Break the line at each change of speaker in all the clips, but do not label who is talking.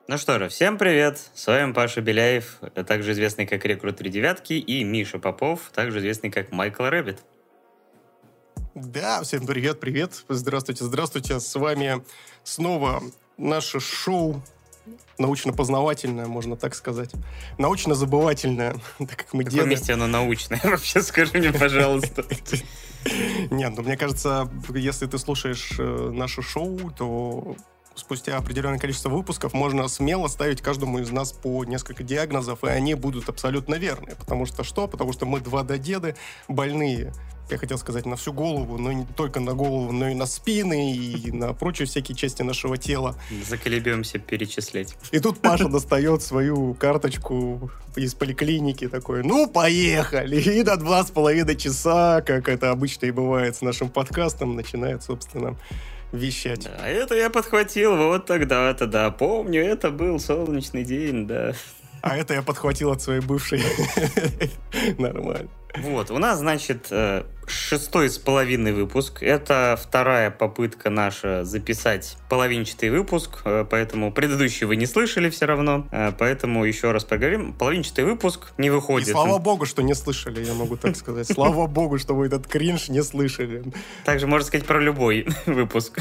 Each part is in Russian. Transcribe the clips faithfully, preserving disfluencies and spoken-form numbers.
Ну что же, всем привет! С вами Паша Беляев, также известный как Рекрут три девятки, и Миша Попов, также известный как Майкл Рэббит.
Да, всем привет, привет. Здравствуйте, здравствуйте. С вами снова наше шоу научно-познавательное, можно так сказать. Научно-забывательное, так как мы
В
деды.
каком месте оно научное? Вообще скажи мне, пожалуйста.
Нет, ну мне кажется, если ты слушаешь э, наше шоу, то спустя определенное количество выпусков можно смело ставить каждому из нас по несколько диагнозов, и они будут абсолютно верные. Потому что что? Потому что мы два дедеды больные. Я хотел сказать на всю голову, но не только на голову, но и на спины, и на прочие всякие части нашего тела.
Заколебемся перечислять.
И тут Паша достает свою карточку из поликлиники, такой, ну, поехали! И на два с половиной часа, как это обычно и бывает с нашим подкастом, начинает, собственно, вещать.
А это я подхватил вот тогда-то, да. Помню, это был солнечный день, да.
А это я подхватил от своей бывшей. Нормально.
Вот, у нас, значит, шестой с половиной выпуск. Это вторая попытка наша записать половинчатый выпуск, поэтому предыдущий вы не слышали все равно, поэтому еще раз поговорим. Половинчатый выпуск не выходит.
И слава богу, что не слышали, я могу так сказать. Слава богу, что вы этот кринж не слышали.
Также можно сказать про любой выпуск.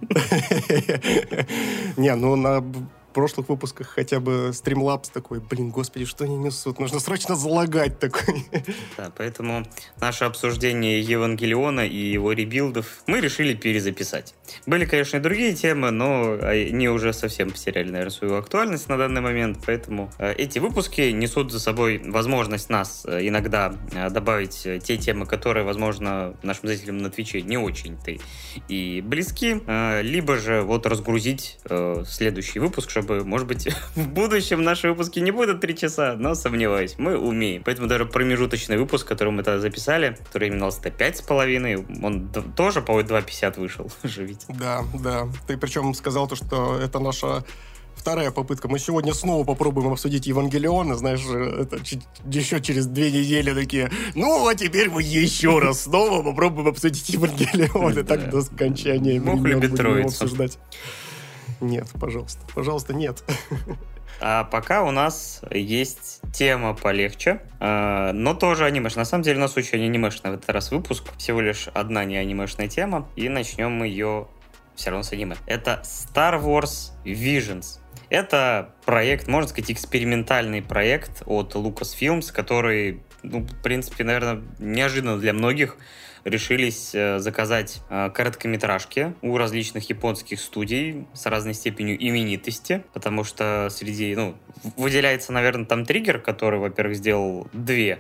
Не, ну на... В прошлых выпусках хотя бы стримлапс такой, блин, господи, что они несут? Нужно срочно залагать такой.
Да, поэтому наше обсуждение Евангелиона и его ребилдов мы решили перезаписать. Были, конечно, и другие темы, но они уже совсем потеряли, наверное, свою актуальность на данный момент, поэтому эти выпуски несут за собой возможность нас иногда добавить те темы, которые, возможно, нашим зрителям на Твиче не очень-то и близки, либо же вот разгрузить следующий выпуск, чтобы Чтобы, может быть, в будущем наши выпуски не будут три часа, но сомневаюсь, мы умеем. Поэтому даже промежуточный выпуск, который мы тогда записали, который именовался пять с половиной, он тоже, по-моему, два пятьдесят вышел. Живите.
Да, да. Ты причем сказал то, что это наша вторая попытка. Мы сегодня снова попробуем обсудить Евангелион, и, знаешь, это еще через две недели такие, ну, а теперь мы еще раз снова попробуем обсудить Евангелион, и так до скончания времен будем его обсуждать. Нет, пожалуйста. Пожалуйста, нет.
А пока у нас есть тема полегче, но тоже анимешная. На самом деле у нас очень анимешный в этот раз выпуск. Всего лишь одна не анимешная тема. И начнем мы ее все равно с аниме. Это Star Wars Visions. Это проект, можно сказать, экспериментальный проект от Lucasfilms, который, ну, в принципе, наверное, неожиданно для многих решились заказать короткометражки у различных японских студий с разной степенью именитости, потому что среди, ну, выделяется, наверное, там Триггер, который, во-первых, сделал две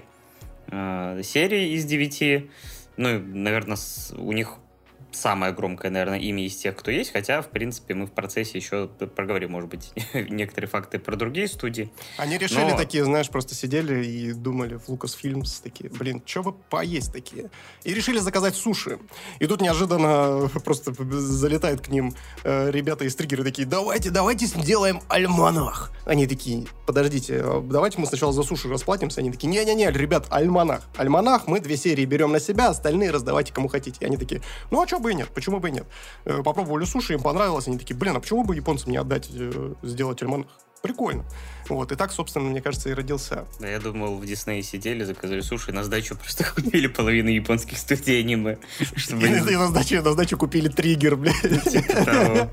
э, серии из девяти, ну, наверное, у них самое громкое, наверное, имя из тех, кто есть, хотя, в принципе, мы в процессе еще проговорим, может быть, некоторые факты про другие студии.
Они решили
Но...
такие, знаешь, просто сидели и думали в Lucasfilms такие, блин, что бы поесть такие? И решили заказать суши. И тут неожиданно просто залетает к ним э, ребята из Триггера такие, давайте, давайте сделаем альманах. Они такие, подождите, давайте мы сначала за суши расплатимся. Они такие, не-не-не, ребят, альманах. Альманах, мы две серии берем на себя, остальные раздавайте кому хотите. И они такие, ну а что бы и нет, почему бы и нет? Э, попробовали суши, им понравилось, они такие, блин, а почему бы японцам не отдать, э, сделать альманах? Прикольно. Вот, и так, собственно, мне кажется, и родился.
Да, я думал, в Диснее сидели, заказали суши, и на сдачу просто купили половину японских студий аниме.
И на сдачу купили Триггер, блядь.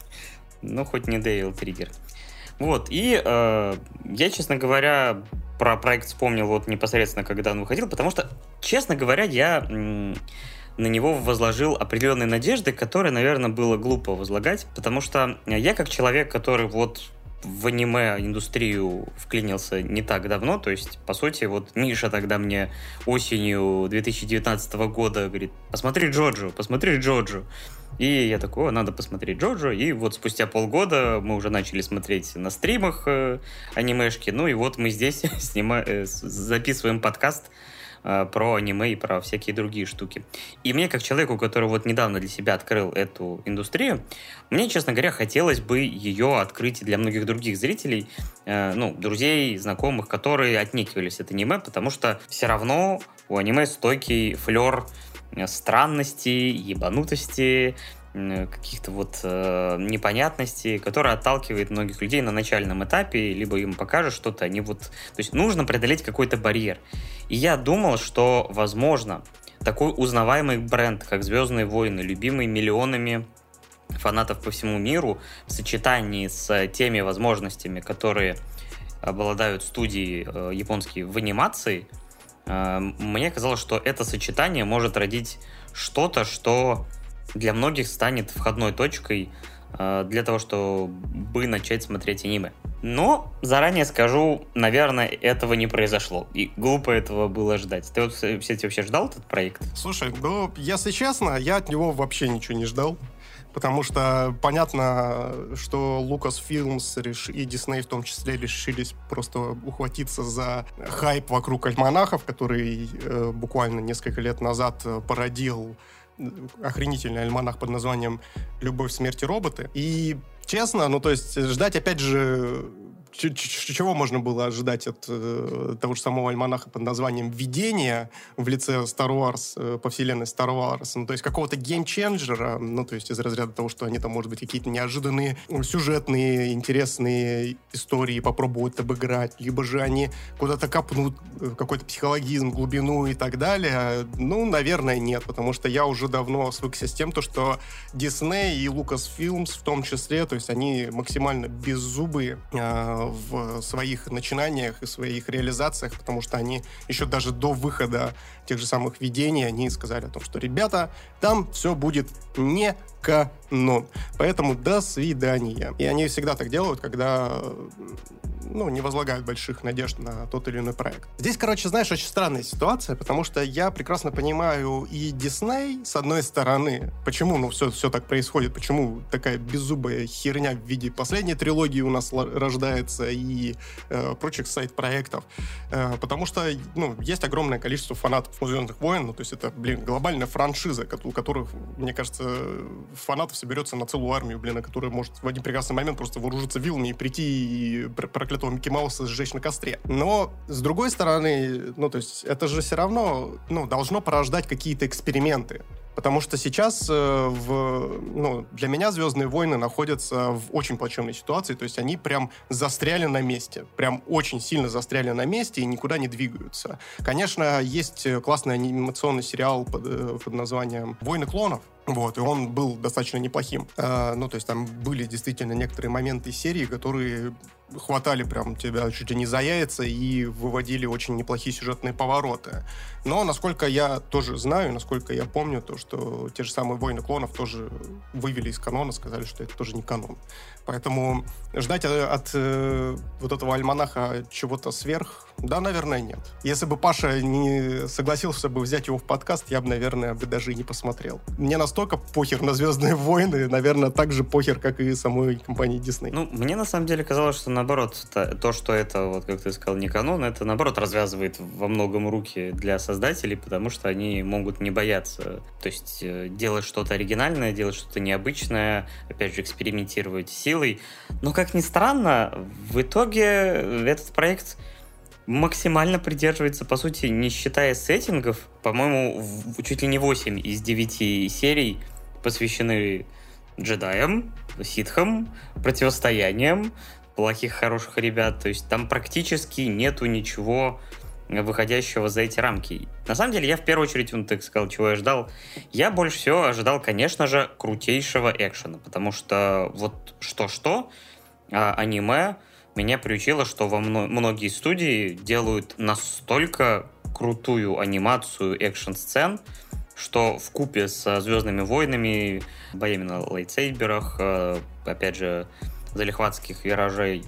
Ну, хоть не Дейл Триггер. Вот, и я, честно говоря, про проект вспомнил вот непосредственно, когда он выходил, потому что, честно говоря, я на него возложил определенные надежды, которые, наверное, было глупо возлагать, потому что я, как человек, который вот в аниме-индустрию вклинился не так давно, то есть, по сути, вот Миша тогда мне осенью две тысячи девятнадцатого года говорит, посмотри Джоджо, посмотри Джоджо. И я такой, о, надо посмотреть Джоджо, и вот спустя полгода мы уже начали смотреть на стримах э, анимешки, ну и вот мы здесь снима... э, записываем подкаст про аниме и про всякие другие штуки. И мне, как человеку, который вот недавно для себя открыл эту индустрию, мне, честно говоря, хотелось бы ее открыть и для многих других зрителей, э, ну, друзей, знакомых, которые отнекивались от аниме, потому что все равно у аниме стойкий флер странности, ебанутости, каких-то вот э, непонятностей, которая отталкивает многих людей на начальном этапе, либо им покажет что-то, они вот... То есть нужно преодолеть какой-то барьер. И я думал, что, возможно, такой узнаваемый бренд, как «Звездные войны», любимый миллионами фанатов по всему миру, в сочетании с теми возможностями, которые обладают студии э, японские в анимации, э, мне казалось, что это сочетание может родить что-то, что для многих станет входной точкой э, для того, чтобы начать смотреть аниме. Но заранее скажу, наверное, этого не произошло. И глупо этого было ждать. Ты вот, кстати, вообще ждал этот проект?
Слушай, ну, если честно, я от него вообще ничего не ждал. Потому что понятно, что Lucasfilms и Disney в том числе решились просто ухватиться за хайп вокруг альманахов, который э, буквально несколько лет назад породил охренительный альманах под названием «Любовь, смерть и роботы». И честно, ну то есть ждать опять же... Чего можно было ожидать от э, того же самого альманаха под названием «Видение» в лице Star Wars, э, по вселенной Star Wars? Ну, то есть какого-то геймченджера, ну, то есть из разряда того, что они там, может быть, какие-то неожиданные сюжетные, интересные истории попробуют обыграть, либо же они куда-то копнут в какой-то психологизм, глубину и так далее. Ну, наверное, нет, потому что я уже давно свыкся с тем, то, что Disney и Lucasfilms в том числе, то есть они максимально беззубые, э, в своих начинаниях и своих реализациях, потому что они еще даже до выхода тех же самых видений, они сказали о том, что, ребята, там все будет не канон. Поэтому до свидания. И они всегда так делают, когда ну, не возлагают больших надежд на тот или иной проект. Здесь, короче, знаешь, очень странная ситуация, потому что я прекрасно понимаю и Disney, с одной стороны, почему ну, все, все так происходит, почему такая беззубая херня в виде последней трилогии у нас рождается и э, прочих сайт-проектов. Э, потому что ну, есть огромное количество фанатов «Звездных войн», ну, то есть это, блин, глобальная франшиза, у которых, мне кажется, фанатов соберется на целую армию, блин, которая может в один прекрасный момент просто вооружиться вилами и прийти и проклятого Микки Мауса сжечь на костре. Но, с другой стороны, ну, то есть это же все равно, ну, должно порождать какие-то эксперименты. Потому что сейчас э, в, ну, для меня «Звездные войны» находятся в очень плачевной ситуации, то есть они прям застряли на месте, прям очень сильно застряли на месте и никуда не двигаются. Конечно, есть классный анимационный сериал под, под названием «Войны клонов», вот, и он был достаточно неплохим. Э, ну, то есть там были действительно некоторые моменты серии, которые хватали прям тебя чуть ли не за яйца и выводили очень неплохие сюжетные повороты. Но, насколько я тоже знаю, насколько я помню, то, что те же самые «Войны клонов» тоже вывели из канона, сказали, что это тоже не канон. Поэтому ждать от, от э, вот этого альманаха чего-то сверх, да, наверное, нет. Если бы Паша не согласился бы взять его в подкаст, я бы, наверное, бы даже и не посмотрел. Мне настолько похер на «Звездные войны», наверное, так же похер, как и самой компании Disney.
Ну, мне на самом деле казалось, что наоборот, то, что это, вот как ты сказал, не канон, это наоборот развязывает во многом руки для создателей, потому что они могут не бояться. То есть делать что-то оригинальное, делать что-то необычное, опять же, экспериментировать силой. Но, как ни странно, в итоге этот проект максимально придерживается, по сути, не считая сеттингов. По-моему, чуть ли не восемь из девяти серий посвящены джедаям, ситхам, противостояниям плохих, хороших ребят. То есть там практически нету ничего выходящего за эти рамки. На самом деле, я в первую очередь, он так сказал, чего я ждал. Я больше всего ожидал, конечно же, крутейшего экшена, потому что вот что-что, а аниме меня приучило, что во мно- многие студии делают настолько крутую анимацию экшн-сцен, что вкупе со «Звездными войнами», боями на лайтсейберах, опять же, залихватских виражей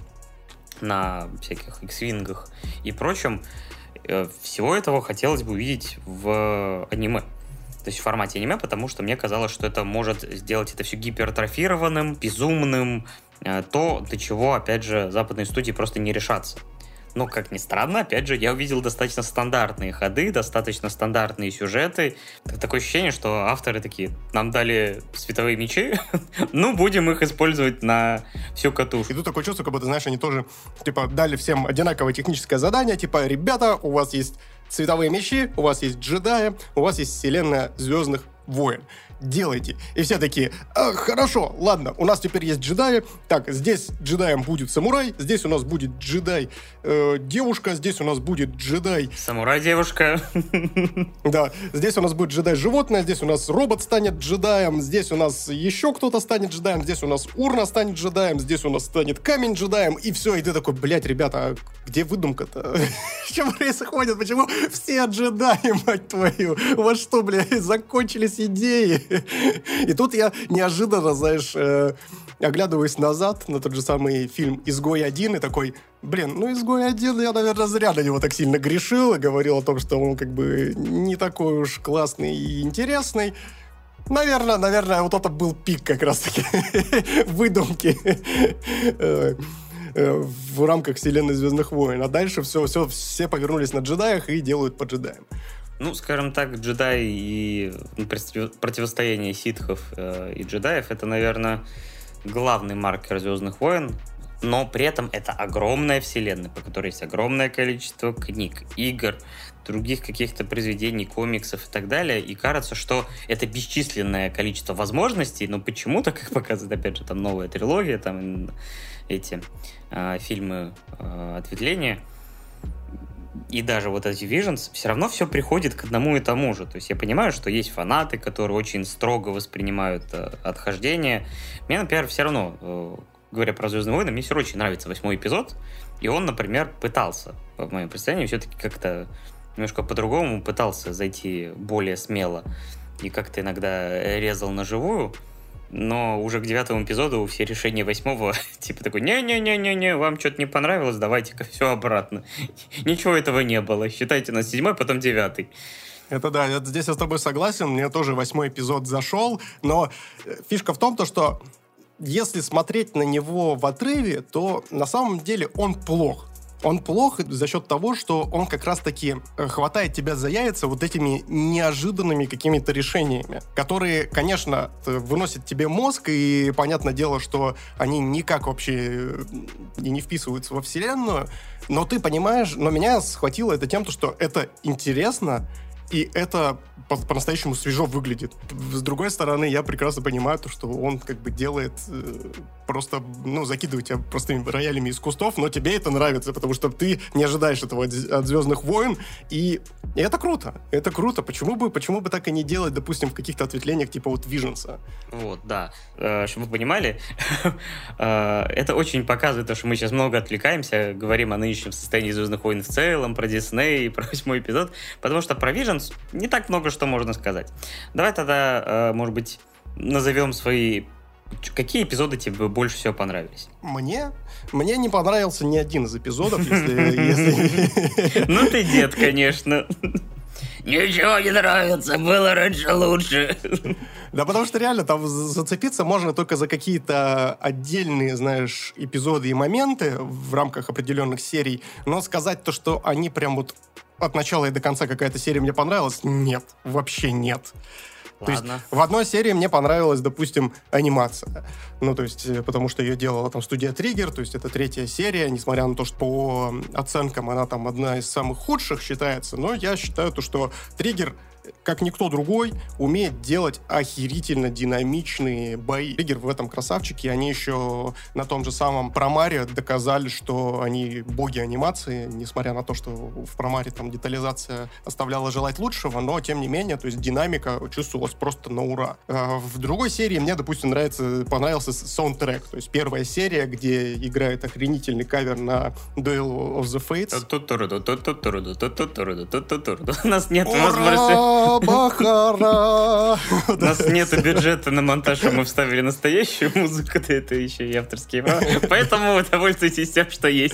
на всяких икс-вингах и прочем, всего этого хотелось бы увидеть в аниме. То есть в формате аниме, потому что мне казалось, что это может сделать это все гипертрофированным, безумным, то, до чего, опять же, западные студии просто не решатся. Но, как ни странно, опять же, я увидел достаточно стандартные ходы, достаточно стандартные сюжеты. Такое ощущение, что авторы такие, нам дали световые мечи, ну, будем их использовать на всю катушку.
И тут такое чувство, как будто, знаешь, они тоже, типа, дали всем одинаковое техническое задание, типа, ребята, у вас есть световые мечи, у вас есть джедаи, у вас есть вселенная «Звездных войн». делайте. И все такие, а, хорошо, ладно, у нас теперь есть джедаи. Так, здесь джедаем будет самурай, здесь у нас будет джедай э, девушка, здесь у нас будет джедай...
Самурай-девушка.
Да, здесь у нас будет джедай-животное, здесь у нас робот станет джедаем, здесь у нас еще кто-то станет джедаем, здесь у нас урна станет джедаем, здесь у нас станет камень джедаем, и все, и ты такой, блядь, ребята, а где выдумка-то? Что происходит? Почему все джедаи, мать твою? У вас что, блядь, закончились идеи? И тут я неожиданно, знаешь, э, оглядываюсь назад на тот же самый фильм «Изгой один» и такой, блин, ну «Изгой один», я, наверное, зря на него так сильно грешил и говорил о том, что он как бы не такой уж классный и интересный. Наверное, наверное, вот это был пик как раз-таки выдумки в рамках вселенной «Звездных войн». А дальше все, все, все повернулись на джедаях и делают по джедаям.
Ну, скажем так, джедаи и противостояние ситхов э, и джедаев — это, наверное, главный маркер «Звездных войн», но при этом это огромная вселенная, по которой есть огромное количество книг, игр, других каких-то произведений, комиксов и так далее, и кажется, что это бесчисленное количество возможностей, но почему-то, как показывает, опять же, там новая трилогия, там эти э, фильмы э, ответвления, и даже вот эти Visions, все равно все приходит к одному и тому же. То есть я понимаю, что есть фанаты, которые очень строго воспринимают э, отхождение. Мне, например, все равно, э, говоря про «Звездные войны», мне все равно очень нравится восьмой эпизод, и он, например, пытался, в моем представлении, все-таки как-то немножко по-другому пытался зайти более смело и как-то иногда резал на живую. Но уже к девятому эпизоду все решения восьмого типа такой, не-не-не-не-не, вам что-то не понравилось, давайте-ка все обратно. Ничего этого не было. Считайте нас седьмой, потом девятый.
Это да, это, здесь я с тобой согласен, мне тоже восьмой эпизод зашел, но фишка в том, то, что если смотреть на него в отрыве, то на самом деле он плох. Он плох за счет того, что он как раз-таки хватает тебя за яйца вот этими неожиданными какими-то решениями, которые, конечно, выносят тебе мозг, и понятное дело, что они никак вообще и не вписываются во вселенную, но ты понимаешь, но меня схватило это тем, что это интересно, и это по- по-настоящему свежо выглядит. С другой стороны, я прекрасно понимаю то, что он как бы делает э, просто, ну, закидывает тебя простыми роялями из кустов, но тебе это нравится, потому что ты не ожидаешь этого от, от «Звездных войн», и, и это круто. Это круто. Почему бы, почему бы так и не делать, допустим, в каких-то ответвлениях типа вот «Виженса»?
Вот, да. Э, чтобы вы понимали, это очень показывает то, что мы сейчас много отвлекаемся, говорим о нынешнем состоянии «Звездных войн» в целом, про Дисней, про восьмой эпизод, потому что про «Виженс» не так много что можно сказать. Давай тогда, может быть, назовем свои... Какие эпизоды тебе больше всего понравились?
Мне? Мне не понравился ни один из эпизодов, если...
Ну ты дед, конечно. Ничего не нравится, было раньше лучше.
Да потому что реально там зацепиться можно только за какие-то отдельные, знаешь, эпизоды и моменты в рамках определенных серий, но сказать то, что они прям вот от начала и до конца какая-то серия мне понравилась, нет, вообще нет. То есть в одной серии мне понравилась, допустим, анимация. Ну, то есть, потому что ее делала там студия Trigger, то есть это третья серия, несмотря на то, что по оценкам она там одна из самых худших считается, но я считаю то, что Trigger, как никто другой, умеет делать охерительно динамичные бои. Trigger в этом красавчики, они еще на том же самом Промаре доказали, что они боги анимации, несмотря на то, что в Промаре там детализация оставляла желать лучшего, но тем не менее, то есть динамика чувствовалась просто на ура. В другой серии мне, допустим, нравится, понравился саундтрек, то есть первая серия, где играет охренительный кавер на Duel of the Fates.
У нас нет возможности...
Бахара!
У нас нет бюджета на монтаж, а мы вставили настоящую музыку, это еще и авторские права. Поэтому довольствуйтесь тем, что есть.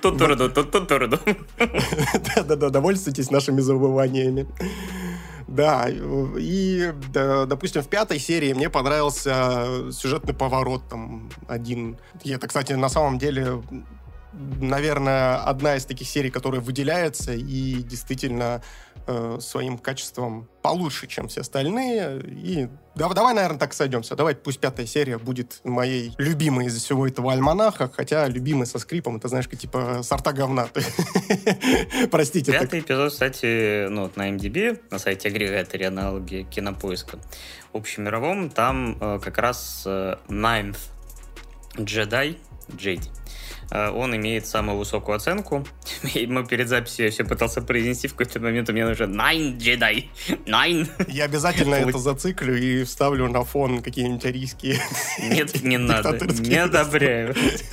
Да-да-да, довольствуйтесь нашими забываниями. Да, и, да, допустим, в пятой серии мне понравился сюжетный поворот, там, один. И это, кстати, на самом деле, наверное, одна из таких серий, которая выделяется и действительно э, своим качеством получше, чем все остальные. И да, давай, наверное, так сойдемся. Давай, пусть пятая серия будет моей любимой из всего этого альманаха, хотя любимой со скрипом, это, знаешь, как типа сорта говна. Простите.
Пятый эпизод, кстати, ну, на эм ди би, на сайте агрегаторе аналоги Кинопоиска общемировом, там э, как раз э, Ninth Jedi, Джеди. Он имеет самую высокую оценку. Мы перед записью я все пытался произнести, в какой-то момент у меня уже Nine Jedi. Nine.
Я обязательно это зациклю и вставлю на фон какие-нибудь арийские.
Нет, не надо. Не одобряю.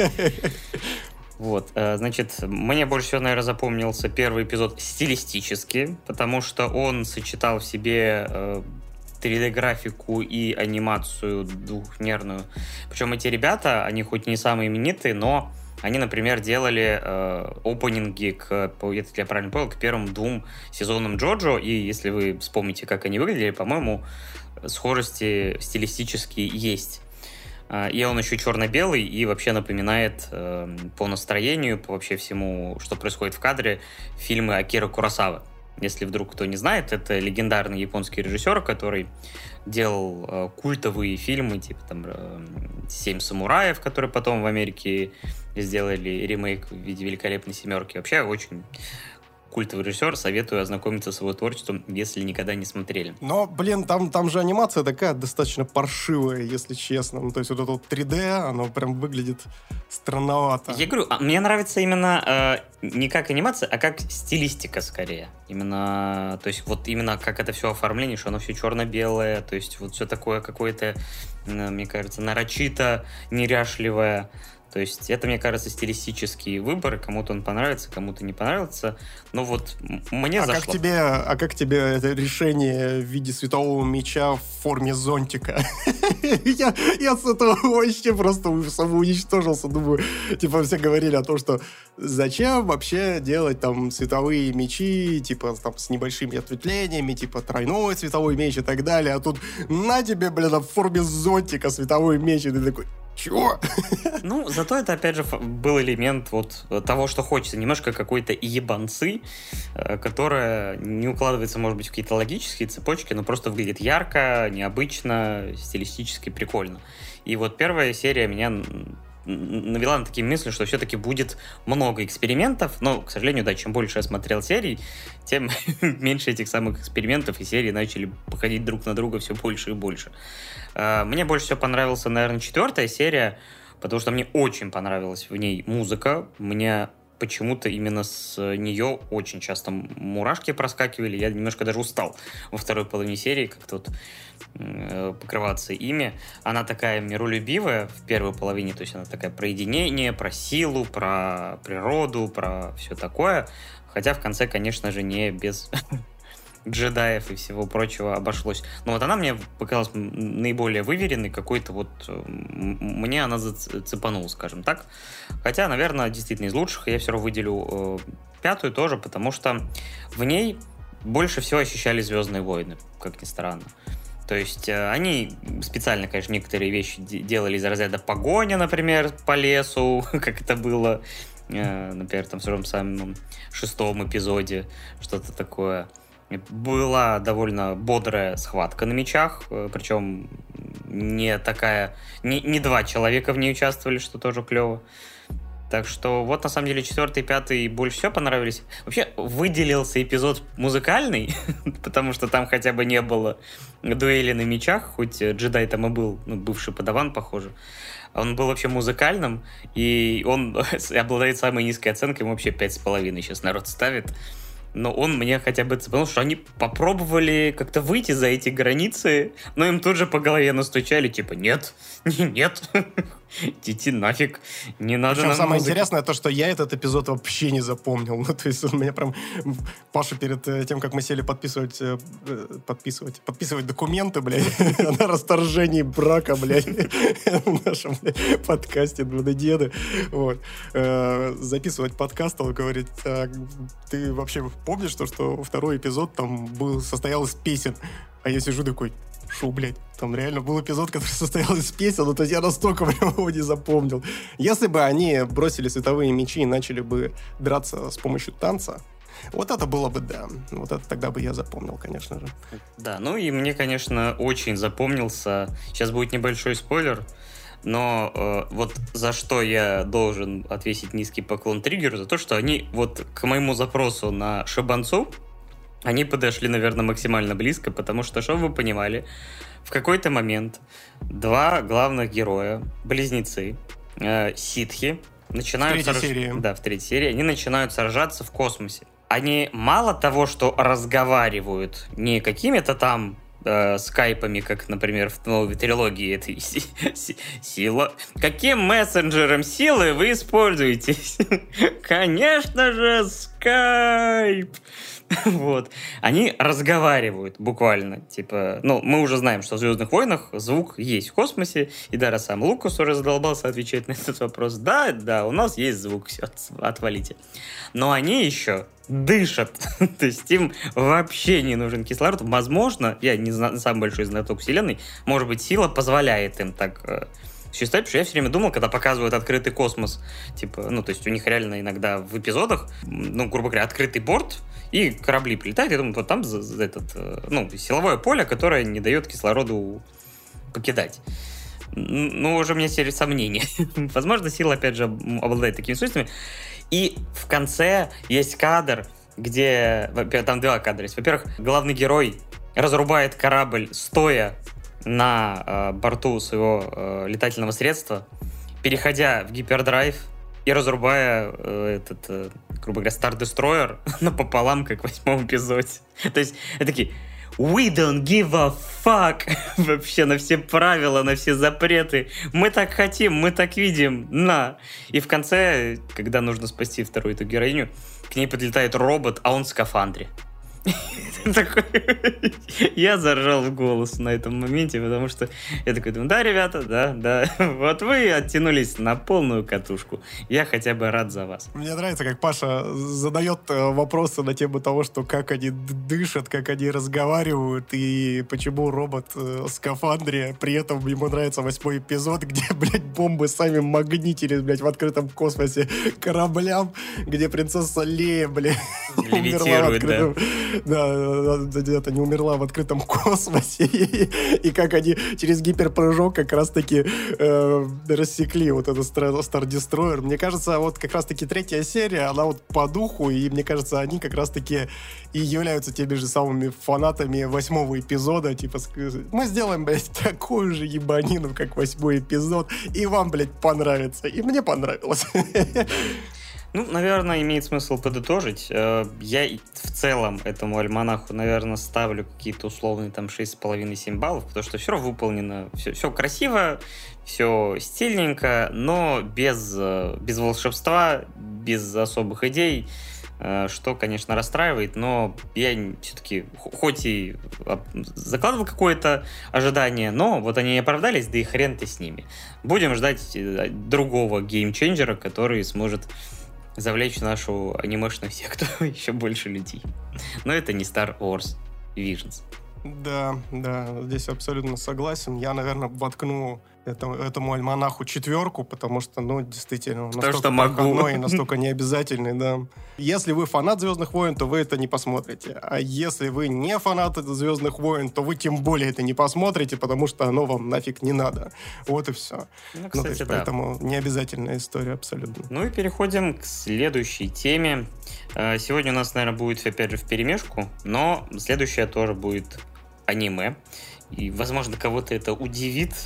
Вот, значит, мне больше всего, наверное, запомнился первый эпизод стилистически, потому что он сочетал в себе три дэ-графику и анимацию двухмерную. Причем эти ребята, они хоть не самые именитые, но они, например, делали э, опенинги к, если я правильно понял, к первым двум сезонам Джоджо, и если вы вспомните, как они выглядели, по-моему, схожести стилистически есть. И он еще черно-белый и вообще напоминает э, по настроению, по вообще всему, что происходит в кадре, фильмы Акиры Куросавы. Если вдруг кто не знает, это легендарный японский режиссер, который делал э, культовые фильмы, типа там э, «Семь самураев», которые потом в Америке сделали ремейк в виде «Великолепной семерки». Вообще очень культовый режиссер, советую ознакомиться с его творчеством, если никогда не смотрели.
Но, блин, там, там же анимация такая достаточно паршивая, если честно. Ну, то есть вот это вот три дэ, оно прям выглядит странновато.
Я говорю, мне нравится именно э, не как анимация, а как стилистика скорее. Именно, то есть вот именно как это все оформление, что оно все черно-белое, то есть вот все такое какое-то, мне кажется, нарочито неряшливое. То есть это, мне кажется, стилистический выбор. Кому-то он понравится, кому-то не понравится. Но вот мне
а
зашло.
Как тебе, а как тебе это решение в виде светового меча в форме зонтика? я, я с этого вообще просто самоуничтожился. Думаю, типа все говорили о том, что зачем вообще делать там световые мечи, типа там с небольшими ответвлениями, типа тройной световой меч и так далее. А тут на тебе, блин, в форме зонтика световой меч. И ты такой... Чего?
Ну, зато это, опять же, был элемент вот того, что хочется. Немножко какой-то ебанцы, которая не укладывается, может быть, в какие-то логические цепочки, но просто выглядит ярко, необычно, стилистически прикольно. И вот первая серия меня навела на такие мысли, что все-таки будет много экспериментов, но, к сожалению, да, чем больше я смотрел серий, тем меньше этих самых экспериментов, и серии начали походить друг на друга все больше и больше. Мне больше всего понравилась, наверное, четвертая серия, потому что мне очень понравилась в ней музыка. Мне почему-то именно с нее очень часто мурашки проскакивали. Я немножко даже устал во второй половине серии как-то вот э, покрываться ими. Она такая миролюбивая в первой половине, то есть она такая про единение, про силу, про природу, про все такое. Хотя в конце, конечно же, не без... джедаев и всего прочего обошлось. Но вот она мне показалась наиболее выверенной, какой-то вот... Мне она зацепанула, скажем так. Хотя, наверное, действительно из лучших я все равно выделю э, пятую тоже, потому что в ней больше всего ощущали «Звездные войны», как ни странно. То есть э, они специально, конечно, некоторые вещи делали из разряда погоня, например, по лесу, как это было, э, например, там в том самом шестом эпизоде, что-то такое. Была довольно бодрая схватка на мечах, причем не такая... Не, не два человека в ней участвовали, что тоже клево. Так что вот, на самом деле, четвертый и пятый больше всего понравились. Вообще, выделился эпизод музыкальный, потому что там хотя бы не было дуэли на мечах, хоть джедай там и был, ну, бывший подаван, похоже. Он был вообще музыкальным, и он обладает самой низкой оценкой, ему вообще пять с половиной сейчас народ ставит. Но он мне хотя бы цепанул, что они попробовали как-то выйти за эти границы, но им тут же по голове настучали, типа, нет, нет, идите нафиг, не надо.
Причем самое музыки. Интересное то, что я этот эпизод вообще не запомнил. Ну, то есть у меня прям Паша перед тем, как мы сели подписывать, подписывать, подписывать документы, блядь, на расторжении брака, блядь, в нашем блядь, подкасте «Двудеды», вот, записывать подкаст, он говорит, ты вообще помнишь то, что второй эпизод там был, состоял из песен? А я сижу такой, шо, блядь, там реально был эпизод, который состоял из песен, ну, то есть я настолько прям его не запомнил. Если бы они бросили световые мечи и начали бы драться с помощью танца, Вот это было бы, да. Вот это тогда бы я запомнил, конечно же.
Да, ну и мне, конечно, очень запомнился. Сейчас будет небольшой спойлер, но э, вот за что я должен отвесить низкий поклон Триггеру, за то, что они вот к моему запросу на Шибанцу, они подошли, наверное, максимально близко, потому что, чтобы вы понимали, в какой-то момент два главных героя, близнецы, э, ситхи, начинают...
В третьей
сорж...
серии.
Да, в третьей серии. Они начинают сражаться в космосе. Они мало того, что разговаривают не какими-то там э, скайпами, как, например, в новой трилогии этой сила. Каким мессенджером силы вы используете? Конечно же, скайп! Вот. Они разговаривают буквально. Типа, ну, мы уже знаем, что в «Звездных войнах» звук есть в космосе. И даже сам Лукас уже задолбался отвечать на этот вопрос. Да, да, у нас есть звук, все, отвалите. Но они еще дышат. То есть им вообще не нужен кислород. Возможно, я не зна- самый большой знаток вселенной, может быть, сила позволяет им так... Э- Считать, что я все время думал, когда показывают открытый космос, типа, ну, то есть у них реально иногда в эпизодах, ну, грубо говоря, открытый борт, и корабли прилетают, я думаю, вот там этот, ну, силовое поле, которое не дает кислороду покидать. Ну, уже у меня теперь сомнения. Возможно, сила, опять же, обладает такими свойствами. И в конце есть кадр, где... Там два кадра есть. Во-первых, главный герой разрубает корабль стоя на э, борту своего э, летательного средства, переходя в гипердрайв и разрубая э, этот, э, грубо говоря, Star Destroyer напополам, как в восьмом эпизоде. То есть, это такие we don't give a fuck вообще на все правила, на все запреты. Мы так хотим, мы так видим, на. И в конце, когда нужно спасти вторую эту героиню, к ней подлетает робот, а он в скафандре. Я заржал в голос на этом моменте, потому что я такой думаю, да, ребята, да, да, вот вы оттянулись на полную катушку. Я хотя бы рад за вас.
Мне нравится, как Паша задает вопросы на тему того, что как они дышат, как они разговаривают, и почему робот в скафандре. При этом ему нравится восьмой эпизод, где, блядь, бомбы сами магнитились, блядь, в открытом космосе кораблям, где принцесса Лея, блядь,
левитирует, да.
Да, где-то не умерла в открытом космосе. И, и как они через гиперпрыжок как раз-таки э, рассекли вот этот Star Destroyer. Мне кажется, вот как раз-таки третья серия, она вот по духу, и мне кажется, они как раз-таки и являются теми же самыми фанатами восьмого эпизода. Типа, мы сделаем, блядь, такую же ебанину, как восьмой эпизод, и вам, блядь, понравится. И мне понравилось.
Ну, наверное, имеет смысл подытожить. Я в целом этому альманаху, наверное, ставлю какие-то условные там шесть с половиной - семь баллов, потому что все равно выполнено, все, все красиво, все стильненько, но без, без волшебства, без особых идей, что, конечно, расстраивает, но я все-таки, хоть и закладывал какое-то ожидание, но вот они и оправдались, да и хрен ты с ними. Будем ждать другого геймченджера, который сможет завлечь нашу анимешную секту еще больше людей. Но это не Star Wars Visions.
Да, да, здесь абсолютно согласен. Я, наверное, воткну этому, этому альманаху четверку, потому что, ну, действительно,
потому
настолько
что могу.
и настолько необязательный, да. Если вы фанат «Звездных войн», то вы это не посмотрите. А если вы не фанат «Звездных войн», то вы тем более это не посмотрите, потому что оно вам нафиг не надо. Вот и все.
Ну, кстати,
ну, то есть,
да.
Поэтому необязательная история абсолютно.
Ну и переходим к следующей теме. Сегодня у нас, наверное, будет, опять же, вперемешку, но следующая тоже будет аниме. И, возможно, кого-то это удивит,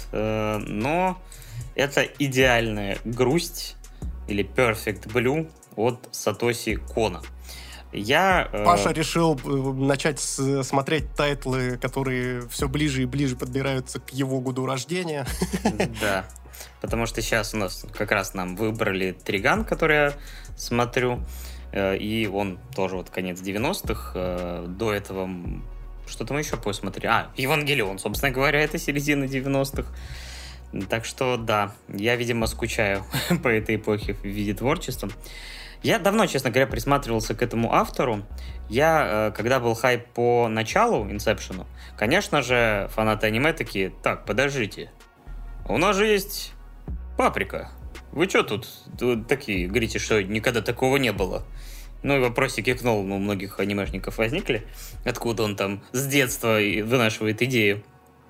но это «Идеальная грусть» или Perfect Blue от Сатоси Кона. Я,
Паша э... решил начать с- смотреть тайтлы, которые все ближе и ближе подбираются к его году рождения.
Да, потому что сейчас у нас как раз нам выбрали Триган, который я смотрю, и он тоже вот конец девяностых. До этого что-то мы еще посмотрели. А, Евангелион, собственно говоря, это середина девяностых. Так что да, я, видимо, скучаю по этой эпохе в виде творчества. Я давно, честно говоря, присматривался к этому автору. Я, когда был хайп по началу Инсепшену, конечно же, фанаты аниме такие: так, подождите, у нас же есть Паприка. Вы что тут, тут такие говорите, что никогда такого не было? Ну и вопросики к новому у многих анимешников возникли, откуда он там с детства вынашивает идею.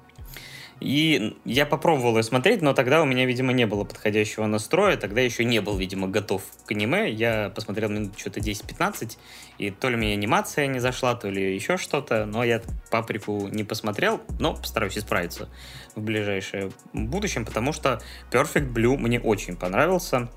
И я попробовал ее смотреть, но тогда у меня, видимо, не было подходящего настроя, тогда еще не был, видимо, готов к аниме. Я посмотрел минут что-то десять-пятнадцать, и то ли мне анимация не зашла, то ли еще что-то, но я «Паприку» не посмотрел, но постараюсь исправиться в ближайшее будущем, потому что Perfect Blue мне очень понравился.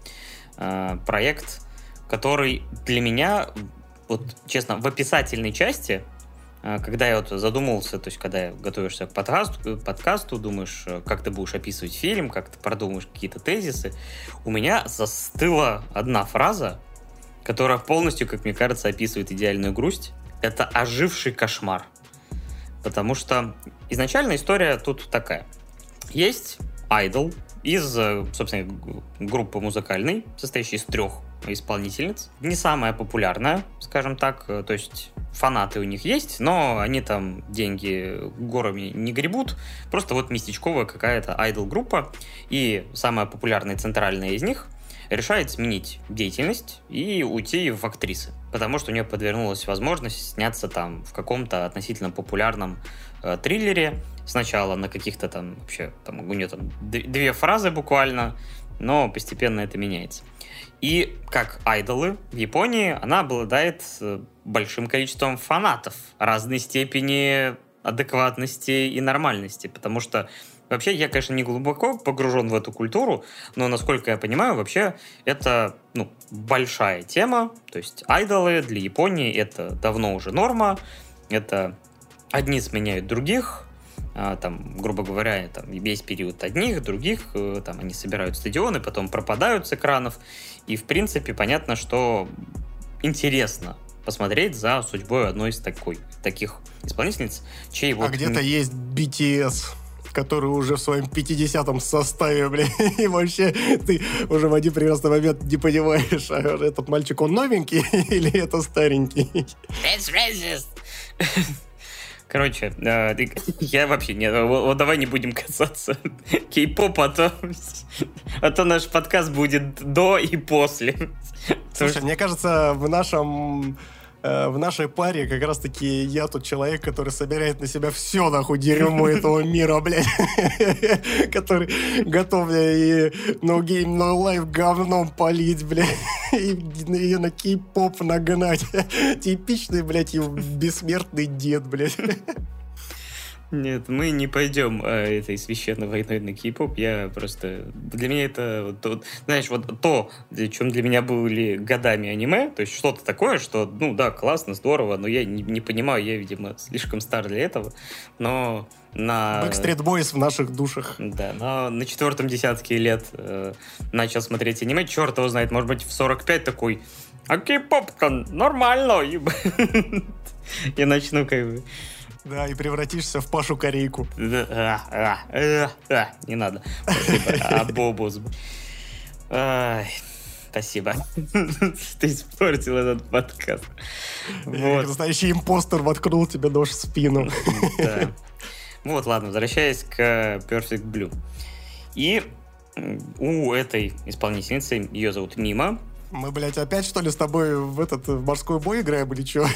Проект, который для меня, вот честно, в описательной части, когда я вот задумался, то есть когда готовишься к подкасту, подкасту, думаешь, как ты будешь описывать фильм, как ты продумаешь какие-то тезисы, у меня застыла одна фраза, которая полностью, как мне кажется, описывает идеальную грусть. Это «оживший кошмар». Потому что изначально история тут такая. Есть айдол из, собственно, группы музыкальной, состоящей из трех исполнительниц. Не самая популярная, скажем так, то есть фанаты у них есть, но они там деньги горами не гребут, просто вот местечковая какая-то айдол-группа, и самая популярная центральная из них решает сменить деятельность и уйти в актрисы, потому что у нее подвернулась возможность сняться там в каком-то относительно популярном э, триллере, сначала на каких-то там вообще, там у нее там д- две фразы буквально, но постепенно это меняется. И как айдолы в Японии она обладает большим количеством фанатов разной степени адекватности и нормальности, потому что вообще я, конечно, не глубоко погружен в эту культуру, но, насколько я понимаю, вообще это ну, большая тема, то есть айдолы для Японии это давно уже норма, это одни сменяют других, там, грубо говоря, там есть период одних, других, там они собирают стадионы, потом пропадают с экранов, и, в принципе, понятно, что интересно посмотреть за судьбой одной из такой, таких исполнительниц, чей вот...
А где-то есть би ти эс, который уже в своем пятидесятом составе, блин, и вообще ты уже в один прекрасный момент не понимаешь, а этот мальчик, он новенький или это старенький?
It's racist! Короче, э, я вообще не... Вот, вот давай не будем касаться кей-попа, а то, а то наш подкаст будет до и после.
Слушай, что... мне кажется, в нашем... В нашей паре как раз-таки я тот человек, который собирает на себя все, нахуй, дерьмо этого мира, блядь. Который готов, бля, и No Game No Life говном полить, блядь. И, и на кей-поп нагнать. Типичный, блядь, бессмертный дед, блядь.
Нет, мы не пойдем э, этой священной войной на кей-поп. Я просто... Для меня это... Вот, вот, знаешь, вот то, чем для меня были годами аниме, то есть что-то такое, что, ну да, классно, здорово, но я не, не понимаю, я, видимо, слишком стар для этого, но на...
Backstreet Boys в наших душах.
Да, но на четвертом десятке лет э, начал смотреть аниме, черт его знает, может быть, в сорок пять такой, а кей-поп-то нормально, я начну как бы...
Да, и превратишься в Пашу Корейку.
Не надо. Спасибо. А Бобус. Спасибо. Ты испортил этот подкаст.
Вот. Настоящий импостер воткнул тебе нож в спину.
Да. Вот, ладно, возвращаясь к Perfect Blue. И у этой исполнительницы, ее зовут Мима.
Мы, блядь, опять, что ли, с тобой в этот в морской бой играем или что?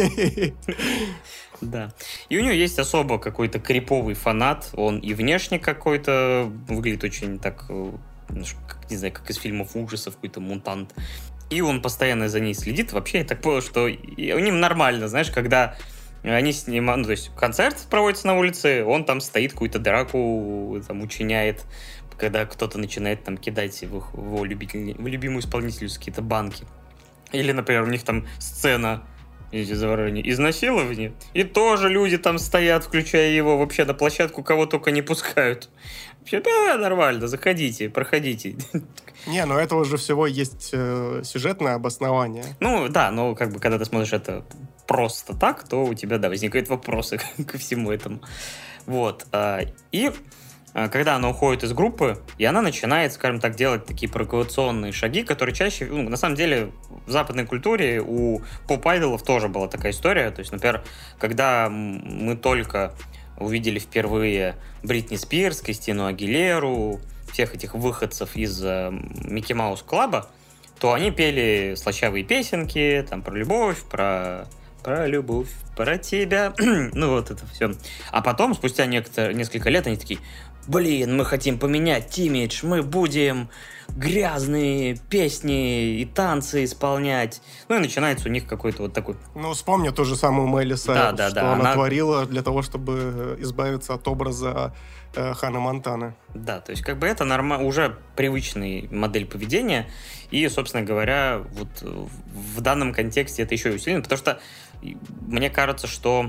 Да. И у нее есть особо какой-то криповый фанат. Он и внешне какой-то выглядит очень так, не знаю, как из фильмов ужасов, какой-то мутант. И он постоянно за ней следит. Вообще, я так понял, что у них нормально, знаешь, когда они снимают, ну, то есть концерт проводится на улице, он там стоит, какую-то драку там учиняет, когда кто-то начинает там кидать в их, в его любитель, в любимую исполнительницу какие-то банки. Или, например, у них там сцена изнасилования, и тоже люди там стоят, включая его, вообще на площадку кого только не пускают. Вообще, да, нормально, заходите, проходите.
Не, ну этого же всего есть э, сюжетное обоснование.
Ну, да, но как бы, когда ты смотришь это просто так, то у тебя, да, возникают вопросы ко всему этому. Вот. И когда она уходит из группы, и она начинает, скажем так, делать такие провокационные шаги, которые чаще, ну, на самом деле, в западной культуре у поп-айдолов тоже была такая история. То есть, например, когда мы только увидели впервые Бритни Спирс, Кристину Агилеру, всех этих выходцев из Микки Маус Клаба, то они пели слащавые песенки, там, про любовь, про... про любовь, про тебя, ну вот это все. А потом, спустя некотор- несколько лет, они такие, блин, мы хотим поменять имидж, мы будем грязные песни и танцы исполнять. Ну и начинается у них какой-то вот такой...
Ну, вспомни ту же самую Майли Сайрус,
Да, да,
что
да,
она,
она-
творила для того, чтобы избавиться от образа э, Ханны Монтаны.
Да, то есть как бы это норма... уже привычная модель поведения, и, собственно говоря, вот в данном контексте это еще и усилено, потому что мне кажется, что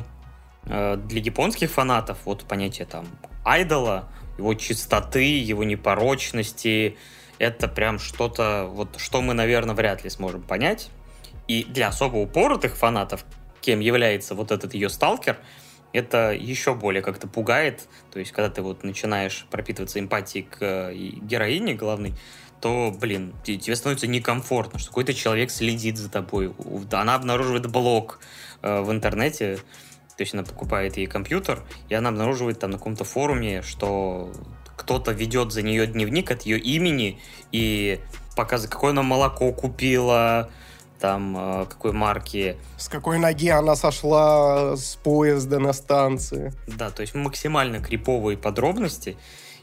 э, для японских фанатов вот понятие там айдола, его чистоты, его непорочности, это прям что-то, вот что мы, наверное, вряд ли сможем понять. И для особо упоротых фанатов, кем является вот этот ее сталкер, это еще более как-то пугает. То есть, когда ты вот начинаешь пропитываться эмпатией к э, героине главной, то, блин, те- тебе становится некомфортно, что какой-то человек следит за тобой. У- Она обнаруживает блог э, в интернете, то есть она покупает ей компьютер, и она обнаруживает там на каком-то форуме, что кто-то ведет за нее дневник от ее имени и показывает, какое она молоко купила, там, э, какой марки.
С какой ноги она сошла с поезда на станции.
Да, то есть максимально криповые подробности,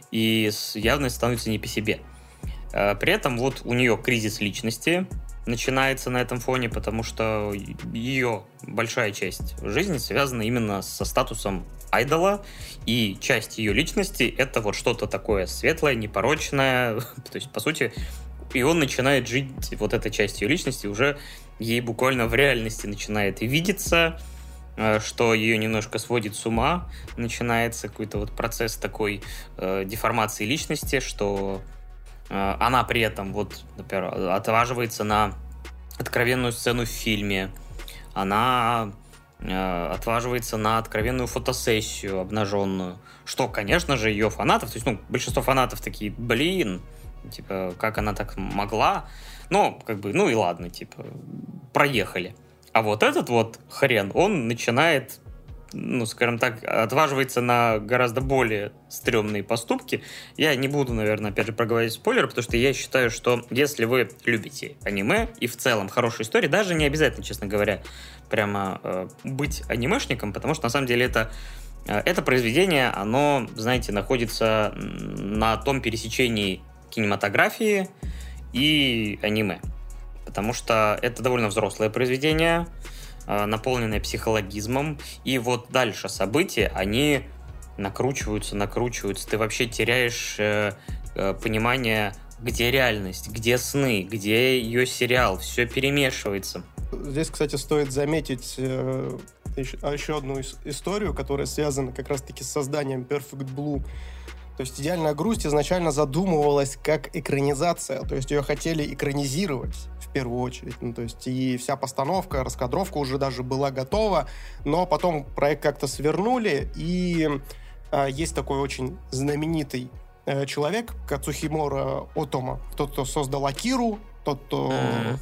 и с- явно становится не по себе. Э, При этом вот у нее кризис личности начинается на этом фоне, потому что ее большая часть жизни связана именно со статусом айдола, и часть ее личности — это вот что-то такое светлое, непорочное, то есть, по сути, и он начинает жить, вот эта часть ее личности уже ей буквально в реальности начинает и видеться, э, что ее немножко сводит с ума, начинается какой-то вот процесс такой э, деформации личности, что э, она при этом, вот, например, отваживается на откровенную сцену в фильме, она э, отваживается на откровенную фотосессию обнаженную, что, конечно же, ее фанатов, то есть, ну, большинство фанатов такие, блин, типа, как она так могла, но, как бы, ну и ладно, типа, проехали. А вот этот вот хрен, он начинает, ну, скажем так, отваживается на гораздо более стрёмные поступки. Я не буду, наверное, опять же, проговорить спойлеры, потому что я считаю, что если вы любите аниме и в целом хорошие истории, даже не обязательно, честно говоря, прямо э, быть анимешником, потому что, на самом деле, это э, это произведение, оно, знаете, находится на том пересечении кинематографии и аниме. Потому что это довольно взрослое произведение, э, наполненное психологизмом. И вот дальше события, они накручиваются, накручиваются. Ты вообще теряешь э, э, понимание, где реальность, где сны, где ее сериал. Все перемешивается.
Здесь, кстати, стоит заметить э, еще, еще одну ис- историю, которая связана как раз-таки с созданием Perfect Blue. То есть «Идеальная грусть» изначально задумывалась как экранизация, то есть ее хотели экранизировать в первую очередь. Ну, то есть и вся постановка, раскадровка уже даже была готова, но потом проект как-то свернули, и э, есть такой очень знаменитый э, человек, Кацухимора Отома, тот, кто создал Акиру, тот, кто...
Mm.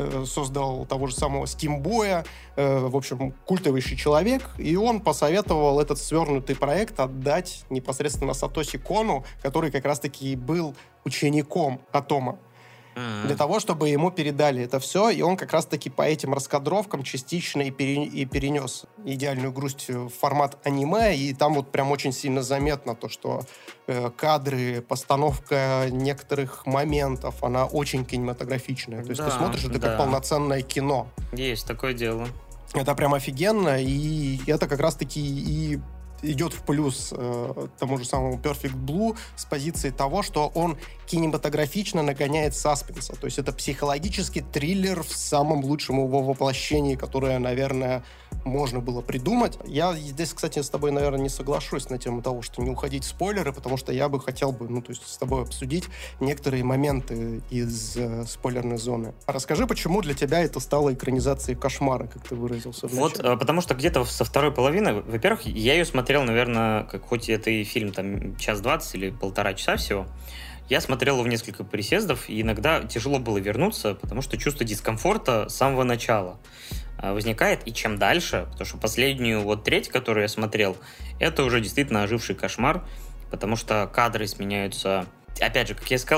создал того же самого Стимбоя, в общем, культовейший человек, и он посоветовал этот свернутый проект отдать непосредственно Сатоси Кону, который как раз-таки был учеником Атома,
Mm.
для того, чтобы ему передали это все, и он как раз-таки по этим раскадровкам частично и, пере- и перенес «Идеальную грусть» в формат аниме, и там вот прям очень сильно заметно то, что э, кадры, постановка некоторых моментов, она очень кинематографичная. То есть
Да,
ты смотришь, это
да.
как полноценное кино.
Есть такое дело.
Это прям офигенно, и это как раз-таки и идет в плюс э, тому же самому Perfect Blue с позиции того, что он кинематографично нагоняет саспенса. То есть это психологический триллер в самом лучшем его воплощении, которое, наверное, можно было придумать. Я здесь, кстати, с тобой, наверное, не соглашусь на тему того, что не уходить в спойлеры, потому что я бы хотел бы, ну, то есть с тобой обсудить некоторые моменты из э, спойлерной зоны. А расскажи, почему для тебя это стало экранизацией кошмара, как ты выразился
Вот,
вначале.
э, потому что где-то со второй половины, во-первых, я ее смотрел, наверное, как хоть это и фильм там час двадцать или полтора часа всего, я смотрел его в несколько присездов, и иногда тяжело было вернуться, потому что чувство дискомфорта с самого начала э, возникает, и чем дальше, потому что последнюю вот треть, которую я смотрел, это уже действительно оживший кошмар, потому что кадры сменяются, опять же, как я сказал,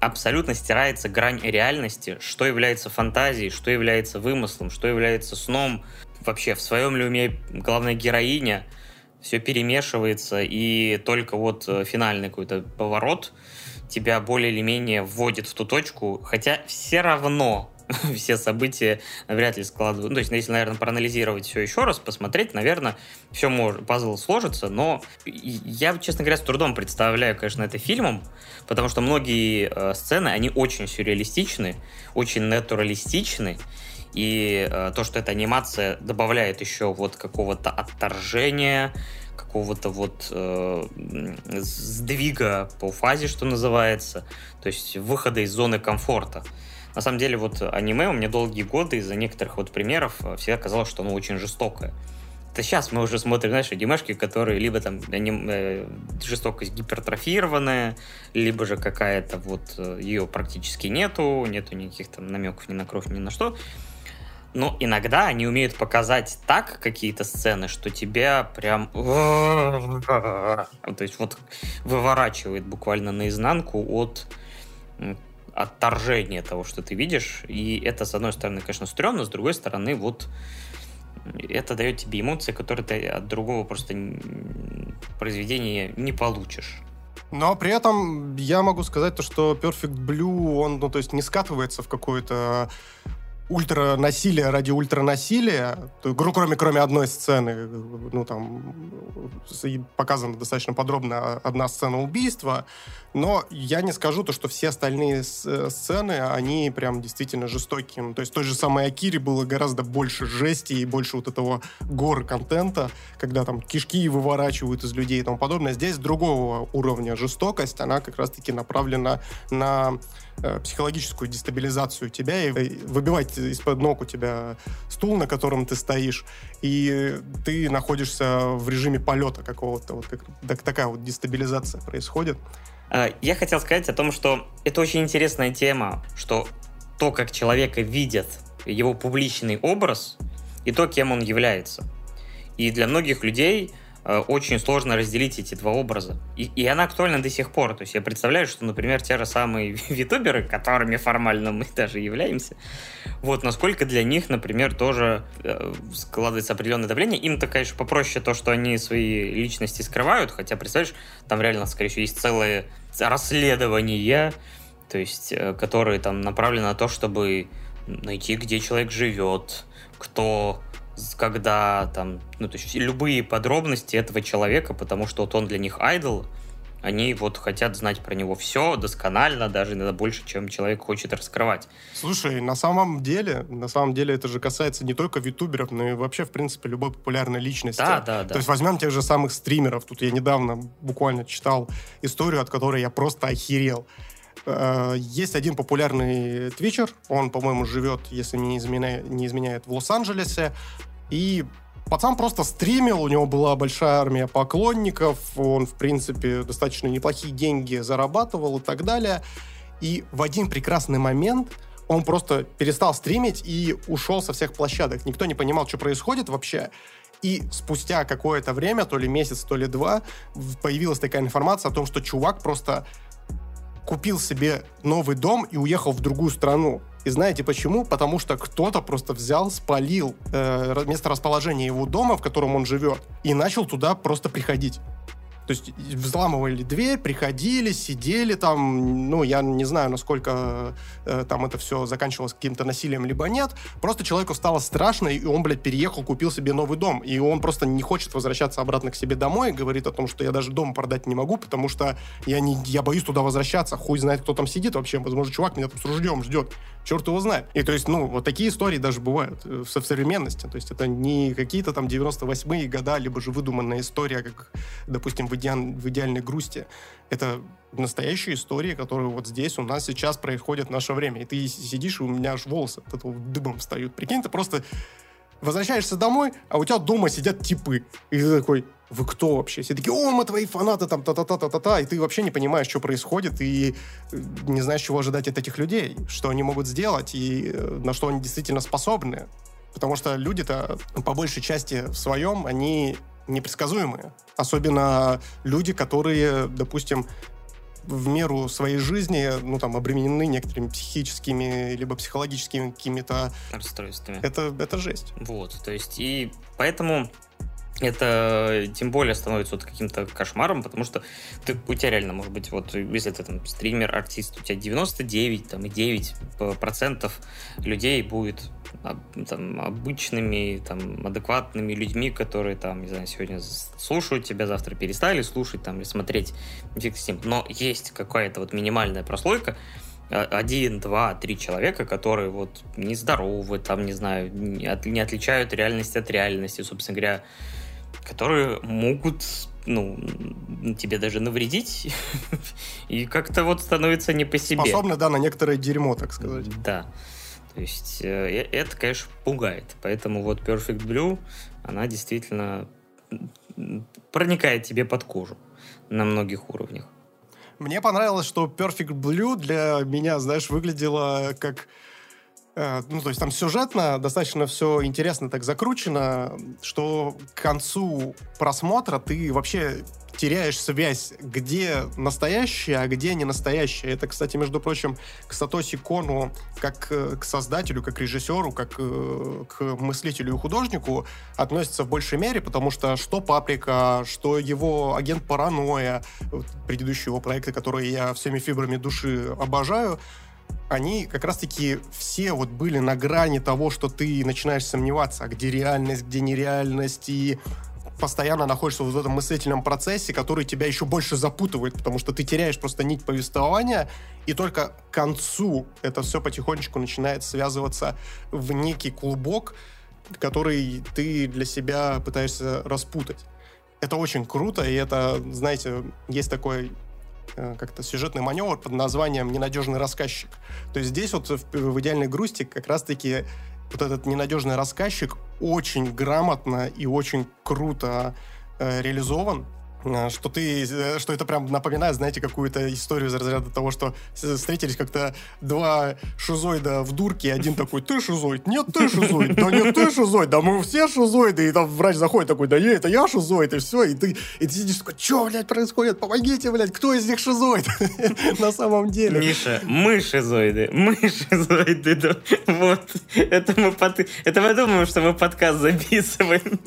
абсолютно стирается грань реальности, что является фантазией, что является вымыслом, что является сном. Вообще, в своем ли уме главная героиня, все перемешивается, и только вот финальный какой-то поворот тебя более или менее вводит в ту точку, хотя все равно все события вряд ли складывают. Ну, то есть, если, наверное, проанализировать все еще раз, посмотреть, наверное, все может, пазл сложится, но я, честно говоря, с трудом представляю, конечно, это фильмом, потому что многие э, сцены, они очень сюрреалистичны, очень натуралистичны, и э, то, что эта анимация добавляет еще вот какого-то отторжения, какого-то вот э, сдвига по фазе, что называется, то есть выхода из зоны комфорта. На самом деле, вот аниме у меня долгие годы из-за некоторых вот примеров всегда казалось, что оно очень жестокое. Это сейчас мы уже смотрим, знаешь, анимешки, которые либо там аним... э, жестокость гипертрофированная, либо же какая-то вот ее практически нету, нету никаких там намеков ни на кровь, ни на что. Но иногда они умеют показать так какие-то сцены, что тебя прям... То есть вот выворачивает буквально наизнанку от... отторжение того, что ты видишь, и это, с одной стороны, конечно, стрёмно, с другой стороны, вот это дает тебе эмоции, которые ты от другого просто произведения не получишь.
Но при этом я могу сказать то, что Perfect Blue, он, ну, то есть не скатывается в какое-то ультранасилие ради ультранасилия, кроме, кроме одной сцены, ну, там, показана достаточно подробно одна сцена убийства, но я не скажу то, что все остальные сцены, они прям действительно жестокие. То есть в той же самой Акире было гораздо больше жести и больше вот этого гор-контента, когда там кишки выворачивают из людей и тому подобное. Здесь другого уровня жестокость, она как раз-таки направлена на психологическую дестабилизацию тебя и выбивать из-под ног у тебя стул, на котором ты стоишь, и ты находишься в режиме полета какого-то. Вот как, так, такая вот дестабилизация происходит.
Я хотел сказать о том, что это очень интересная тема, что то, как человека видят, его публичный образ, и то, кем он является. И для многих людей очень сложно разделить эти два образа. И, и она актуальна до сих пор. То есть я представляю, что, например, те же самые витуберы, которыми формально мы даже являемся, вот насколько для них, например, тоже э, складывается определенное давление. Им-то, конечно, попроще то, что они свои личности скрывают, хотя, представляешь, там реально, скорее всего, есть целые расследования, то есть, э, которые там направлены на то, чтобы найти, где человек живет, кто... когда там, ну, то есть любые подробности этого человека, потому что вот он для них айдол, они вот хотят знать про него все досконально, даже иногда больше, чем человек хочет раскрывать.
Слушай, на самом деле, на самом деле это же касается не только витуберов, но и вообще, в принципе, любой популярной личности.
Да, да, да.
То есть возьмем тех же самых стримеров. Тут я недавно буквально читал историю, от которой я просто охерел. Есть один популярный твичер, он, по-моему, живет, если мне не изменяет, не изменяет, в Лос-Анджелесе, и пацан просто стримил, у него была большая армия поклонников, он, в принципе, достаточно неплохие деньги зарабатывал и так далее, и в один прекрасный момент он просто перестал стримить и ушел со всех площадок, никто не понимал, что происходит вообще. И спустя какое-то время, то ли месяц, то ли два, появилась такая информация о том, что чувак просто купил себе новый дом и уехал в другую страну. И знаете почему? Потому что кто-то просто взял, спалил э, место расположения его дома, в котором он живет, и начал туда просто приходить. То есть взламывали дверь, приходили, сидели там, ну, я не знаю, насколько э, там это все заканчивалось каким-то насилием, либо нет. Просто человеку стало страшно, и он, блядь, переехал, купил себе новый дом. И он просто не хочет возвращаться обратно к себе домой, говорит о том, что я даже дом продать не могу, потому что я, не, я боюсь туда возвращаться. Хуй знает, кто там сидит вообще. Возможно, чувак меня там с ружьем ждет. Черт его знает. И то есть, ну, вот такие истории даже бывают в современности. То есть это не какие-то там девяносто восьмые года, либо же выдуманная история, как, допустим, в, идеаль, в идеальной грусти. Это настоящие истории, которые вот здесь у нас сейчас происходят в наше время. И ты сидишь, и у меня аж волосы от этого дыбом встают. Прикинь, ты просто возвращаешься домой, а у тебя дома сидят типы. И ты такой: вы кто вообще? Все такие: о, мы твои фанаты, там, та-та-та-та-та-та. И ты вообще не понимаешь, что происходит, и не знаешь, чего ожидать от этих людей, что они могут сделать, и на что они действительно способны. Потому что люди-то, по большей части в своем, они непредсказуемые. Особенно люди, которые, допустим, в меру своей жизни, ну, там, обременены некоторыми психическими либо психологическими какими-то...
расстройствами.
Это, это жесть.
Вот, то есть, и поэтому это тем более становится вот каким-то кошмаром, потому что ты, у тебя реально, может быть, вот, если ты там стример, артист, у тебя девяносто девять и девять процентов людей будет там, обычными, там, адекватными людьми, которые там, не знаю, сегодня слушают тебя, завтра перестали слушать, там, или смотреть, фиг с ним. Но есть какая-то вот минимальная прослойка, один, два, три человека, которые вот нездоровы, там, не знаю, не, от, не отличают реальность от реальности, собственно говоря, которые могут, ну, тебе даже навредить, и как-то вот становится не по себе.
Способны, да, на некоторое дерьмо, так сказать.
Да. То есть э, это, конечно, пугает. Поэтому вот Perfect Blue, она действительно проникает тебе под кожу на многих уровнях.
Мне понравилось, что Perfect Blue для меня, знаешь, выглядело как... Э, ну, то есть там сюжетно достаточно все интересно так закручено, что к концу просмотра ты вообще теряешь связь, где настоящее, а где не настоящее. Это, кстати, между прочим, к Сатоси Кону, как к создателю, как к режиссеру, как к мыслителю и художнику относится в большей мере, потому что что «Паприка», что его «Агент Паранойя», предыдущие его проекты, которые я всеми фибрами души обожаю, они как раз-таки все вот были на грани того, что ты начинаешь сомневаться, а где реальность, где нереальность, и постоянно находишься в этом мыслительном процессе, который тебя еще больше запутывает, потому что ты теряешь просто нить повествования, и только к концу это все потихонечку начинает связываться в некий клубок, который ты для себя пытаешься распутать. Это очень круто, и это, знаете, есть такой как-то сюжетный маневр под названием «Ненадежный рассказчик». То есть здесь вот в, в «Идеальной грусти» как раз-таки вот этот ненадежный рассказчик очень грамотно и очень круто э, реализован, э, что ты, э, что это прям напоминает, знаете, какую-то историю из разряда того, что встретились как-то два шизоида в дурке, и один такой: ты шизоид? Нет, ты шизоид. Да нет, ты шизоид. Да мы все шизоиды. И там врач заходит такой: да не, это я шизоид, и все. И ты, и ты сидишь такой: что, блядь, происходит? Помогите, блядь, кто из них шизоид? На самом деле.
Миша, мы шизоиды. Мы шизоиды. Да. Вот. Это мы, под... это мы думаем, что мы подкаст записываем.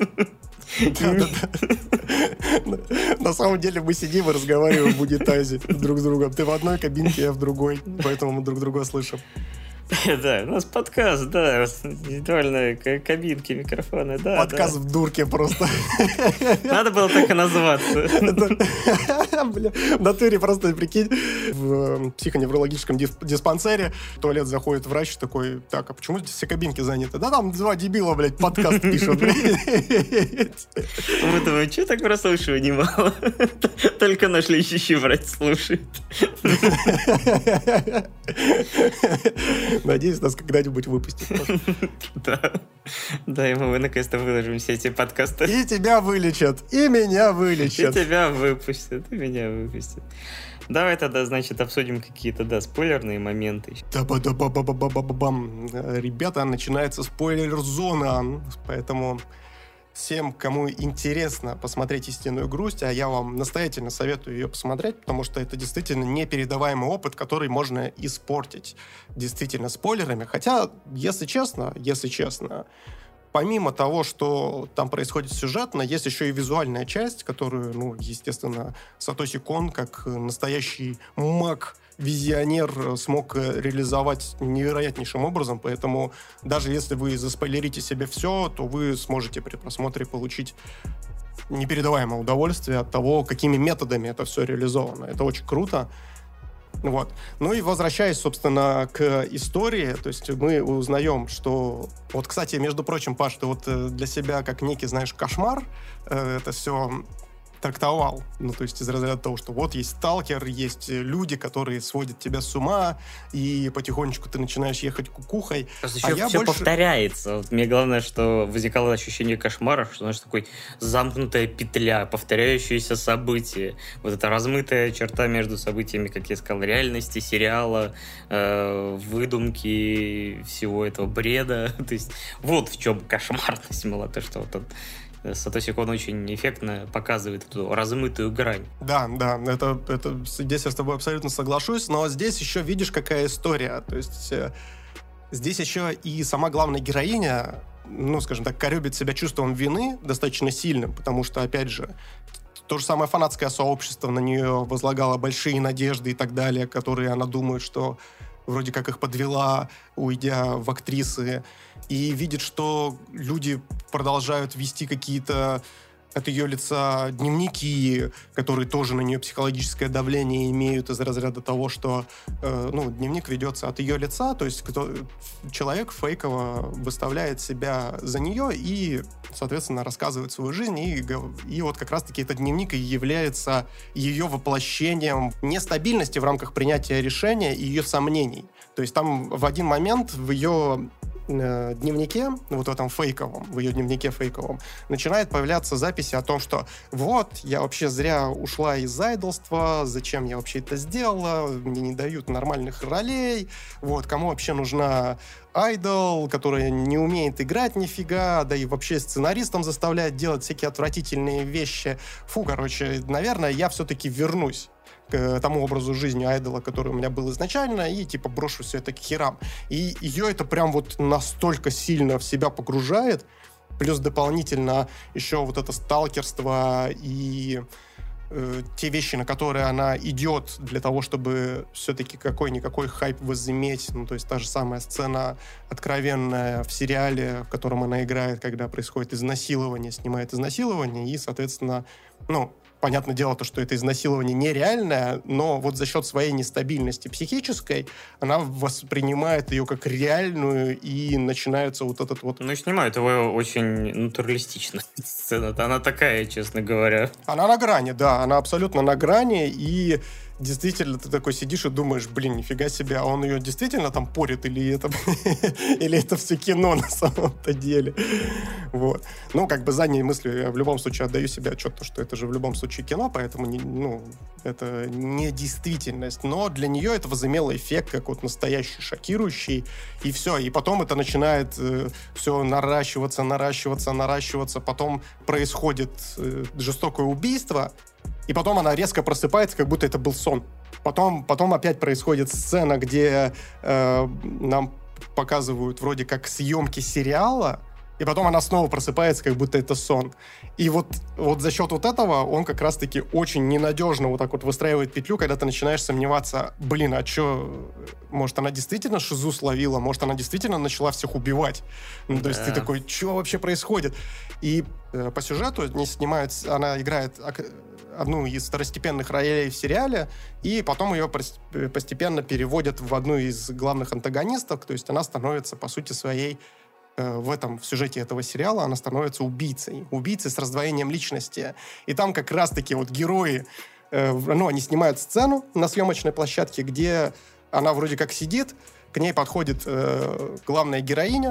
На самом деле мы сидим и разговариваем в унитазе друг с другом. Ты в одной кабинке, я в другой. Поэтому мы друг друга слышим.
Да, у нас подкаст, да, индивидуальные кабинки, микрофоны, да.
Подкаст
да.
В дурке просто.
Надо было так и назваться.
Бля, в натуре просто, прикинь, в психоневрологическом диспансере в туалет заходит врач такой: так, а почему здесь все кабинки заняты? Да там два дебила, блядь, подкаст пишут, блядь.
Мы думаем, что так прослушивания мало? Только наш лечащий врач слушает.
Надеюсь, нас когда-нибудь выпустят.
Да. Да, и мы наконец-то выложим все эти подкасты.
И тебя вылечат, и меня вылечат.
И тебя выпустят, и меня выпустят. Давай тогда, значит, обсудим какие-то, да, спойлерные моменты.
Да-ба-да-ба-ба-ба-ба-бам. Ребята, начинается спойлер-зона, поэтому... Всем, кому интересно посмотреть «Истинную грусть», а я вам настоятельно советую ее посмотреть, потому что это действительно непередаваемый опыт, который можно испортить действительно спойлерами. Хотя, если честно, если честно, помимо того, что там происходит сюжетно, есть еще и визуальная часть, которую, ну, естественно, Сатоси Кон, как настоящий маг, визионер, смог реализовать невероятнейшим образом, поэтому даже если вы заспойлерите себе все, то вы сможете при просмотре получить непередаваемое удовольствие от того, какими методами это все реализовано. Это очень круто. Вот. Ну и возвращаясь, собственно, к истории, то есть мы узнаем, что... Вот, кстати, между прочим, Паш, ты вот для себя как некий, знаешь, кошмар это все... трактовал. Ну, то есть из разряда того, что вот есть сталкер, есть люди, которые сводят тебя с ума, и потихонечку ты начинаешь ехать кукухой.
Просто а еще все больше... повторяется. Вот мне главное, что возникало ощущение кошмара, что, знаешь, такой замкнутая петля, повторяющиеся события. Вот эта размытая черта между событиями, как я сказал, реальности, сериала, э, выдумки, всего этого бреда. То есть вот в чем кошмарность была, то, что вот он Сатоси Кон очень эффектно показывает эту размытую грань.
Да, да, это, это, здесь я с тобой абсолютно соглашусь, но здесь еще видишь, какая история. То есть э, здесь еще и сама главная героиня, ну, скажем так, корёбит себя чувством вины достаточно сильным, потому что, опять же, то же самое фанатское сообщество на нее возлагало большие надежды и так далее, которые она думает, что вроде как их подвела, уйдя в актрисы, и видит, что люди продолжают вести какие-то от ее лица дневники, которые тоже на нее психологическое давление имеют из разряда того, что э, ну, дневник ведется от ее лица, то есть кто, человек фейково выставляет себя за нее и, соответственно, рассказывает свою жизнь, и, и вот как раз-таки этот дневник и является ее воплощением нестабильности в рамках принятия решения и ее сомнений. То есть там в один момент в ее дневнике, вот в этом фейковом, в ее дневнике фейковом, начинает появляться записи о том, что вот, я вообще зря ушла из айдолства, зачем я вообще это сделала, мне не дают нормальных ролей, вот, кому вообще нужна айдол, которая не умеет играть нифига, да и вообще сценаристом заставляет делать всякие отвратительные вещи. Фу, короче, наверное, я все-таки вернусь к тому образу жизни айдола, который у меня был изначально, и типа брошу все это к херам. И ее это прям вот настолько сильно в себя погружает, плюс дополнительно еще вот это сталкерство и э, те вещи, на которые она идет для того, чтобы все-таки какой-никакой хайп возыметь. Ну, то есть та же самая сцена откровенная в сериале, в котором она играет, когда происходит изнасилование, снимает изнасилование, и, соответственно, ну, понятное дело, то, что это изнасилование нереальное, но вот за счет своей нестабильности психической она воспринимает ее как реальную, и начинается вот этот вот...
Ну, и снимают его очень натуралистично. Сцена-то она такая, честно говоря.
Она на грани, да, она абсолютно на грани, и действительно ты такой сидишь и думаешь, блин, нифига себе, а он ее действительно там порит, или это, или это все кино на самом-то деле. Вот. Ну, как бы задней мыслью я в любом случае отдаю себе отчет, что это же в любом случае кино, поэтому не, ну, это не действительность. Но для нее это возымело эффект, как вот настоящий, шокирующий, и все. И потом это начинает э, все наращиваться, наращиваться, наращиваться. Потом происходит э, жестокое убийство, и потом она резко просыпается, как будто это был сон. Потом, потом опять происходит сцена, где э, нам показывают вроде как съемки сериала, и потом она снова просыпается, как будто это сон. И вот, вот за счет вот этого он как раз-таки очень ненадежно вот так вот выстраивает петлю, когда ты начинаешь сомневаться, блин, а что, может, она действительно шизу словила, может, она действительно начала всех убивать. Ну, то да. есть ты такой, что вообще происходит? И э, по сюжету не снимают, она играет одну из второстепенных ролей в сериале, и потом ее постепенно переводят в одну из главных антагонисток, то есть она становится, по сути своей, в этом, в сюжете этого сериала, она становится убийцей. Убийцей с раздвоением личности. И там как раз-таки вот герои, э, ну, они снимают сцену на съемочной площадке, где она вроде как сидит, к ней подходит э, главная героиня,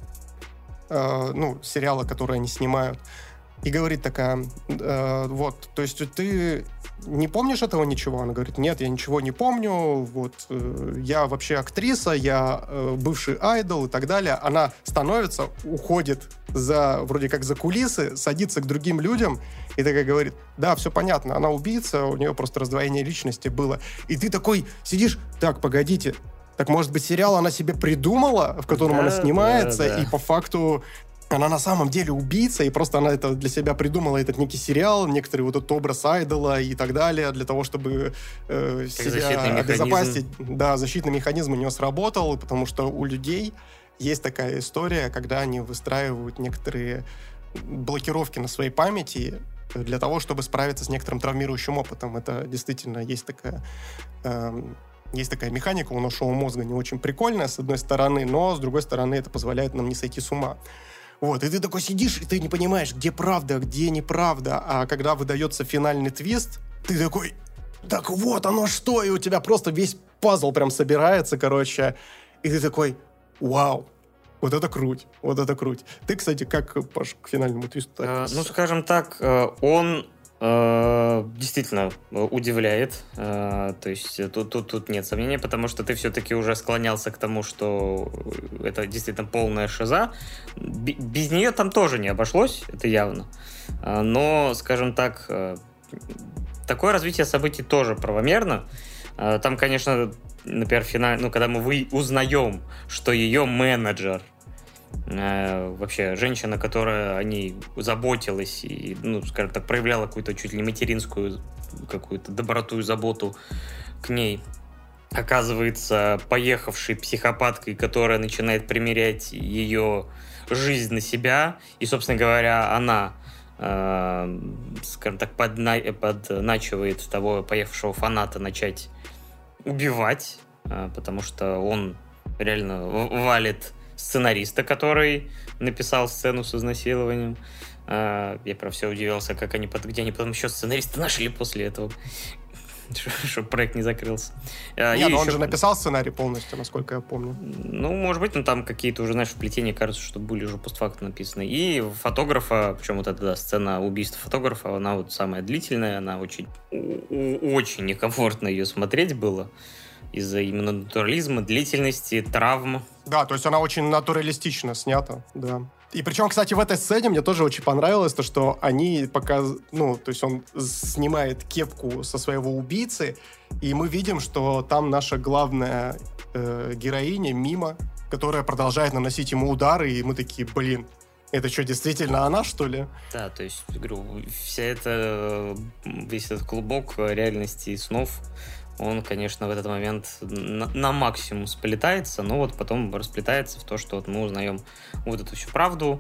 э, ну, сериала, который они снимают, и говорит такая, э, вот, то есть ты не помнишь этого ничего? Она говорит, нет, я ничего не помню, вот, э, я вообще актриса, я э, бывший айдол и так далее. Она становится, уходит за, вроде как за кулисы, садится к другим людям и такая говорит, да, все понятно, она убийца, у нее просто раздвоение личности было. И ты такой сидишь, так, погодите, так, может быть, сериал она себе придумала, в котором да, она снимается, да, да. И по факту она на самом деле убийца, и просто она это для себя придумала, этот некий сериал, некоторый вот этот образ айдола и так далее, для того, чтобы э, себя обезопасить. Да, защитный механизм у нее сработал, потому что у людей есть такая история, когда они выстраивают некоторые блокировки на своей памяти для того, чтобы справиться с некоторым травмирующим опытом. Это действительно есть такая... Э, Есть такая механика у нашего мозга, не очень прикольная, с одной стороны, но, с другой стороны, это позволяет нам не сойти с ума. Вот, и ты такой сидишь, и ты не понимаешь, где правда, где неправда. А когда выдается финальный твист, ты такой, так вот оно что, и у тебя просто весь пазл прям собирается, короче. И ты такой, вау, вот это круть, вот это круть. Ты, кстати, как, Паш, к финальному твисту?
Э, ну, скажем так, он Действительно удивляет. То есть тут, тут, тут нет сомнений, потому что ты все-таки уже склонялся к тому, что это действительно полная шиза. Без нее там тоже не обошлось, это явно. Но, скажем так, такое развитие событий тоже правомерно. Там, конечно, например, финал, ну, когда мы вы узнаем, что ее менеджер вообще женщина, которая о ней заботилась и, ну, скажем так, проявляла какую-то чуть ли не материнскую какую-то доброту и заботу к ней, оказывается поехавшей психопаткой, которая начинает примерять ее жизнь на себя, и, собственно говоря, она, э, скажем так, подна- подначивает того поехавшего фаната начать убивать, э, потому что он реально валит сценариста, который написал сцену с изнасилованием. Я про все удивился, как они, где они потом еще сценариста нашли после этого, чтобы проект не закрылся.
Нет, он еще... же написал сценарий полностью, насколько я помню.
Ну, может быть, ну там какие-то уже, знаешь, вплетения, кажется, что были уже постфактум написаны. И фотографа, причем вот эта да, сцена убийства фотографа, она вот самая длительная, она очень, очень некомфортно ее смотреть было. Из-за именно натурализма, длительности, травм.
Да, то есть она очень натуралистично снята, да. И причем, кстати, в этой сцене мне тоже очень понравилось то, что они показ... ну, то есть он снимает кепку со своего убийцы, и мы видим, что там наша главная э, героиня Мима, которая продолжает наносить ему удары, и мы такие, блин, это что, действительно она, что ли?
Да, то есть, говорю, вся эта, весь этот клубок реальности и снов, он, конечно, в этот момент на, на максимум сплетается, но вот потом расплетается в то, что вот мы узнаем вот эту всю правду,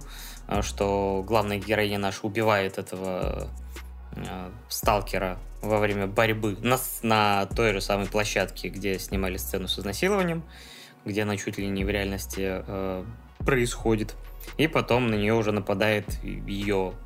что главная героиня наша убивает этого э, сталкера во время борьбы на, на той же самой площадке, где снимали сцену с изнасилованием, где она чуть ли не в реальности э, происходит. И потом на нее уже нападает ее...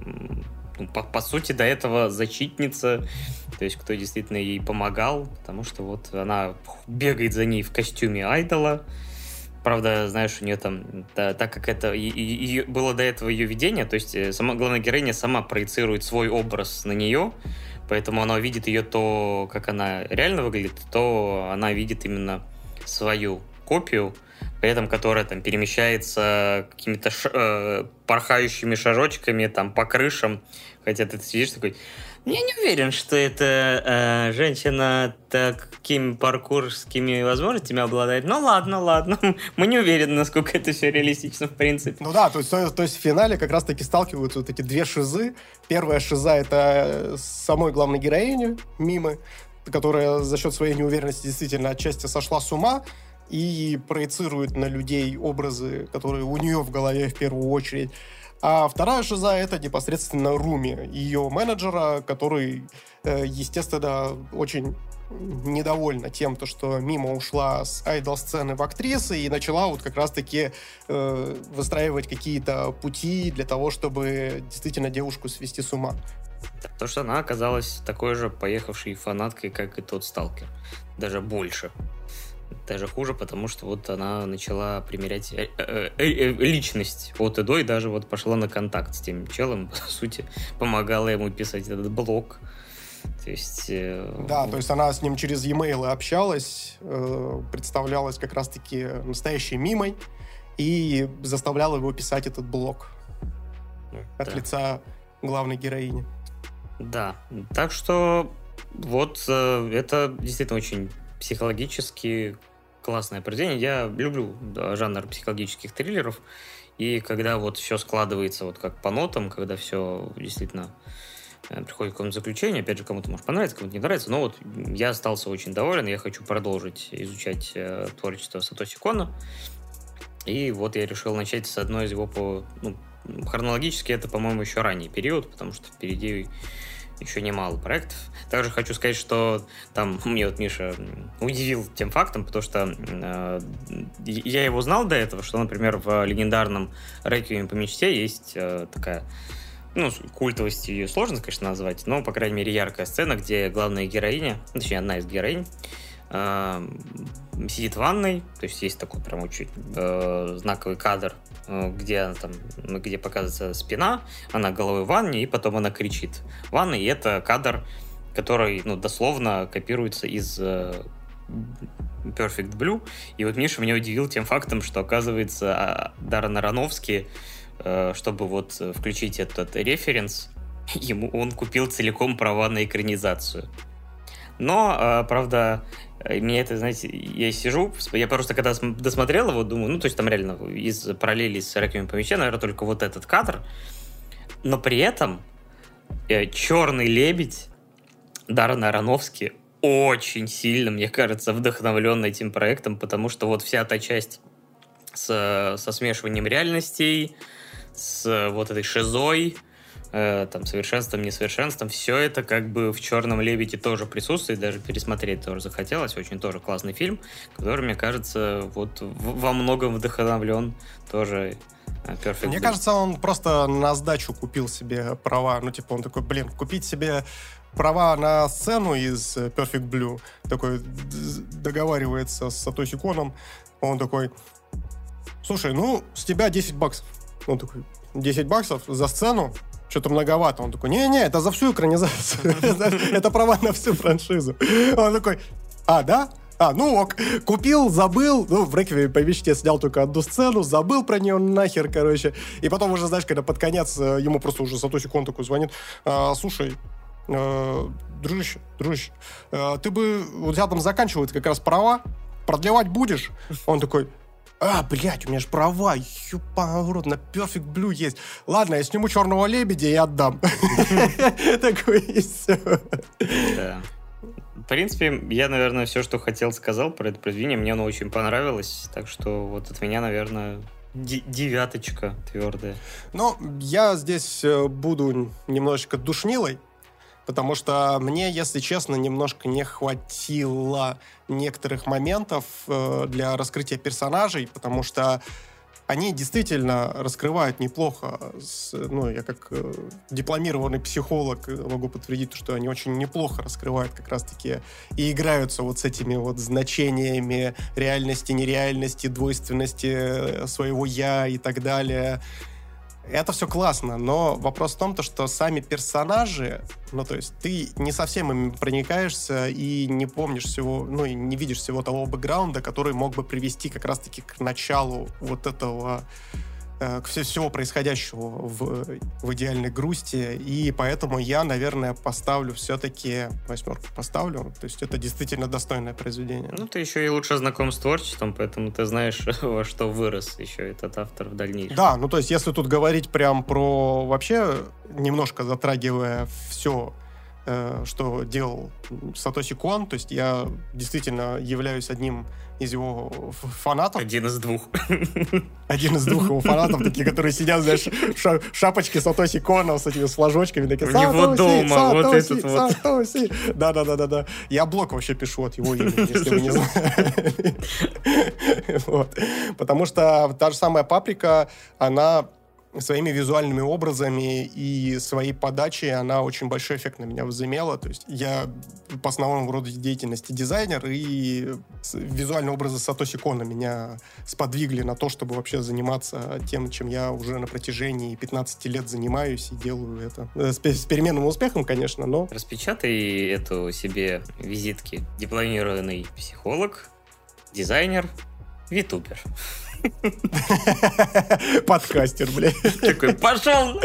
Ну, по, по сути, до этого защитница, то есть кто действительно ей помогал, потому что вот она бегает за ней в костюме айдола. Правда, знаешь, у нее там, да, так как это и, и, и было до этого ее видение, то есть сама главная героиня сама проецирует свой образ на нее, поэтому она видит ее то, как она реально выглядит, то она видит именно свою копию, при этом которая там перемещается какими-то ш- э, порхающими шажочками там по крышам, хотя ты сидишь такой, я не уверен, что эта э, женщина такими паркурскими возможностями обладает. Ну ладно, ладно, мы не уверены, насколько это все реалистично в принципе.
Ну да, то есть, то, то есть в финале как раз-таки сталкиваются вот эти две шизы. Первая шиза — это самой главной героини Мимы, которая за счет своей неуверенности действительно отчасти сошла с ума и проецирует на людей образы, которые у нее в голове в первую очередь. А вторая шиза — это непосредственно Руми, ее менеджера, который, естественно, очень недовольна тем, что Мима ушла с айдол-сцены в актрисы и начала вот как раз-таки э, выстраивать какие-то пути для того, чтобы действительно девушку свести с ума.
Потому что она оказалась такой же поехавшей фанаткой, как и тот сталкер. Даже больше. Даже хуже, потому что вот она начала примерять э, э, э, личность от и до, и даже вот пошла на контакт с тем челом, по сути, помогала ему писать этот блог. То есть... Э,
да, то есть она с ним через e-mail общалась, э, представлялась как раз-таки настоящей Мимой и заставляла его писать этот блог от
да. лица
главной героини.
Да, так что вот э, это действительно очень психологически классное произведение. Я люблю да, жанр психологических триллеров, и когда вот все складывается вот как по нотам, когда все действительно э, приходит к какому-то заключению, опять же, кому-то может понравиться, кому-то не нравится, но вот я остался очень доволен, я хочу продолжить изучать э, творчество Сатоси Коно, и вот я решил начать с одной из его по... Ну, хронологически это, по-моему, еще ранний период, потому что впереди еще немало проектов. Также хочу сказать, что там мне вот Миша удивил тем фактом, потому что э, я его знал до этого, что, например, в легендарном «Реквиеме по мечте» есть э, такая, ну, культовость ее сложно, конечно, назвать, но, по крайней мере, яркая сцена, где главная героиня, точнее, одна из героинь, э, сидит в ванной, то есть есть такой прям очень э, знаковый кадр, э, где она там, где показывается спина, она головой в ванне, и потом она кричит в ванной, и это кадр, который, ну, дословно копируется из э, Perfect Blue. И вот Миша меня удивил тем фактом, что, оказывается, Даррен Аронофски, э, чтобы вот включить этот референс, ему он купил целиком права на экранизацию. Но, э, правда, мне это, знаете, я сижу, я просто когда досмотрел его, думаю, ну, то есть там реально из параллели с «Реквием по мечте», наверное, только вот этот кадр, но при этом э, «Черный лебедь» Даррена Аронофски очень сильно, мне кажется, вдохновлен этим проектом, потому что вот вся та часть с, со смешиванием реальностей, с вот этой шизой, э, там, совершенством, несовершенством, все это как бы в «Черном лебеде» тоже присутствует, даже пересмотреть тоже захотелось, очень тоже классный фильм, который, мне кажется, вот в, во многом вдохновлен тоже Perfect
Мне
Blue.
кажется, он просто на сдачу купил себе права, ну, типа, он такой, блин, купить себе права на сцену из Perfect Blue, такой договаривается с Сатоси Коном, он такой, слушай, ну, с тебя десять баксов. Он такой, десять баксов за сцену? Что-то многовато. Он такой, не-не, это за всю экранизацию. Это права на всю франшизу. Он такой, а, да? А, ну ок, купил, забыл, ну, в «Реквиеме по мечте» снял только одну сцену, забыл про нее нахер, короче. И потом уже, знаешь, когда под конец ему просто уже Сатоси Кон такой звонит, слушай, Э, дружище, дружище, э, ты бы, у тебя там заканчиваются как раз права, продлевать будешь? Он такой, а, блядь, у меня же права, ёпа, в рот, на Perfect Blue есть. Ладно, я сниму «Черного лебедя» и отдам. Такой и все.
Да. В принципе, я, наверное, все, что хотел, сказал про это произведение. Мне оно очень понравилось, так что вот от меня, наверное, девяточка твердая.
Ну, я здесь буду немножечко душнилой, потому что мне, если честно, немножко не хватило некоторых моментов э, для раскрытия персонажей, потому что они действительно раскрывают неплохо. С, ну, я как э, дипломированный психолог могу подтвердить, что они очень неплохо раскрывают как раз-таки и играются вот с этими вот значениями реальности, нереальности, двойственности своего «я» и так далее. Это все классно, но вопрос в том, то, что сами персонажи, ну, то есть ты не совсем ими проникаешься и не помнишь всего, ну, и не видишь всего того бэкграунда, который мог бы привести как раз-таки к началу вот этого, э, к всего происходящего в, в «Идеальной грусти», и поэтому я, наверное, поставлю все-таки восьмерку поставлю, то есть это действительно достойное произведение.
Ну, ты еще и лучше знаком с творчеством, поэтому ты знаешь, во что вырос еще этот автор в дальнейшем.
Да, ну то есть если тут говорить прям про вообще, немножко затрагивая все, э, что делал Сатоси Кон, то есть я действительно являюсь одним из его фанатов.
Один из двух.
Один из двух его фанатов, такие, которые сидят, знаешь, в ша- шапочке Сатоси Кона с этими с флажочками. Такие,
У него дома
Сатоси,
вот этот вот.
Сатоси. Да-да-да-да-да. Я блог вообще пишу от его имени, если вы не знаете. Вот. Потому что та же самая «Паприка», она своими визуальными образами и своей подачей, она очень большой эффект на меня возымела. То есть я по основному роду деятельности дизайнер, и визуальные образы Сатоси Кона меня сподвигли на то, чтобы вообще заниматься тем, чем я уже на протяжении пятнадцати лет занимаюсь и делаю это. С, с переменным успехом, конечно, но...
Распечатай эту себе визитки. Дипломированный психолог, дизайнер, витубер.
Подкастер, блядь.
Такой, пошел!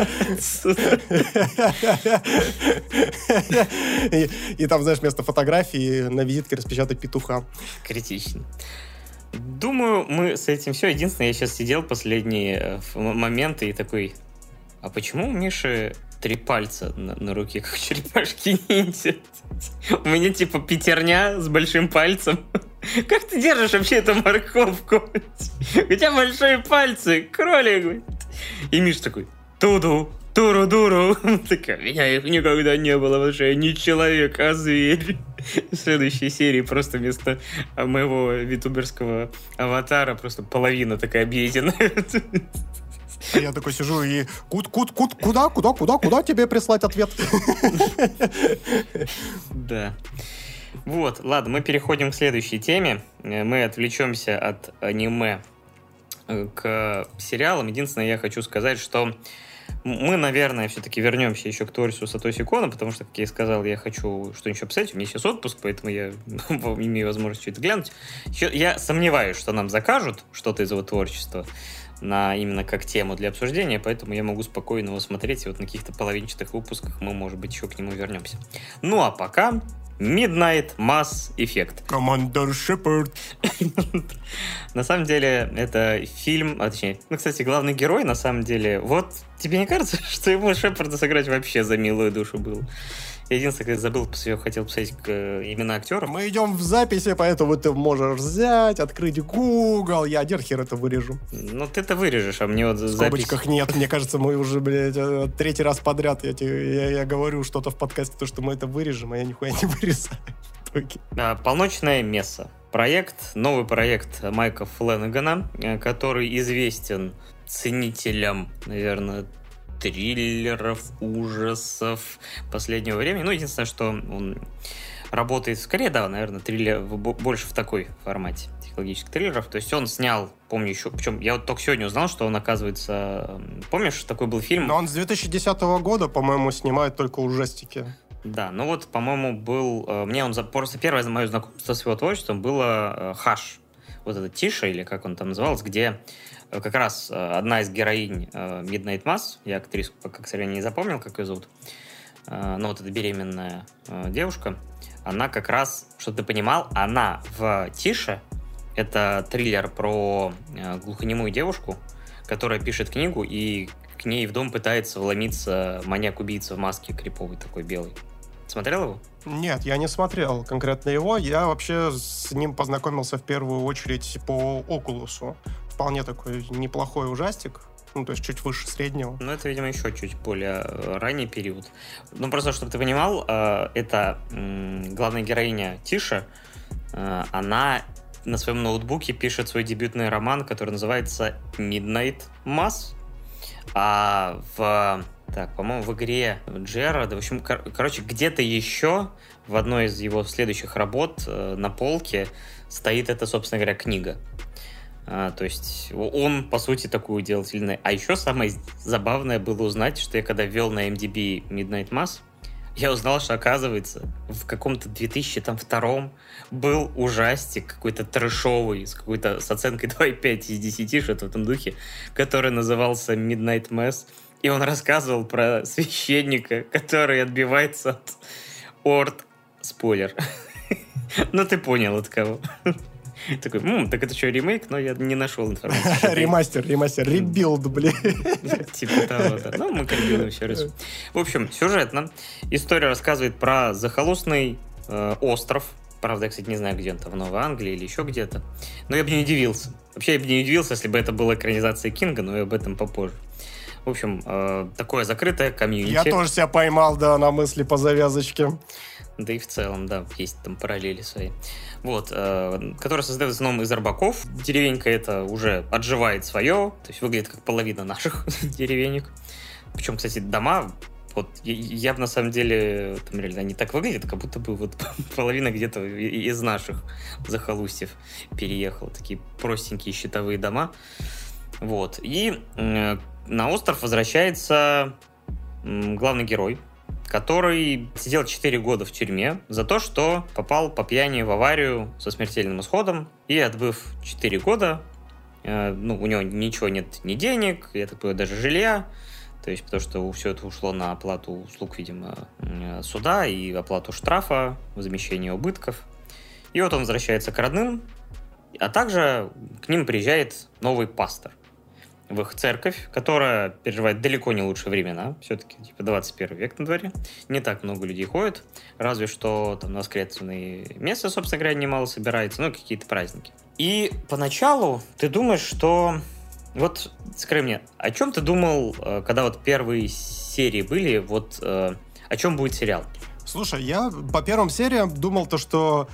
И, и там, знаешь, вместо фотографии на визитке распечатать петуха.
Критично. Думаю, мы с этим все. Единственное, я сейчас сидел последние моменты и такой, а почему у Миши три пальца на, на руке, как черепашки ниндзя? У меня типа пятерня с большим пальцем. Как ты держишь вообще эту морковку? У тебя большие пальцы, кролик. И Миша такой, туду, туру-дуру. Такая, у меня их никогда не было, потому что я не человек, а зверь. В следующей серии просто вместо моего витуберского аватара просто половина такая объеденная.
А я такой сижу и кут, кут, кут, куда, куда, куда, куда тебе прислать ответ?
Да. Вот, ладно, мы переходим к следующей теме. Мы отвлечемся от аниме к сериалам. Единственное, я хочу сказать, что мы, наверное, все-таки вернемся еще к Торису Сатоси Коно, потому что, как я и сказал, я хочу что-нибудь обсудить. У меня сейчас отпуск, поэтому я имею возможность что-то глянуть. Я сомневаюсь, что нам закажут что-то из его творчества на именно как тему для обсуждения, поэтому я могу спокойно его смотреть, и вот на каких-то половинчатых выпусках мы, может быть, еще к нему вернемся. Ну, а пока Midnight Mass Effect.
Командор Шепард.
На самом деле, это фильм, а точнее, ну, кстати, главный герой, на самом деле, вот тебе не кажется, что ему Шепарда сыграть вообще за милую душу было? Я единственное, когда забыл, хотел посмотреть имена актеров.
Мы идем в записи, поэтому ты можешь взять, открыть Google. Я один хер это вырежу.
Ну, ты это вырежешь, а мне вот
в
запись...
В скобочках нет. Мне кажется, мы уже, блядь, третий раз подряд я, я, я говорю что-то в подкасте, то, что мы это вырежем, а я нихуя не вырезаю.
А, «Полночное месса». Проект, новый проект Майка Флэнэгана, который известен ценителям, наверное, триллеров, ужасов последнего времени. Ну, единственное, что он работает скорее, да, наверное, триллер больше в такой формате психологических триллеров. То есть он снял, помню еще, причем я вот только сегодня узнал, что он, оказывается, помнишь, такой был фильм?
Но он с две тысячи десятого года, по-моему, снимает только ужастики.
Да, ну вот, по-моему, был... Мне он... Просто первое мое знакомство с его творчеством было «Хаш». Вот это «Тиша», или как он там назывался, где как раз одна из героинь Midnight Mass, я актрису, как сожалению, не запомнил, как ее зовут, но вот эта беременная девушка, она как раз, чтобы ты понимал, она в «Тише», это триллер про глухонемую девушку, которая пишет книгу, и к ней в дом пытается вломиться маньяк-убийца в маске криповый такой белый. Смотрел его?
Нет, я не смотрел конкретно его. Я вообще с ним познакомился в первую очередь по Окулусу. Вполне такой неплохой ужастик. Ну, то есть чуть выше среднего.
Ну, это, видимо, еще чуть более ранний период. Ну, просто, чтобы ты понимал, это главная героиня Тиша, она на своем ноутбуке пишет свой дебютный роман, который называется «Midnight Mass». А в... Так, по-моему, в игре Джерарда, в общем, кор- короче, где-то еще в одной из его следующих работ э, на полке стоит эта, собственно говоря, книга. А, то есть он, по сути, такую делал сильную. А еще самое забавное было узнать, что я когда ввел на эм ди би Midnight Mass, я узнал, что, оказывается, в каком-то две тысячи втором был ужастик какой-то трэшовый, с какой-то с оценкой два и пять из десяти, что-то в этом духе, который назывался Midnight Mass. И он рассказывал про священника, который отбивается от орд. Спойлер. Ну, ты понял, от кого. Такой, м, так это что, ремейк? Но я не нашел информацию.
Ремастер, ремастер, ребилд, блин.
Типа того, да. Ну, мы корректируем еще раз. В общем, сюжетно. История рассказывает про захолустный остров. Правда, я, кстати, не знаю, где он там, в Новой Англии или еще где-то. Но я бы не удивился. Вообще, я бы не удивился, если бы это была экранизация Кинга, но и об этом попозже. В общем, э, такое закрытое комьюнити.
Я тоже себя поймал, да, на мысли по завязочке.
Да и в целом, да, есть там параллели свои. Вот, э, который создает в основном из рыбаков. Деревенька эта уже отживает свое, то есть выглядит как половина наших деревенек. Причем, кстати, дома, вот я, я бы на самом деле, там реально они так выглядят, как будто бы вот половина где-то из наших захолустьев переехала. Такие простенькие щитовые дома. Вот, и э, на остров возвращается м, главный герой, который сидел четыре года в тюрьме за то, что попал по пьяни в аварию со смертельным исходом, и, отбыв четыре года, э, ну, у него ничего нет, ни денег, я так понимаю, даже жилья, то есть потому что все это ушло на оплату услуг, видимо, э, суда и оплату штрафа, возмещение убытков. И вот он возвращается к родным, а также к ним приезжает новый пастор в их церковь, которая переживает далеко не лучшие времена, все-таки типа двадцать первый век на дворе, не так много людей ходит, разве что там на воскресные места, собственно говоря, немало собирается, ну, какие-то праздники. И поначалу ты думаешь, что... Вот, скажи мне, о чем ты думал, когда вот первые серии были, вот о чем будет сериал?
Слушай, я по первым сериям думал то, что... В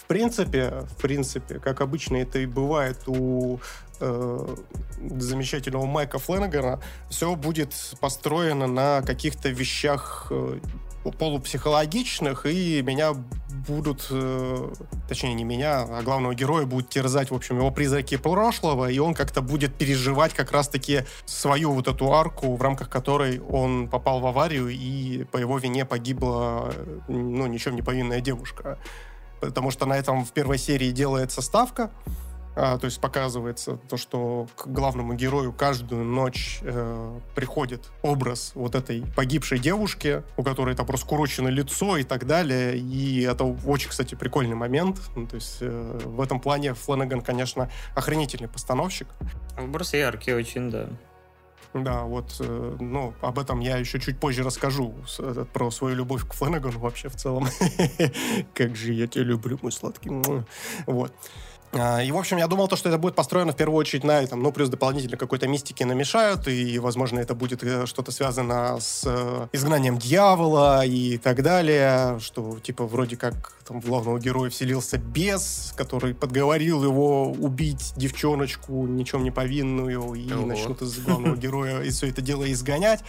принципе, в принципе, как обычно это и бывает у э, замечательного Майка Флэнэгана, все будет построено на каких-то вещах э, полупсихологичных, и меня будут, э, точнее, не меня, а главного героя будут терзать, в общем, его призраки прошлого, и он как-то будет переживать как раз-таки свою вот эту арку, в рамках которой он попал в аварию, и по его вине погибла, ну, ничем не повинная девушка. Потому что на этом в первой серии делается ставка, а, то есть показывается то, что к главному герою каждую ночь э, приходит образ вот этой погибшей девушки, у которой там раскурочено лицо и так далее. И это очень, кстати, прикольный момент. Ну, то есть э, в этом плане Флэнэган, конечно, охренительный постановщик.
Образ яркий очень, да.
Да, вот, э, ну, об этом я еще чуть позже расскажу, с, э, про свою любовь к Флэnéгану вообще в целом. Как же я тебя люблю, мой сладкий. Вот. И, в общем, я думал, то, что это будет построено в первую очередь на этом, ну, плюс дополнительно какой-то мистики намешают, и, возможно, это будет что-то связано с изгнанием дьявола и так далее, что, типа, вроде как там в главного героя вселился бес, который подговорил его убить девчоночку, ничем не повинную, и Ого. начнут из главного героя и все это дело изгонять.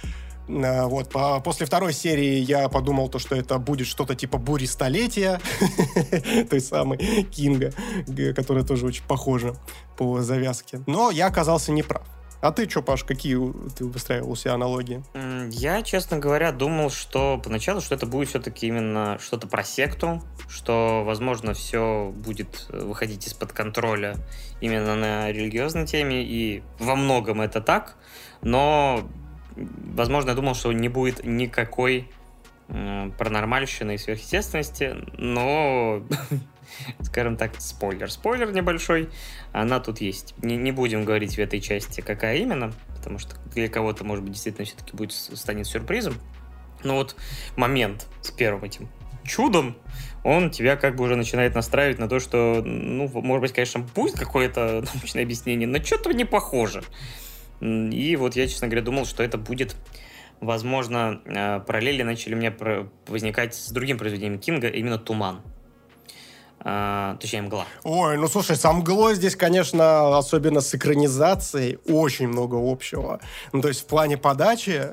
Вот, по, после второй серии я подумал, то, что это будет что-то типа «Бури столетия», той самой Кинга, которая тоже очень похожа по завязке. Но я оказался неправ. А ты что, Паш, какие ты выстраивал у себя аналогии?
Я, честно говоря, думал, что поначалу, что это будет все-таки именно что-то про секту, что, возможно, все будет выходить из-под контроля именно на религиозной теме, и во многом это так, но... Возможно, я думал, что не будет никакой э, паранормальщины и сверхъестественности, но, скажем так, спойлер. Спойлер небольшой, она тут есть. Не, не будем говорить в этой части, какая именно, потому что для кого-то, может быть, действительно все-таки будет, станет сюрпризом. Но вот момент с первым этим чудом, он тебя как бы уже начинает настраивать на то, что, ну, может быть, конечно, будет какое-то научное объяснение, но что-то не похоже. И вот я, честно говоря, думал, что это будет, возможно, параллели начали у меня возникать с другим произведением Кинга, именно «Туман». А, точнее, «Мгла».
Ой, ну слушай, с «Мглой» здесь, конечно, особенно с экранизацией, очень много общего. Ну, то есть в плане подачи,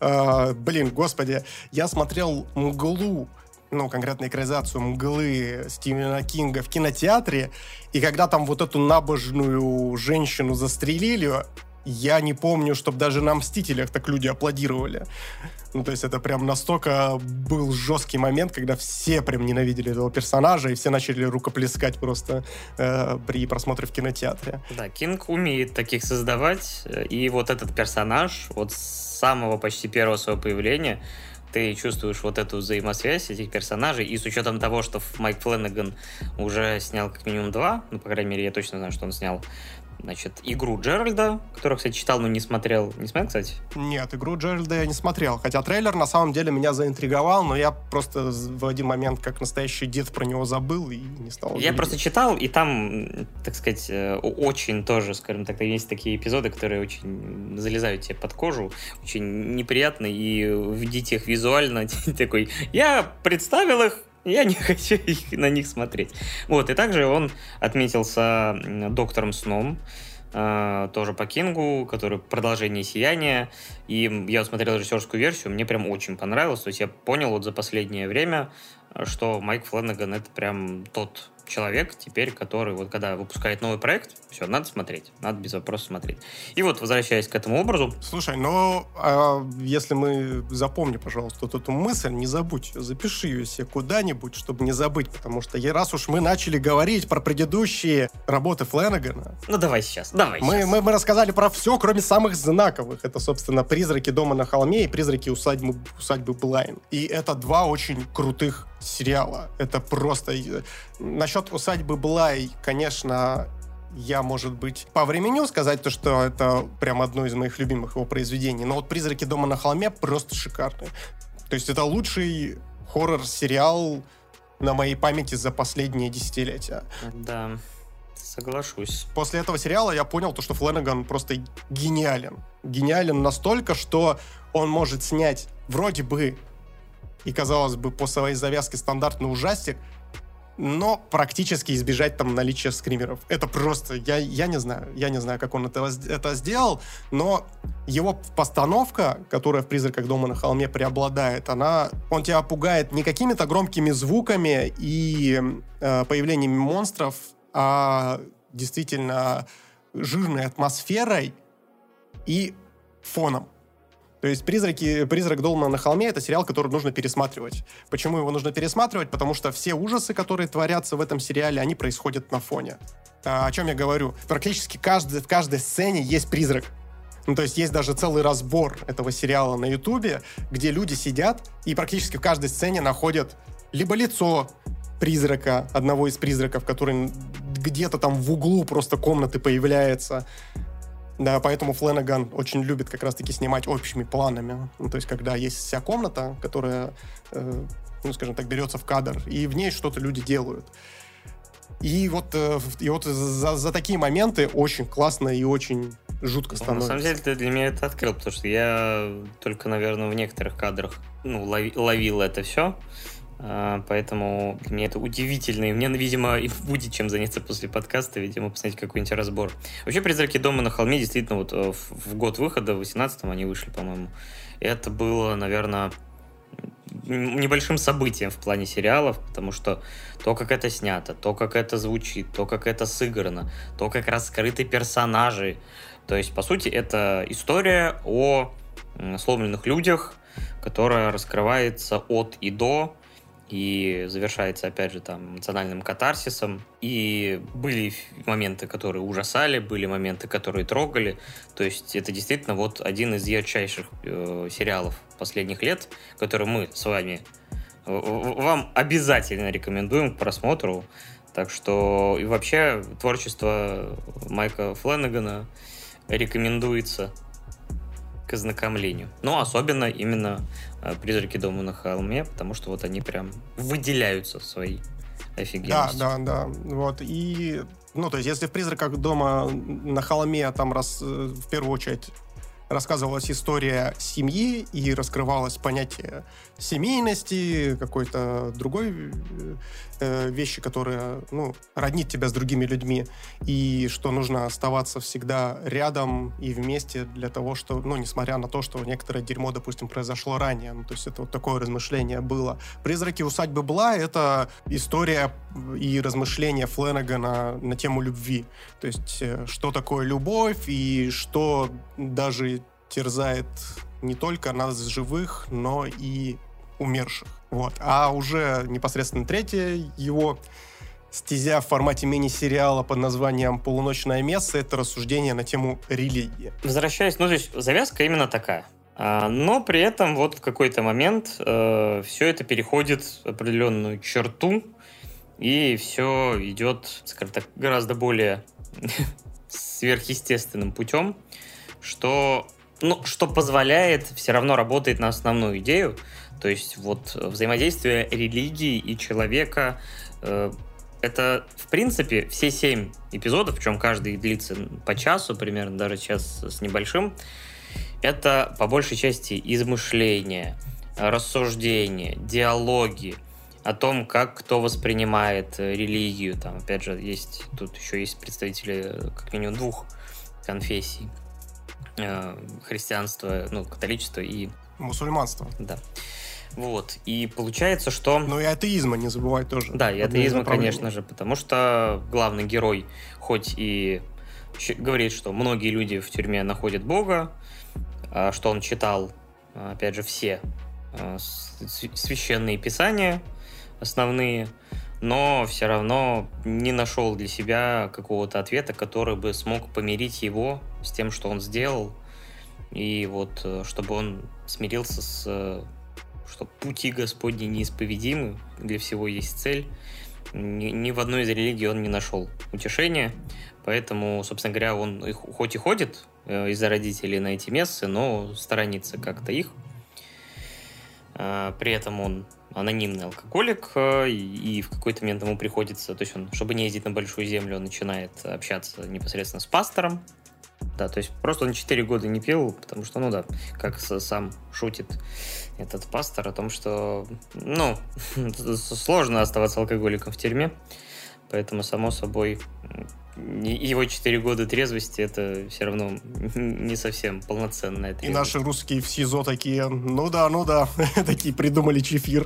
э, блин, господи, я смотрел «Мглу», ну, конкретно экранизацию «Мглы» Стивена Кинга в кинотеатре, и когда там вот эту набожную женщину застрелили, я не помню, чтобы даже на «Мстителях» так люди аплодировали. Ну, то есть это прям настолько был жесткий момент, когда все прям ненавидели этого персонажа, и все начали рукоплескать просто э, при просмотре в кинотеатре.
Да, Кинг умеет таких создавать, и вот этот персонаж, вот с самого почти первого своего появления, ты чувствуешь вот эту взаимосвязь этих персонажей, и с учетом того, что Майк Флэнэган уже снял как минимум два, ну, по крайней мере, я точно знаю, что он снял, значит, «Игру Джеральда», которую, кстати, читал, но не смотрел. Не смотрел, кстати?
Нет, «Игру Джеральда» я не смотрел. Хотя трейлер, на самом деле, меня заинтриговал, но я просто в один момент, как настоящий дед, про него забыл и не стал
Я
видеть.
просто читал, и там, так сказать, очень тоже, скажем так, есть такие эпизоды, которые очень залезают тебе под кожу, очень неприятно, и видеть их визуально такой, я представил их, я не хочу их, на них смотреть. Вот, и также он отметился «Доктором Сном», э, тоже по Кингу, который продолжение «Сияния». И я смотрел режиссерскую версию, мне прям очень понравилось. То есть я понял вот за последнее время, что Майк Флэнэган — это прям тот человек теперь, который вот когда выпускает новый проект, все, надо смотреть, надо без вопросов смотреть. И вот, возвращаясь к этому образу...
Слушай, ну, а если мы... Запомни, пожалуйста, вот эту мысль, не забудь, запиши ее себе куда-нибудь, чтобы не забыть, потому что раз уж мы начали говорить про предыдущие работы Флэнэгана...
Ну, давай сейчас, давай
мы,
сейчас.
Мы, мы рассказали про все, кроме самых знаковых. Это, собственно, «Призраки дома на холме» и «Призраки усадьбы, усадьбы Блайн». И это два очень крутых сериала. Это просто... Насчет «Усадьбы Блай», конечно, я, может быть, повременю сказать то, что это прям одно из моих любимых его произведений. Но вот «Призраки дома на холме» просто шикарные. То есть это лучший хоррор-сериал на моей памяти за последние десятилетия.
Да, соглашусь.
После этого сериала я понял то, что Флэнэган просто гениален. Гениален настолько, что он может снять вроде бы и, казалось бы, по своей завязке стандартный ужастик, но практически избежать там наличия скримеров. Это просто, я, я не знаю, я не знаю, как он это, это сделал, но его постановка, которая в «Призраках дома на холме» преобладает, она, он тебя пугает не какими-то громкими звуками и э, появлениями монстров, а действительно жирной атмосферой и фоном. То есть «Призраки, «Призрак дома на холме» — это сериал, который нужно пересматривать. Почему его нужно пересматривать? Потому что все ужасы, которые творятся в этом сериале, они происходят на фоне. А, о чем я говорю? Практически каждый, в каждой сцене есть призрак. Ну, то есть есть даже целый разбор этого сериала на Ютубе, где люди сидят и практически в каждой сцене находят либо лицо призрака, одного из призраков, который где-то там в углу просто комнаты появляется. Да, поэтому Флэнаган очень любит как раз-таки снимать общими планами. Ну, то есть, когда есть вся комната, которая, э, ну, скажем так, берется в кадр, и в ней что-то люди делают. И вот, э, и вот за, за такие моменты очень классно и очень жутко становится.
Ну, на самом деле, ты для меня это открыл, потому что я только, наверное, в некоторых кадрах ну, лови, ловил это все. Поэтому для меня это удивительно. И мне, видимо, и будет чем заняться после подкаста, видимо, посмотреть какой-нибудь разбор. Вообще, «Призраки дома на холме» действительно вот в год выхода, в восемнадцатом они вышли, по-моему. Это было, наверное, небольшим событием в плане сериалов, потому что то, как это снято, то, как это звучит, то, как это сыграно, то, как раскрыты персонажи. То есть, по сути, это история о сломленных людях, которая раскрывается от и до, и завершается, опять же, там, эмоциональным катарсисом. И были моменты, которые ужасали, были моменты, которые трогали. То есть это действительно вот один из ярчайших э, сериалов последних лет, который мы с вами э, вам обязательно рекомендуем к просмотру. Так что и вообще творчество Майка Флэнагана рекомендуется к ознакомлению. Но особенно именно «Призраки дома на холме», потому что вот они прям выделяются своей офигенностью.
Да, да, да. Вот. И, ну, то есть, если в «Призраках дома на холме» там раз, в первую очередь рассказывалась история семьи и раскрывалось понятие семейности, какой-то другой э, вещи, которая, ну, роднит тебя с другими людьми, и что нужно оставаться всегда рядом и вместе для того, что, ну, несмотря на то, что некоторое дерьмо, допустим, произошло ранее. Ну, то есть это вот такое размышление было. «Призраки усадьбы Бла» — это история и размышления Флэнагана на тему любви. То есть что такое любовь и что даже терзает не только нас живых, но и умерших. Вот. А уже непосредственно третья его стезя в формате мини-сериала под названием «Полуночное место» — это рассуждение на тему религии.
Возвращаясь, ну, то есть завязка именно такая. А, но при этом вот в какой-то момент э, все это переходит в определенную черту, и все идет, скажем так, гораздо более сверхъестественным путем, что, ну, что позволяет, все равно работает на основную идею, то есть вот взаимодействие религии и человека. Э, это, в принципе, все семь эпизодов, причем каждый длится по часу, примерно даже час с небольшим, это по большей части измышления, рассуждения, диалоги о том, как кто воспринимает религию. Там, опять же, есть тут еще есть представители как минимум двух конфессий: христианства, ну, католичества и
мусульманство.
Да. Вот. И получается, что...
Ну и атеизма не забывай тоже.
Да, и атеизма, конечно же, потому что главный герой хоть и говорит, что многие люди в тюрьме находят Бога, что он читал, опять же, все священные писания основные, но все равно не нашел для себя какого-то ответа, который бы смог помирить его с тем, что он сделал, и вот чтобы он смирился с... что пути Господни неисповедимы, для всего есть цель. Ни, ни в одной из религий он не нашел утешения, поэтому, собственно говоря, он их, хоть и ходит э, из-за родителей на эти мессы, но сторонится как-то их. Э, при этом он анонимный алкоголик, э, и, и в какой-то момент ему приходится, то есть он, чтобы не ездить на Большую Землю, он начинает общаться непосредственно с пастором, Да, то есть просто он четыре года не пил, потому что, ну да, как сам шутит этот пастор о том, что, ну, сложно оставаться алкоголиком в тюрьме, поэтому, само собой, его четыре года трезвости — это все равно не совсем полноценная трезвость.
И наши русские в СИЗО такие, ну да, ну да, такие придумали чефир.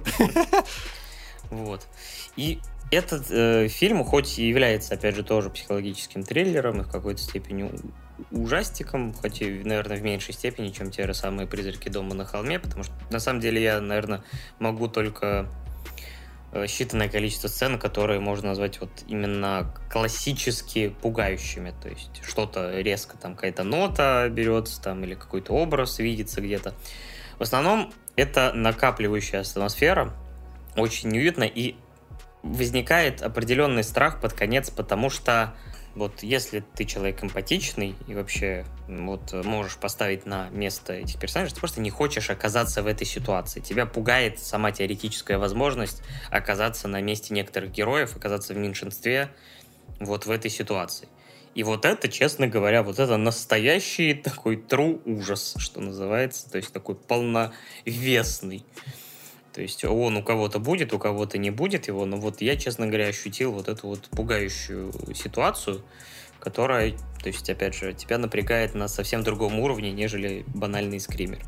Вот. И этот э, фильм, хоть и является, опять же, тоже психологическим триллером и в какой-то степени ужастиком, хоть и, наверное, в меньшей степени, чем те же самые «Призраки дома на холме», потому что, на самом деле, я, наверное, могу только считанное количество сцен, которые можно назвать вот именно классически пугающими, то есть что-то резко, там какая-то нота берется, там, или какой-то образ видится где-то. В основном это накапливающаяся атмосфера, очень уютно, и возникает определенный страх под конец, потому что вот если ты человек эмпатичный и вообще вот можешь поставить на место этих персонажей, ты просто не хочешь оказаться в этой ситуации. Тебя пугает сама теоретическая возможность оказаться на месте некоторых героев, оказаться в меньшинстве вот в этой ситуации. И вот это, честно говоря, вот это настоящий такой true ужас, что называется, то есть такой полновесный. То есть он у кого-то будет, у кого-то не будет его, но вот я, честно говоря, ощутил вот эту вот пугающую ситуацию, которая, то есть, опять же, тебя напрягает на совсем другом уровне, нежели банальный скример.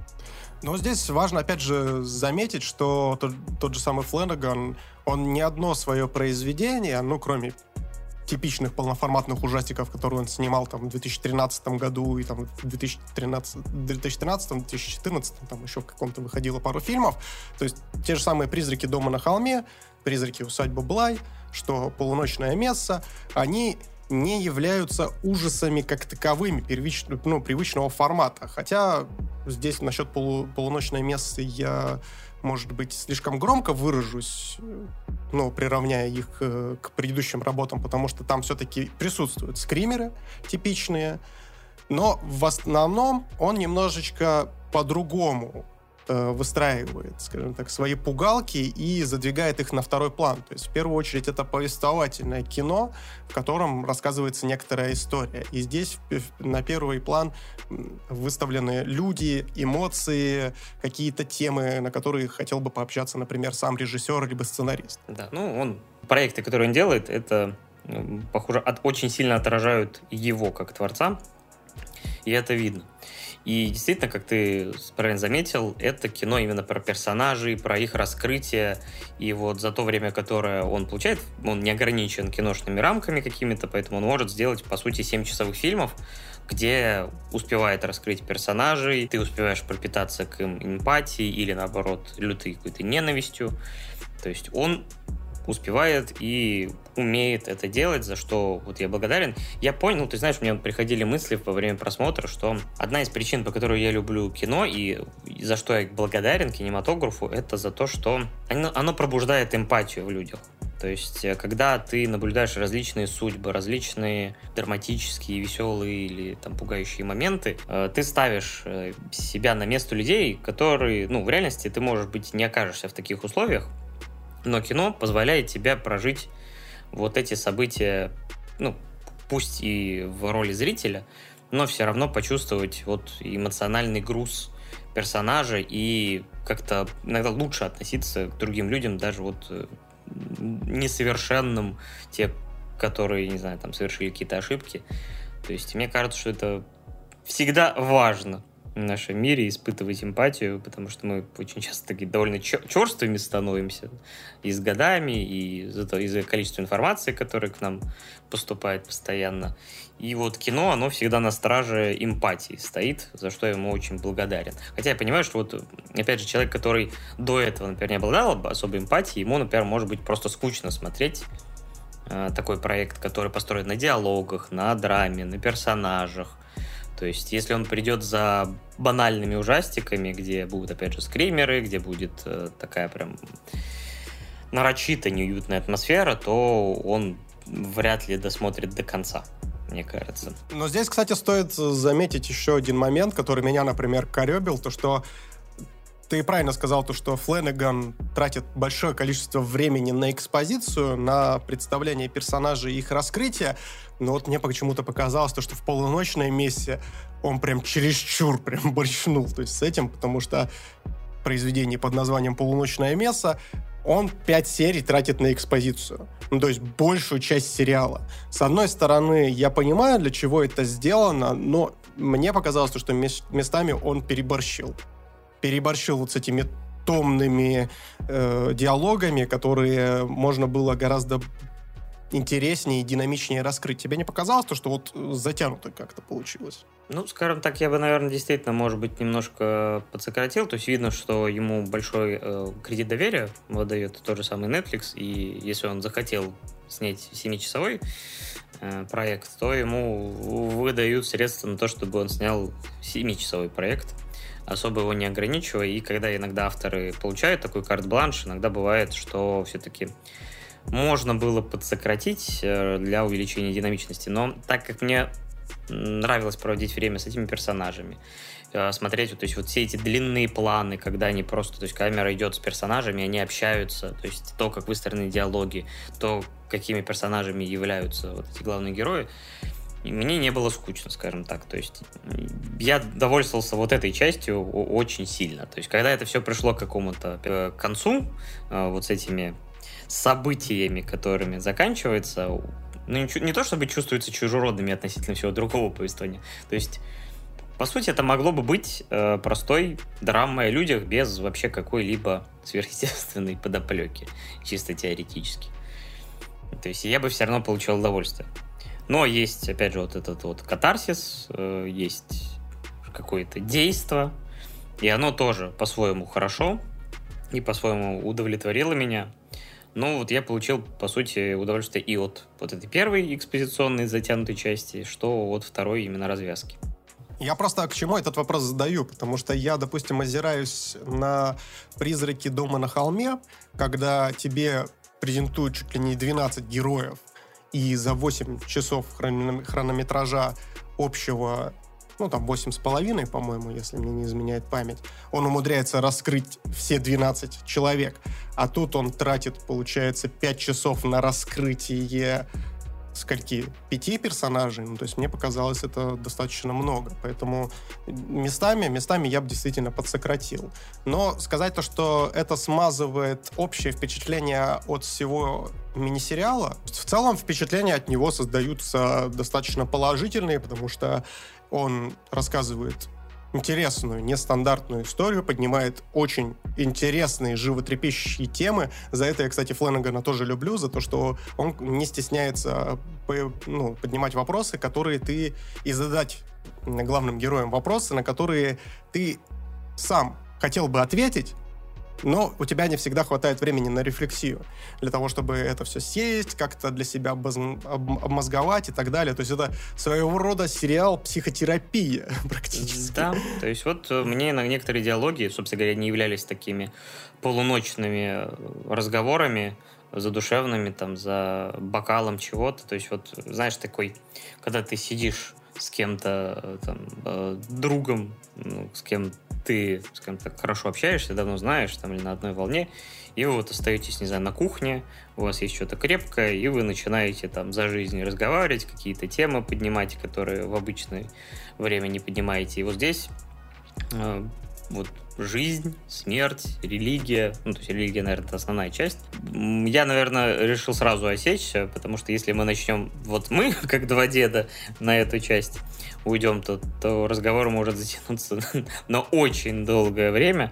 Но здесь важно, опять же, заметить, что тот, тот же самый Флэнаган, он не одно свое произведение, ну, кроме типичных полноформатных ужастиков, которые он снимал там в две тысячи тринадцатом году и там в две тысячи тринадцатом, две тысячи тринадцатом, две тысячи четырнадцатом там еще в каком-то выходило пару фильмов. То есть те же самые «Призраки дома на холме», «Призраки усадьбы Блай», что «Полуночное место», они не являются ужасами как таковыми первич... ну, привычного формата. Хотя здесь насчет полу... «Полуночное место» я, может быть, слишком громко выражусь, ну, приравняя их к, к предыдущим работам, потому что там все-таки присутствуют скримеры типичные, но в основном он немножечко по-другому э, выстраивает, скажем так, свои пугалки и задвигает их на второй план. То есть, в первую очередь, это повествовательное кино, в котором рассказывается некоторая история. И здесь на первый план выставлены люди, эмоции, какие-то темы, на которые хотел бы пообщаться, например, сам режиссер либо сценарист.
Да, ну, он проекты, которые он делает, это, похоже, от, очень сильно отражают его как творца, и это видно. И действительно, как ты правильно заметил, это кино именно про персонажей, про их раскрытие. И вот за то время, которое он получает, он не ограничен киношными рамками какими-то, поэтому он может сделать, по сути, семь-часовых фильмов, где успевает раскрыть персонажей, ты успеваешь пропитаться к им эмпатией или, наоборот, лютой какой-то ненавистью. То есть он успевает и умеет это делать, за что вот я благодарен. Я понял, ты знаешь, мне приходили мысли во время просмотра, что одна из причин, по которой я люблю кино и за что я благодарен кинематографу, это за то, что оно, оно пробуждает эмпатию в людях. То есть, когда ты наблюдаешь различные судьбы, различные драматические, веселые или там пугающие моменты, ты ставишь себя на место людей, которые, ну, в реальности ты, может быть, не окажешься в таких условиях, но кино позволяет тебе прожить вот эти события, ну, пусть и в роли зрителя, но все равно почувствовать вот эмоциональный груз персонажа и как-то иногда лучше относиться к другим людям, даже вот несовершенным, те, которые, не знаю, там совершили какие-то ошибки. То есть мне кажется, что это всегда важно в нашем мире испытывать эмпатию, потому что мы очень часто такие довольно черствыми становимся и с годами, и из-за, из-за количества информации, которая к нам поступает постоянно. И вот кино, оно всегда на страже эмпатии стоит, за что я ему очень благодарен. Хотя я понимаю, что вот, опять же, человек, который до этого, например, не обладал особой эмпатией, ему, например, может быть просто скучно смотреть э, такой проект, который построен на диалогах, на драме, на персонажах. То есть, если он придет за банальными ужастиками, где будут, опять же, скримеры, где будет э, такая прям нарочито неуютная атмосфера, то он вряд ли досмотрит до конца, мне кажется.
Но здесь, кстати, стоит заметить еще один момент, который меня, например, коребил, то что ты правильно сказал, то, что Флэнэган тратит большое количество времени на экспозицию, на представление персонажей и их раскрытие, но вот мне почему-то показалось, то, что в «Полуночной мессе» он прям чересчур прям борщнул, то есть с этим, потому что произведение под названием «Полуночное место» он пять серий тратит на экспозицию. Ну, то есть большую часть сериала. С одной стороны, я понимаю, для чего это сделано, но мне показалось, что местами он переборщил. Переборщил вот с этими томными э, диалогами, которые можно было гораздо интереснее и динамичнее раскрыть. Тебе не показалось то, что вот затянуто как-то получилось?
Ну, скажем так, я бы, наверное, действительно, может быть, немножко подсократил. То есть видно, что ему большой э, кредит доверия выдает тот же самый Netflix, и если он захотел снять семичасовой э, проект, то ему выдают средства на то, чтобы он снял семичасовой проект, особо его не ограничивая. И когда иногда авторы получают такой карт-бланш, иногда бывает, что все-таки можно было подсократить для увеличения динамичности. Но так как мне нравилось проводить время с этими персонажами, смотреть вот, то есть, вот все эти длинные планы, когда они просто, то есть камера идет с персонажами, они общаются, то есть то, как выстроены диалоги, то, какими персонажами являются вот эти главные герои, и мне не было скучно, скажем так. То есть я довольствовался вот этой частью очень сильно. То есть когда это все пришло к какому-то концу, вот с этими событиями, которыми заканчивается, ну, не, не то чтобы чувствуется чужеродными относительно всего другого повествования. То есть, по сути, это могло бы быть э, простой драмой о людях без вообще какой-либо сверхъестественной подоплеки, чисто теоретически. То есть я бы все равно получил удовольствие. Но есть, опять же, вот этот вот катарсис, э, есть какое-то действо, и оно тоже по-своему хорошо и по-своему удовлетворило меня. Ну, вот я получил, по сути, удовольствие и от вот этой первой экспозиционной затянутой части, что от второй именно развязки.
Я просто к чему этот вопрос задаю, потому что я, допустим, озираюсь на «Призраки дома на холме», когда тебе презентуют чуть ли не двенадцать героев, и за восемь часов хронометража общего, ну, там, восемь с половиной, по-моему, если мне не изменяет память, он умудряется раскрыть все двенадцать человек. А тут он тратит, получается, пять часов на раскрытие скольки? Пяти персонажей. Ну, то есть мне показалось это достаточно много. Поэтому местами, местами я бы действительно подсократил. Но сказать то, что это смазывает общее впечатление от всего мини-сериала, в целом впечатления от него создаются достаточно положительные, потому что он рассказывает интересную, нестандартную историю, поднимает очень интересные, животрепещущие темы. За это я, кстати, Флэнэгана тоже люблю, за то, что он не стесняется ну, поднимать вопросы, которые ты... и задать главным героям вопросы, на которые ты сам хотел бы ответить, но у тебя не всегда хватает времени на рефлексию для того, чтобы это все сесть, как-то для себя обоз- об- обмозговать и так далее. То есть это своего рода сериал психотерапия практически.
Да, то есть вот мне на некоторые диалоги, собственно говоря, не являлись такими полуночными разговорами, задушевными, там, за бокалом чего-то. То есть вот, знаешь, такой, когда ты сидишь с кем-то, там, э, другом, ну, с кем ты, скажем так, хорошо общаешься, давно знаешь, там, или на одной волне, и вы вот остаетесь, не знаю, на кухне, у вас есть что-то крепкое, и вы начинаете там за жизнь разговаривать, какие-то темы поднимать, которые в обычное время не поднимаете. И вот здесь э, вот жизнь, смерть, религия, ну, то есть религия, наверное, это основная часть. Я, наверное, решил сразу осечься, потому что если мы начнем, вот мы, как два деда, на эту часть уйдем, то, то разговор может затянуться на очень долгое время,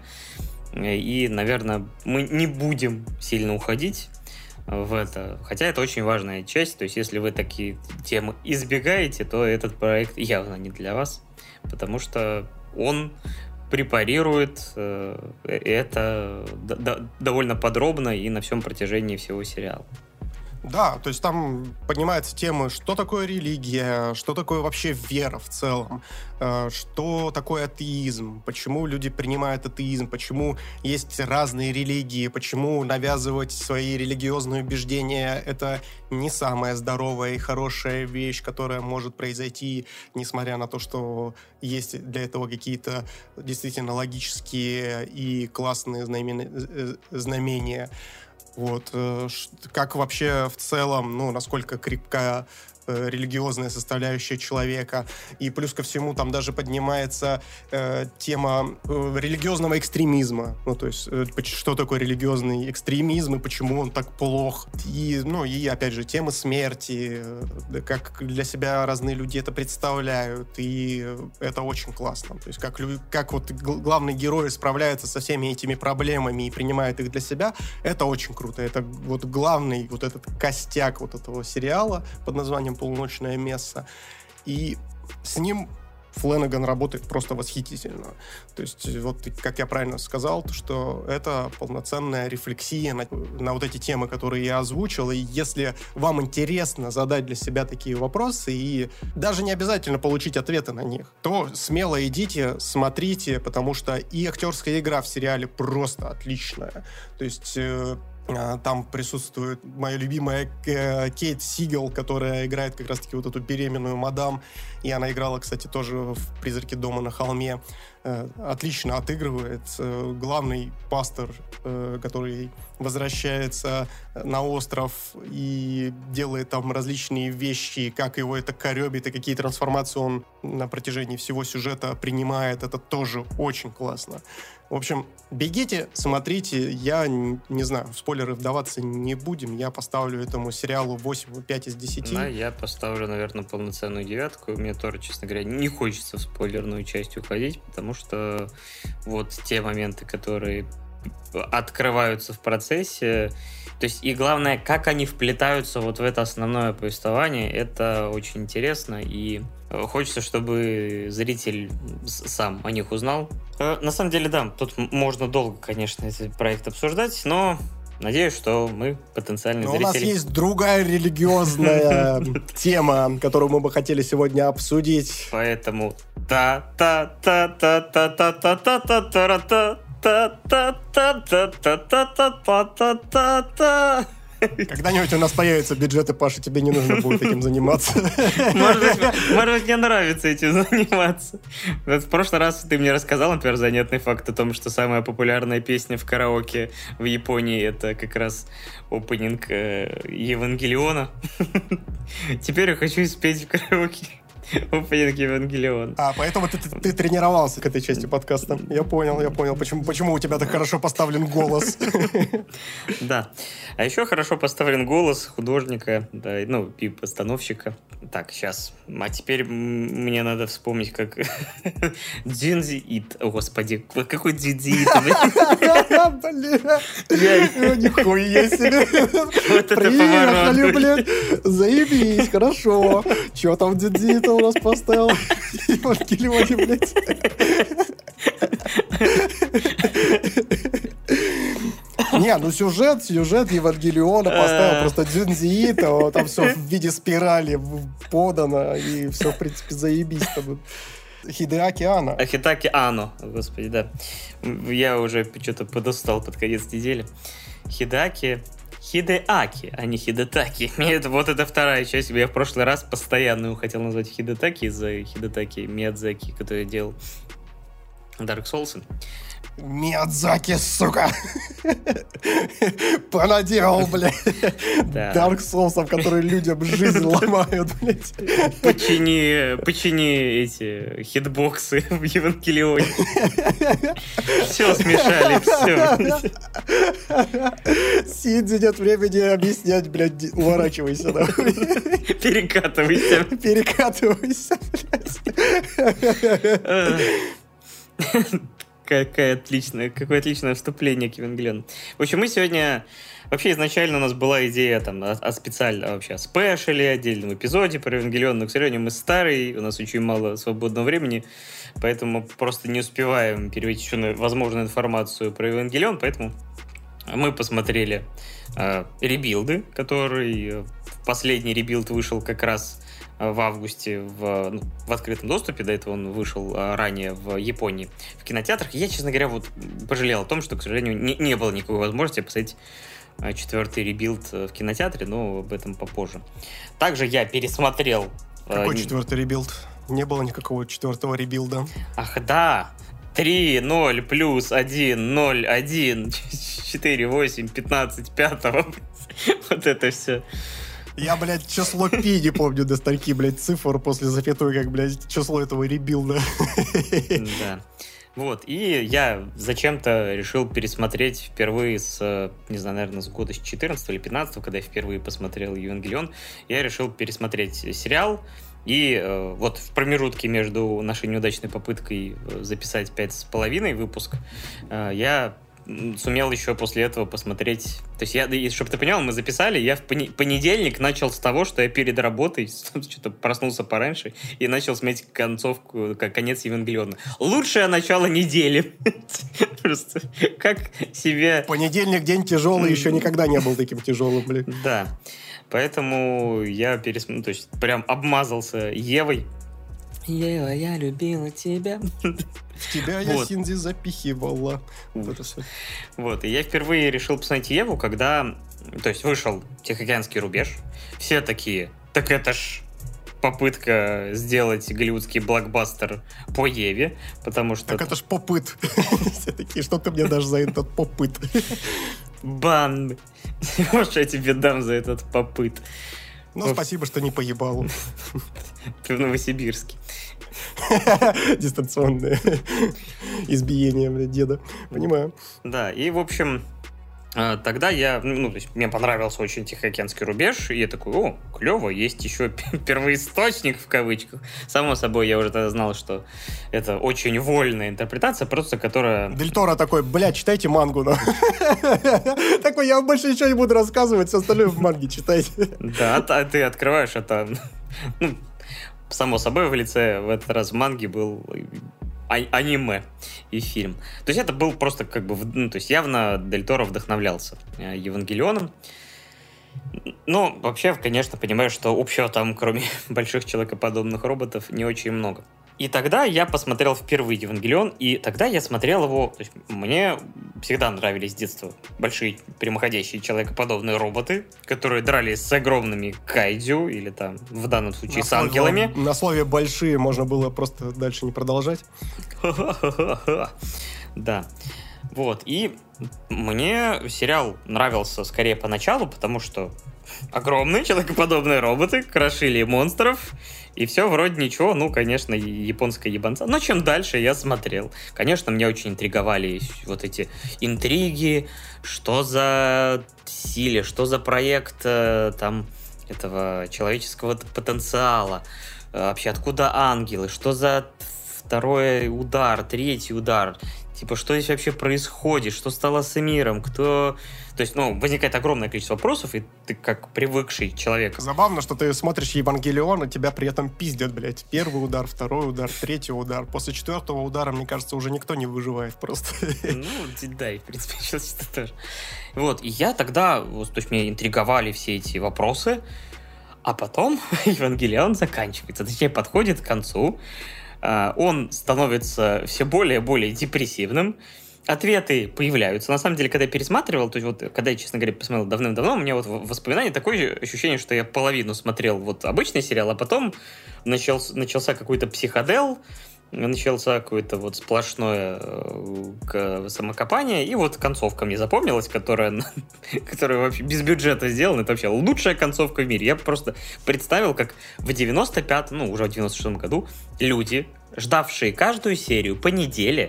и, наверное, мы не будем сильно уходить в это, хотя это очень важная часть, то есть если вы такие темы избегаете, то этот проект явно не для вас, потому что он препарирует э, это д- д- довольно подробно и на всем протяжении всего сериала.
Да, то есть там поднимаются темы, что такое религия, что такое вообще вера в целом, э, что такое атеизм, почему люди принимают атеизм, почему есть разные религии, почему навязывать свои религиозные убеждения — это не самая здоровая и хорошая вещь, которая может произойти, несмотря на то, что есть для этого какие-то действительно логические и классные знамения. знамения. Вот. Как вообще в целом, ну, насколько крепка э, религиозная составляющая человека. И плюс ко всему там даже поднимается э, тема э, религиозного экстремизма. Ну, то есть, э, что такое религиозный экстремизм и почему он так плох. И, ну, и, опять же, тема смерти, э, как для себя разные люди это представляют. И это очень классно. То есть, как, как вот главные герои справляются со всеми этими проблемами и принимают их для себя, это очень круто. Это вот главный вот этот костяк вот этого сериала под названием «Полуночное место». И с ним Флэнэган работает просто восхитительно. То есть, вот как я правильно сказал, то, что это полноценная рефлексия на, на вот эти темы, которые я озвучил. И если вам интересно задать для себя такие вопросы, и даже не обязательно получить ответы на них, то смело идите, смотрите, потому что и актерская игра в сериале просто отличная. То есть... Там присутствует моя любимая Кейт Сигел, которая играет как раз-таки вот эту беременную мадам. И она играла, кстати, тоже в «Призраке дома на холме». Отлично отыгрывает. Главный пастор, который возвращается на остров и делает там различные вещи, как его это коребит и какие трансформации он на протяжении всего сюжета принимает, это тоже очень классно. В общем, бегите, смотрите. Я не, не знаю, в спойлеры вдаваться не будем. Я поставлю этому сериалу восемь и пять из десяти.
Да, я поставлю, наверное, полноценную девятку. Мне тоже, честно говоря, не хочется в спойлерную часть уходить, потому что вот те моменты, которые открываются в процессе, то есть и главное, как они вплетаются вот в это основное повествование, это очень интересно, и хочется, чтобы зритель сам о них узнал. На самом деле, да, тут можно долго, конечно, этот проект обсуждать, но надеюсь, что мы потенциальные зрители...
Но у нас есть другая религиозная тема, которую мы бы хотели сегодня обсудить.
Поэтому та-та-та-та-та-та-та-та-та-та-та. Та-та-та-та-та-та-та-та-та.
Когда-нибудь у нас появятся бюджеты, Паша, тебе не нужно будет этим заниматься.
Может быть, может, мне нравится этим заниматься. Вот в прошлый раз ты мне рассказал, например, занятный факт о том, что самая популярная песня в караоке в Японии — это как раз опенинг э, Евангелиона. Теперь я хочу спеть в караоке опенинг Евангелион.
А, поэтому ты, ты, ты тренировался к этой части подкаста. Я понял, я понял, почему, почему у тебя так хорошо поставлен голос.
Да. А еще хорошо поставлен голос художника, да, ну, и постановщика. Так, сейчас. А теперь мне надо вспомнить, как... Дзюнзи Ит. О, господи, какой Дзюнзи Ит?
Блин, нихуя себе.
Вот это поворот.
Блин, заебись, хорошо. Че там Дзюнзи Ит у нас поставил? Евангелионе, блядь. Не, ну сюжет, сюжет Евангелиона поставил просто Дзюнзи Ито, там все в виде спирали подано, и все, в принципе, заебись. Там. Хидеаки Анно.
Хидеаки Анно, господи, да. Я уже что-то подустал под конец недели. Хидеаки... Хидеаки, а не Хидетаки. Это, вот это вторая часть. Я в прошлый раз постоянно его хотел назвать Хидетаки из-за Хидетаки Миядзаки, который делал Dark Souls.
Миядзаки, сука! Понаделал, блядь. Dark Souls, которые людям жизнь ломают, блядь.
Почини, почини эти хитбоксы в Евангелионе. Все смешали, все.
Сидзи, нет времени объяснять, блядь, уворачивайся.
Перекатывайся.
Перекатывайся,
блядь. Какое отличное, какое отличное вступление к Евангелиону. В общем, мы сегодня... Вообще, изначально у нас была идея там, о, о специальном, вообще, о спешле, отдельном эпизоде про Евангелион, но, к сожалению, мы старые, у нас очень мало свободного времени, поэтому просто не успеваем перевести еще возможную информацию про Евангелион, поэтому мы посмотрели э, ребилды, который... Последний ребилд вышел как раз в августе в, ну, в открытом доступе. До этого он вышел а, ранее в Японии в кинотеатрах. И я, честно говоря, вот пожалел о том, что, к сожалению, не, не было никакой возможности посмотреть а, четвертый ребилд в кинотеатре, но об этом попозже. Также я пересмотрел...
Какой
а,
четвертый ребилд? Не было никакого четвертого ребилда.
Ах, да! три, ноль, плюс один, ноль, один, четыре, восемь, пятнадцать, пятого. Вот это все.
Я, блядь, число пи не помню до стольки, блядь, цифр после запятой, как, блядь, число этого ребилда.
Да. Вот, и я зачем-то решил пересмотреть впервые с, не знаю, наверное, с года с четырнадцатого или пятнадцатого, когда я впервые посмотрел «Евангелион», я решил пересмотреть сериал. И э, вот в промежутке между нашей неудачной попыткой записать пять с половиной выпуск э, я сумел еще после этого посмотреть... То есть, я, чтобы ты понял, мы записали, я в понедельник начал с того, что я перед работой что-то проснулся пораньше и начал смотреть концовку, как конец Евангелиона. Лучшее начало недели. Просто как себе...
Понедельник день тяжелый, еще никогда не был таким тяжелым, блин.
Да. Поэтому я пересмотрел, то есть прям обмазался Евой. Ева, я любила тебя.
В тебя я вот. Синди запихивала. Вот,
вот, и я впервые решил посмотреть Еву, когда, то есть, вышел Тихоокеанский рубеж. Все такие, так это ж попытка сделать голливудский блокбастер по Еве, потому что...
Так это ж попыт. Все такие, что ты мне дашь за этот попыт?
Бан. Может, я тебе дам за этот попыт.
Ну, спасибо, что не поебал.
Ты в Новосибирске.
Дистанционное избиение, блядь, деда. Понимаю.
Да, и, в общем, тогда я, ну, то есть мне понравился очень Тихоокеанский рубеж, и я такой, о, клево, есть еще первоисточник в кавычках. Само собой, я уже тогда знал, что это очень вольная интерпретация, просто которая...
Дель Торо такой, блядь, читайте мангу, но... Такой, я вам больше ничего не буду рассказывать, все остальное в манге читайте.
Да, а ты открываешь это... Ну, само собой, в лице в этот раз в манге был... А- аниме и фильм. То есть это был просто как бы... Ну, то есть явно Дель Торо вдохновлялся Евангелионом. Но вообще, конечно, понимаю, что общего там, кроме больших человекоподобных роботов, не очень много. И тогда я посмотрел впервые Евангелион, и тогда я смотрел его... То есть мне всегда нравились с детства большие прямоходящие человекоподобные роботы, которые дрались с огромными кайдзю, или там, в данном случае, на с ангелами.
На слове «большие» можно было просто дальше не продолжать.
Да. Вот, и мне сериал нравился скорее поначалу, потому что огромные человекоподобные роботы крошили монстров, и все вроде ничего, ну, конечно, японская ебанца. Но чем дальше я смотрел, конечно, меня очень интриговали вот эти интриги, что за силе, что за проект там этого человеческого потенциала, вообще откуда ангелы, что за второй удар, третий удар. Типа, что здесь вообще происходит? Что стало с миром? Кто... То есть, ну, возникает огромное количество вопросов, и ты как привыкший человек...
Забавно, что ты смотришь Евангелион, и тебя при этом пиздят, блядь. Первый удар, второй удар, третий удар. После четвертого удара, мне кажется, уже никто не выживает просто.
Ну, да, и в принципе, сейчас это тоже. Вот, и я тогда... То есть, меня интриговали все эти вопросы, а потом Евангелион заканчивается. Точнее, подходит к концу. Он становится все более и более депрессивным. Ответы появляются. На самом деле, когда я пересматривал, то есть вот, когда я, честно говоря, посмотрел давным-давно, у меня вот воспоминания такое ощущение, что я половину смотрел вот обычный сериал, а потом начался, начался какой-то психодел, начался какое-то вот сплошное э, самокопание, и вот концовка мне запомнилась, которая, которая вообще без бюджета сделана. Это вообще лучшая концовка в мире. Я просто представил, как в девяносто пятом, ну, уже в девяносто шестом году люди, ждавшие каждую серию по неделе,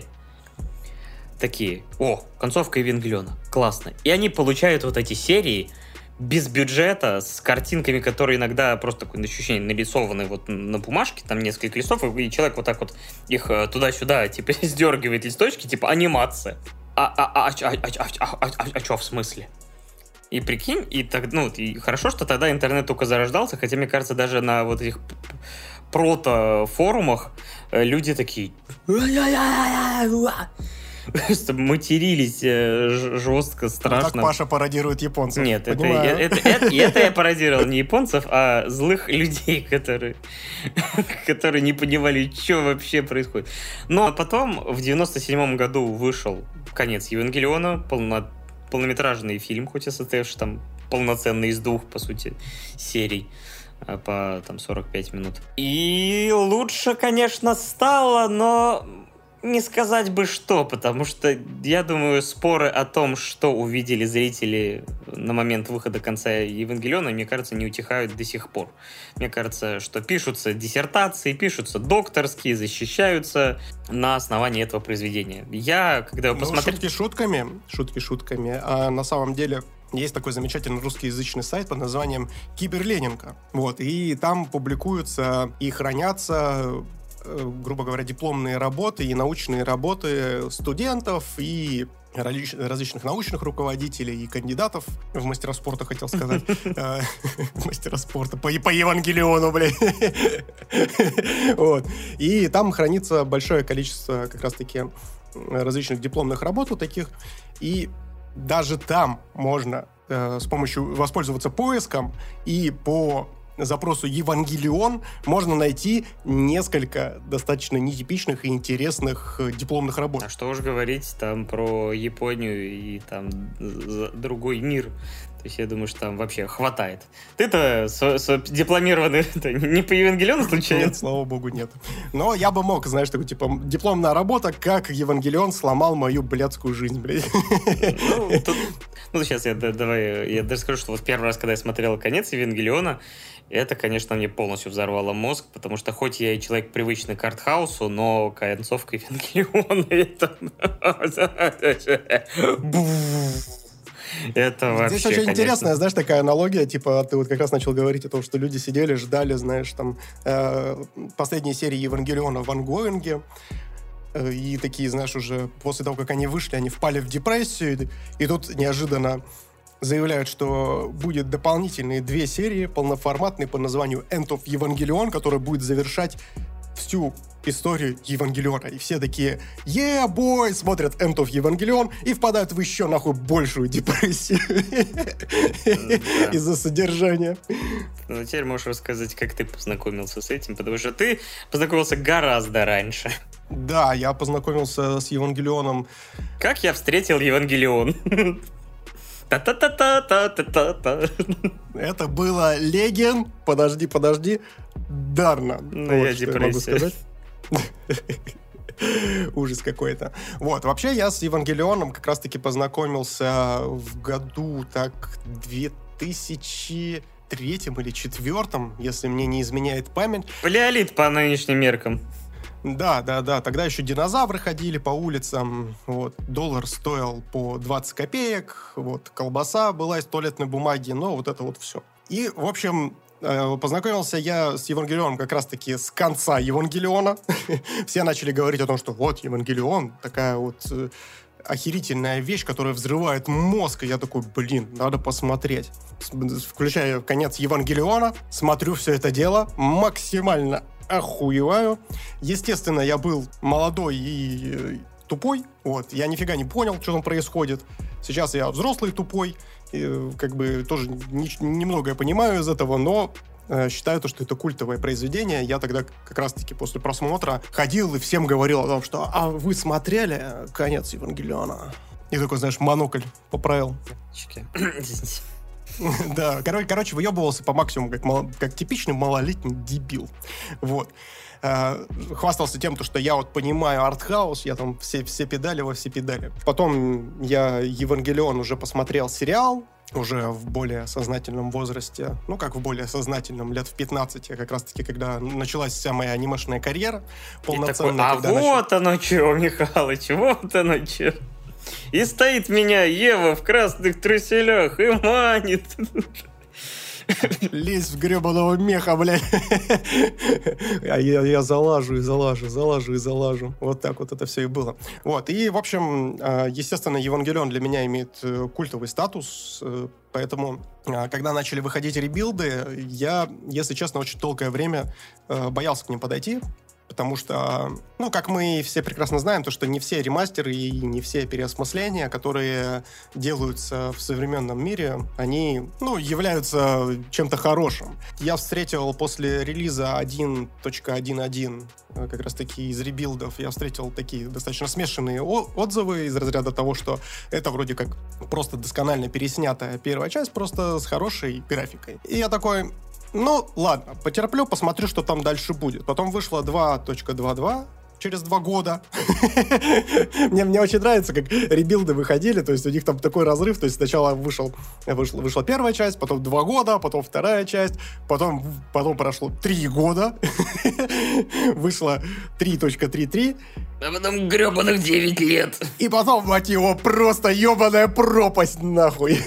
такие, о, концовка Евангелиона, классно. И они получают вот эти серии без бюджета, с картинками, которые иногда просто такое ощущение нарисованы вот на бумажке, там несколько листов, и человек вот так вот их туда-сюда, типа, сдергивает листочки, типа, анимация. А, а, а, а, а, а, а, а, а, а что в смысле? И прикинь, и так, ну, и хорошо, что тогда интернет только зарождался, хотя, мне кажется, даже на вот этих прото-форумах люди такие... матерились э, жестко, страшно.
Как Паша пародирует японцев.
Нет, это я, это, это, это я пародировал не японцев, а злых людей, которые, которые не понимали, что вообще происходит. Но потом в девяносто седьмом году вышел конец Евангелиона, полно, полнометражный фильм, хоть и состоявший там полноценный из двух, по сути, серий по там сорок пять минут. И лучше, конечно, стало, но не сказать бы что, потому что, я думаю, споры о том, что увидели зрители на момент выхода конца Евангелиона, мне кажется, не утихают до сих пор. Мне кажется, что пишутся диссертации, пишутся докторские, защищаются на основании этого произведения. Я, когда его посмотрел...
Ну, шутки шутками, шутки шутками, а на самом деле... Есть такой замечательный русскоязычный сайт под названием Киберленинка. Вот, и там публикуются и хранятся, грубо говоря, дипломные работы и научные работы студентов и различных научных руководителей и кандидатов в мастера спорта, хотел сказать. Мастера спорта по Евангелиону, блядь. Вот. И там хранится большое количество как раз-таки различных дипломных работ вот таких. И даже там можно э, с помощью воспользоваться поиском, и по запросу «Евангелион» можно найти несколько достаточно нетипичных и интересных э, дипломных работ.
А что уж говорить там про Японию и там другой мир. То есть я думаю, что там вообще хватает. Ты-то с, с, дипломированный не по Евангелиону случайно?
Нет, слава богу, нет. Но я бы мог, знаешь, такой, типа, дипломная работа, как Евангелион сломал мою блядскую жизнь, блядь.
Ну, тут, ну, сейчас я, давай, я даже скажу, что вот первый раз, когда я смотрел конец Евангелиона, это, конечно, мне полностью взорвало мозг, потому что хоть я и человек привычный к артхаусу, но концовка Евангелиона это... Это вообще,
здесь очень
конечно...
интересная, знаешь, такая аналогия, типа, ты вот как раз начал говорить о том, что люди сидели, ждали, знаешь, там, э, последней серии Евангелиона в ангоинге, э, и такие, знаешь, уже после того, как они вышли, они впали в депрессию, и, и тут неожиданно заявляют, что будет дополнительные две серии, полноформатные, под названием End of Evangelion, которая будет завершать всю историю Евангелиона. И все такие, yeah, boy, смотрят End of Evangelion и впадают в еще нахуй большую депрессию из-за содержания.
Ну, теперь можешь рассказать, как ты познакомился с этим, потому что ты познакомился гораздо раньше.
Да, я познакомился с Евангелионом.
Как я встретил Евангелион? Та-та-та-та-та-та-та.
Это было Леген, подожди, подожди, Дарна.
Ну, вот, я депрессия.
Ужас какой-то. Вот, вообще я с Евангелионом как раз-таки познакомился в году так две тысячи третьем или четвертом, если мне не изменяет память.
Палеолит по нынешним меркам.
Да, да, да. Тогда еще динозавры ходили по улицам. Вот. Доллар стоил по двадцать копеек. Вот. Колбаса была из туалетной бумаги. Но вот это вот все. И, в общем, познакомился я с Евангелионом как раз-таки с конца Евангелиона. Все начали говорить о том, что вот Евангелион, такая вот охерительная вещь, которая взрывает мозг. И я такой, блин, надо посмотреть. Включаю конец Евангелиона, смотрю все это дело, максимально охуеваю. Естественно, я был молодой и тупой. Вот. Я нифига не понял, что там происходит. Сейчас я взрослый тупой. И, как бы тоже не, немного я понимаю из этого, но э, считаю то, что это культовое произведение. Я тогда как раз-таки после просмотра ходил и всем говорил о том, что «А вы смотрели конец Евангелиона?» И такой, знаешь, монокль поправил. Да, короче, короче, выебывался по максимуму, как, мало, как типичный малолетний дебил. Вот. Хвастался тем, что я вот понимаю артхаус, я там все, все педали во все педали. Потом я Евангелион уже посмотрел сериал, уже в более сознательном возрасте, ну как в более сознательном, лет в пятнадцать, я как раз-таки, когда началась вся моя анимешная карьера полноценная.
Такой, а вот начал... оно что, Михалыч, вот оно что. И стоит меня Ева в красных труселях и манит.
Лезь в гребаного меха, блядь. А я, я залажу и залажу, залажу и залажу. Вот так вот это все и было. Вот. И, в общем, естественно, Евангелион для меня имеет культовый статус, поэтому, когда начали выходить ребилды, я, если честно, очень долгое время боялся к ним подойти, Потому что, ну, как мы все прекрасно знаем, то, что не все ремастеры и не все переосмысления, которые делаются в современном мире, они, ну, являются чем-то хорошим. Я встретил после релиза один точка один точка один как раз-таки из ребилдов, я встретил такие достаточно смешанные отзывы из разряда того, что это вроде как просто досконально переснятая первая часть, просто с хорошей графикой. И я такой... Ну, ладно, потерплю, посмотрю, что там дальше будет. Потом вышло два точка два точка два через два года. мне, мне очень нравится, как ребилды выходили, то есть у них там такой разрыв, то есть сначала вышел, вышла, вышла первая часть, потом два года, потом вторая часть, потом, потом прошло три года, вышло три точка три точка три,
а потом гребаных девять лет.
И потом, мать его, просто ебаная пропасть, нахуй.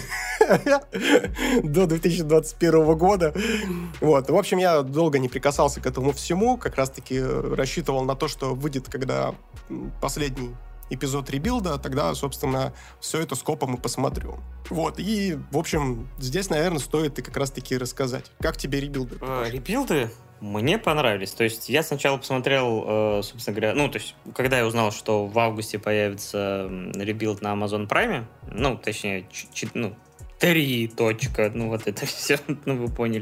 До две тысячи двадцать первого года. Вот. В общем, я долго не прикасался к этому всему, как раз-таки рассчитывал на то, что выйдет, когда последний эпизод ребилда, тогда, собственно, все это скопом и посмотрю. Вот, и, в общем, здесь, наверное, стоит и как раз-таки рассказать. Как тебе ребилды?
А, ребилды мне понравились. То есть я сначала посмотрел, собственно говоря, ну, то есть, когда я узнал, что в августе появится ребилд на Amazon Prime, ну, точнее, ч- ну, три точка, ну, вот это все, ну, вы поняли.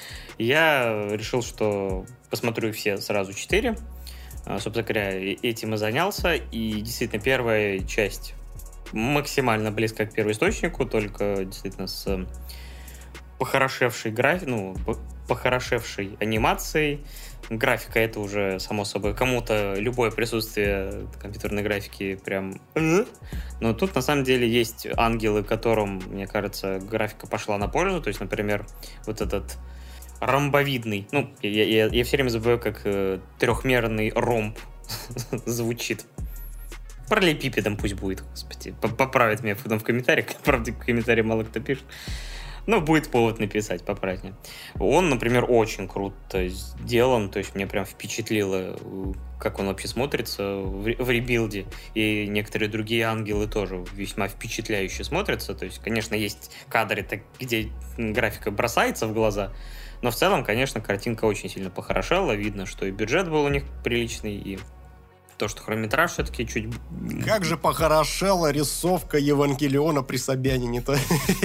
Я решил, что посмотрю их все сразу четыре. Собственно говоря, этим и занялся. И действительно, первая часть максимально близка к первоисточнику, только действительно с похорошевшей графикой, ну, похорошевшей анимацией. Графика — это уже, само собой, кому-то любое присутствие компьютерной графики прям... Но тут, на самом деле, есть ангелы, которым, мне кажется, графика пошла на пользу. То есть, например, вот этот ромбовидный... Ну, я, я, я все время забываю, как э, трехмерный ромб звучит. Параллелепипедом пусть будет, господи. Поправит меня потом в комментариях. Правда, в комментарии мало кто пишет. Ну, будет повод написать, поправить меня. Он, например, очень круто сделан, то есть меня прям впечатлило, как он вообще смотрится в ребилде. И некоторые другие ангелы тоже весьма впечатляюще смотрятся. То есть, конечно, есть кадры, где графика бросается в глаза, но в целом, конечно, картинка очень сильно похорошела. Видно, что и бюджет был у них приличный, и то, что хронометраж все-таки чуть...
Как же похорошела рисовка Евангелиона при Собянине-то.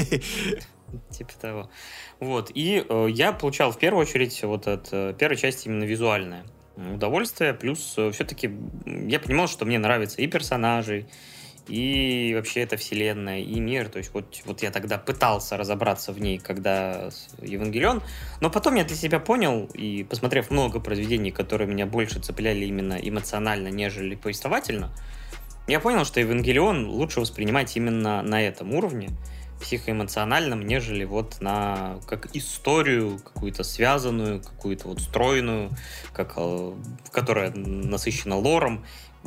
Типа того. Вот. И э, я получал в первую очередь вот от э, первой части именно визуальное удовольствие. Плюс э, все-таки я понимал, что мне нравятся и персонажи, и вообще эта вселенная, и мир. То есть вот, вот я тогда пытался разобраться в ней, когда Евангелион. Но потом я для себя понял, и посмотрев много произведений, которые меня больше цепляли именно эмоционально, нежели повествовательно, я понял, что Евангелион лучше воспринимать именно на этом уровне, психоэмоциональном, нежели вот на как историю какую-то связанную, какую-то вот стройную, как, которая насыщена лором.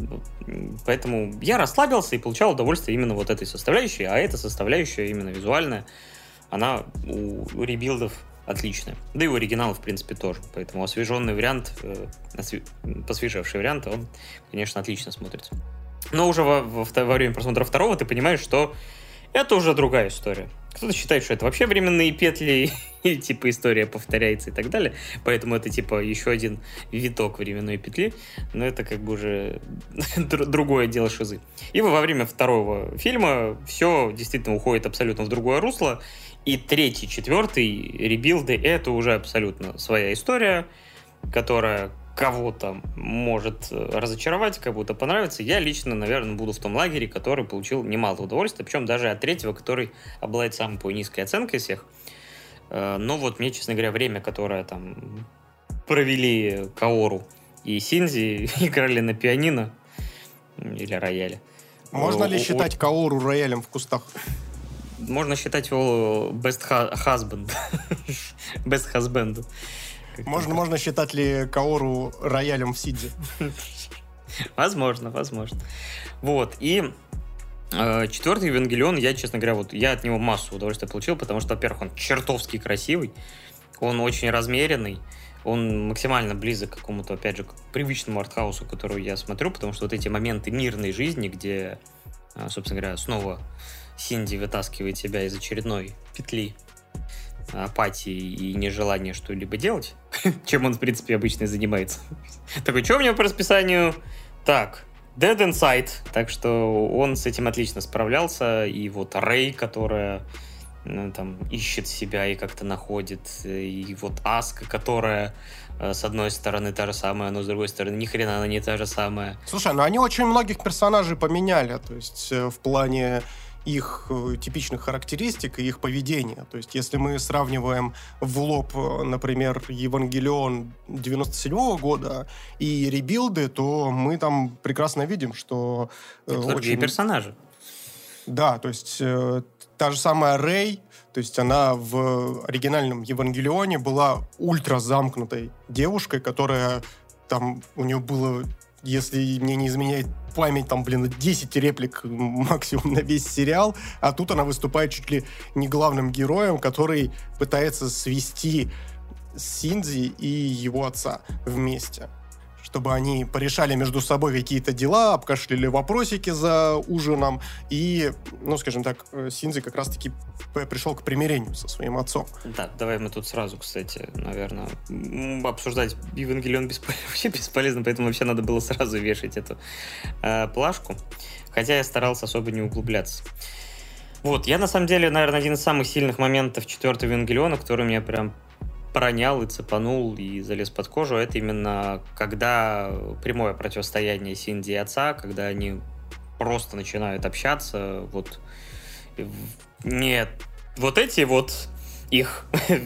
Поэтому я расслабился и получал удовольствие именно вот этой составляющей, а эта составляющая именно визуальная, она у, у ребилдов отличная. Да и у оригиналов, в принципе, тоже. Поэтому освеженный вариант, э, осве... посвежевший вариант, он, конечно, отлично смотрится. Но уже во, во, во время просмотра второго ты понимаешь, что это уже другая история. Кто-то считает, что это вообще временные петли, и типа история повторяется и так далее. Поэтому это типа еще один виток временной петли. Но это как бы уже другое дело шизы. И во время второго фильма все действительно уходит абсолютно в другое русло. И третий, четвертый ребилды — это уже абсолютно своя история, которая кого-то может разочаровать, кому-то понравится. Я лично, наверное, буду в том лагере, который получил немало удовольствия, причем даже от третьего, который обладает самой по низкой оценкой всех. Но вот мне, честно говоря, время, которое там провели Каору и Синзи, играли на пианино или рояле.
Можно ли считать Каору роялем в кустах?
Можно считать его best husband. Best husband.
Можно, можно считать ли Каору роялем в Сидзе?
Возможно, возможно. Вот, и э, четвертый Евангелион, я, честно говоря, вот я от него массу удовольствия получил, потому что, во-первых, он чертовски красивый, он очень размеренный, он максимально близок к какому-то, опять же, к привычному артхаусу, который я смотрю, потому что вот эти моменты мирной жизни, где, э, собственно говоря, снова Синди вытаскивает себя из очередной петли, апатии и нежелания что-либо делать, чем он, в принципе, обычно и занимается. Такой, что у меня по расписанию? Так, Dead Inside. Так что он с этим отлично справлялся. И вот Рэй, которая ну, там ищет себя и как-то находит. И вот Аска, которая с одной стороны та же самая, но с другой стороны ни хрена она не та же самая.
Слушай, ну они очень многих персонажей поменяли. То есть в плане их типичных характеристик и их поведения. То есть, если мы сравниваем в лоб, например, Евангелион девяносто седьмого года и ребилды, то мы там прекрасно видим, что...
Это очень... другие персонажи.
Да, то есть э, та же самая Рэй, то есть она в оригинальном Евангелионе была ультра замкнутой девушкой, которая там у нее было... Если мне не изменяет память, там, блин, десять реплик максимум на весь сериал, а тут она выступает чуть ли не главным героем, который пытается свести Синдзи и его отца вместе, чтобы они порешали между собой какие-то дела, обкашляли вопросики за ужином, и, ну, скажем так, Синдзи как раз-таки пришел к примирению со своим отцом.
Да, давай мы тут сразу, кстати, наверное, обсуждать Евангелион бесполезно, вообще бесполезно, поэтому вообще надо было сразу вешать эту э, плашку, хотя я старался особо не углубляться. Вот, я на самом деле, наверное, один из самых сильных моментов четвертого Евангелиона, который меня прям пронял и цепанул и залез под кожу, это именно когда прямое противостояние Синди и отца, когда они просто начинают общаться, вот нет, вот эти вот их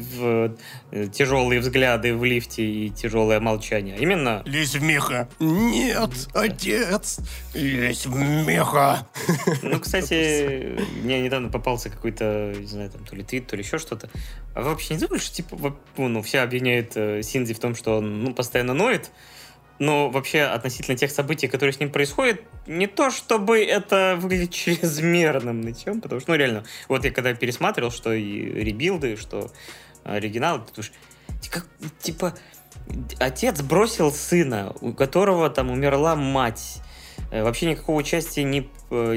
тяжелые взгляды в лифте и тяжелое молчание. Именно...
Лезь в меха. Нет, отец, лезь в меха.
Ну, кстати, мне недавно попался какой-то, не знаю, там, то ли твит, то ли еще что-то. А вы вообще не думали, что, типа, ну, все обвиняют Синдзи в том, что он, ну, постоянно ноет, но вообще относительно тех событий, которые с ним происходят, не то чтобы это выглядит чрезмерным ничем, потому что, ну, реально, вот я когда пересматривал, что и ребилды, что оригинал, потому что, как, типа, отец бросил сына, у которого там умерла мать, вообще никакого участия не,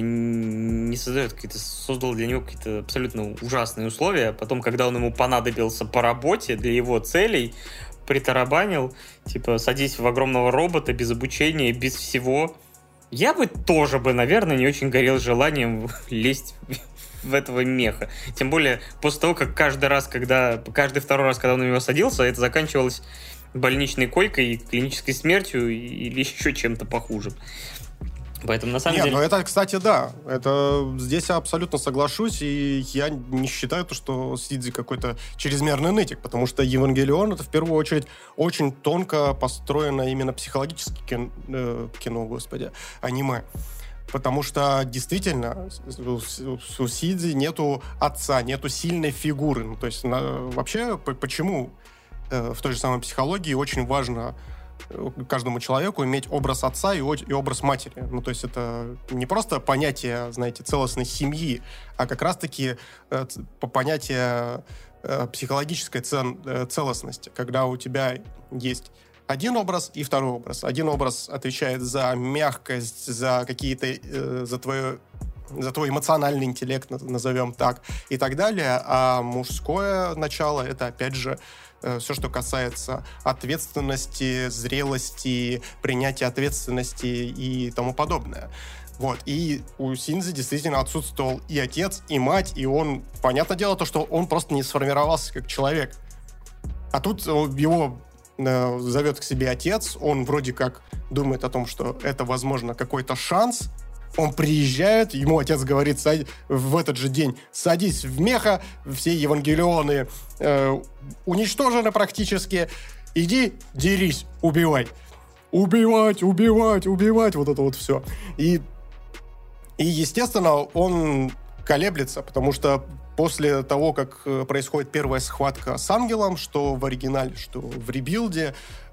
не создает, какие-то, создал для него какие-то абсолютно ужасные условия, потом, когда он ему понадобился по работе для его целей, притарабанил, типа, садись в огромного робота без обучения, без всего. Я бы тоже бы, наверное, не очень горел желанием лезть в этого меха. Тем более, после того, как каждый раз, когда, каждый второй раз, когда он на него садился, это заканчивалось больничной койкой, клинической смертью или еще чем-то похуже. Поэтому, на самом
Нет,
деле...
ну это, кстати, да. Это здесь я абсолютно соглашусь, и я не считаю, то, что Синдзи какой-то чрезмерный нытик, потому что Евангелион — это, в первую очередь, очень тонко построено именно психологически кино, э, кино, господи, аниме. Потому что, действительно, у Синдзи нету отца, нету сильной фигуры. Ну, то есть, на, вообще, почему э, в той же самой психологии очень важно каждому человеку иметь образ отца и, и образ матери. Ну, то есть это не просто понятие, знаете, целостной семьи, а как раз-таки э, понятие э, психологической цен, э, целостности, когда у тебя есть один образ и второй образ. Один образ отвечает за мягкость, за какие-то, э, за твое за твой эмоциональный интеллект, назовем так, и так далее, а мужское начало — это, опять же, все, что касается ответственности, зрелости, принятия ответственности и тому подобное. Вот. И у Синдзи действительно отсутствовал и отец, и мать, и он, понятное дело, то, что он просто не сформировался как человек. А тут его э, зовет к себе отец, он вроде как думает о том, что это, возможно, какой-то шанс. Он приезжает, ему отец говорит в этот же день: садись в меха, все евангелионы э, уничтожены практически, иди дерись, убивай. Убивать, убивать, убивать, вот это вот все. И, и естественно, он колеблется, потому что после того, как происходит первая схватка с ангелом, что в оригинале, что в ребилде,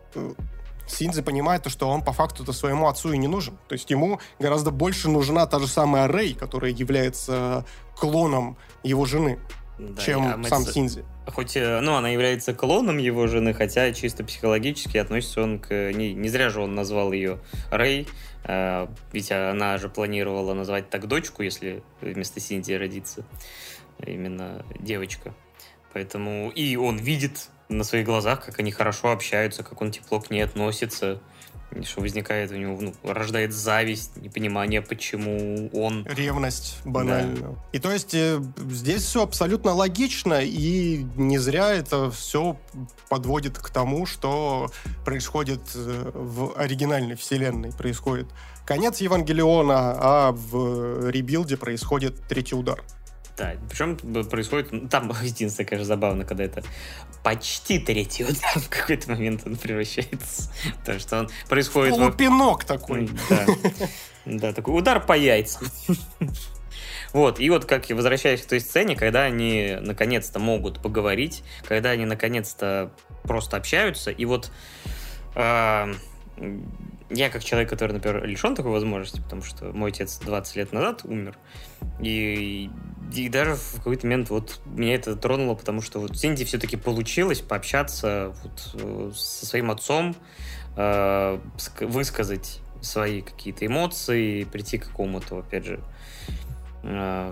Синдзи понимает, что он по факту-то своему отцу и не нужен. То есть ему гораздо больше нужна та же самая Рэй, которая является клоном его жены, да, чем сам мы... Синдзи.
Хоть, ну, она является клоном его жены, хотя чисто психологически относится он к... Не, не зря же он назвал ее Рэй, э, ведь она же планировала назвать так дочку, если вместо Синдзи родится именно девочка. Поэтому и он видит на своих глазах, как они хорошо общаются, как он тепло к ней относится, что возникает у него, ну, рождает зависть, непонимание, почему он...
Ревность, банально. Да. И то есть э, здесь все абсолютно логично, и не зря это все подводит к тому, что происходит в оригинальной вселенной. Происходит конец Евангелиона, а в ребилде происходит третий удар.
Да, причем происходит... Там единственное, конечно, забавно, когда это почти третий удар в какой-то момент он превращается. Потому что он происходит...
Полупинок во... такой.
Да. Да, такой удар по яйцам. Вот, и вот как я возвращаюсь к той сцене, когда они наконец-то могут поговорить, когда они наконец-то просто общаются, и вот... Э, я как человек, который, например, лишен такой возможности, потому что мой отец двадцать лет назад умер, и, и даже в какой-то момент вот меня это тронуло, потому что вот Синди все-таки получилось пообщаться вот со своим отцом, э, высказать свои какие-то эмоции, прийти к какому-то, опять же, э,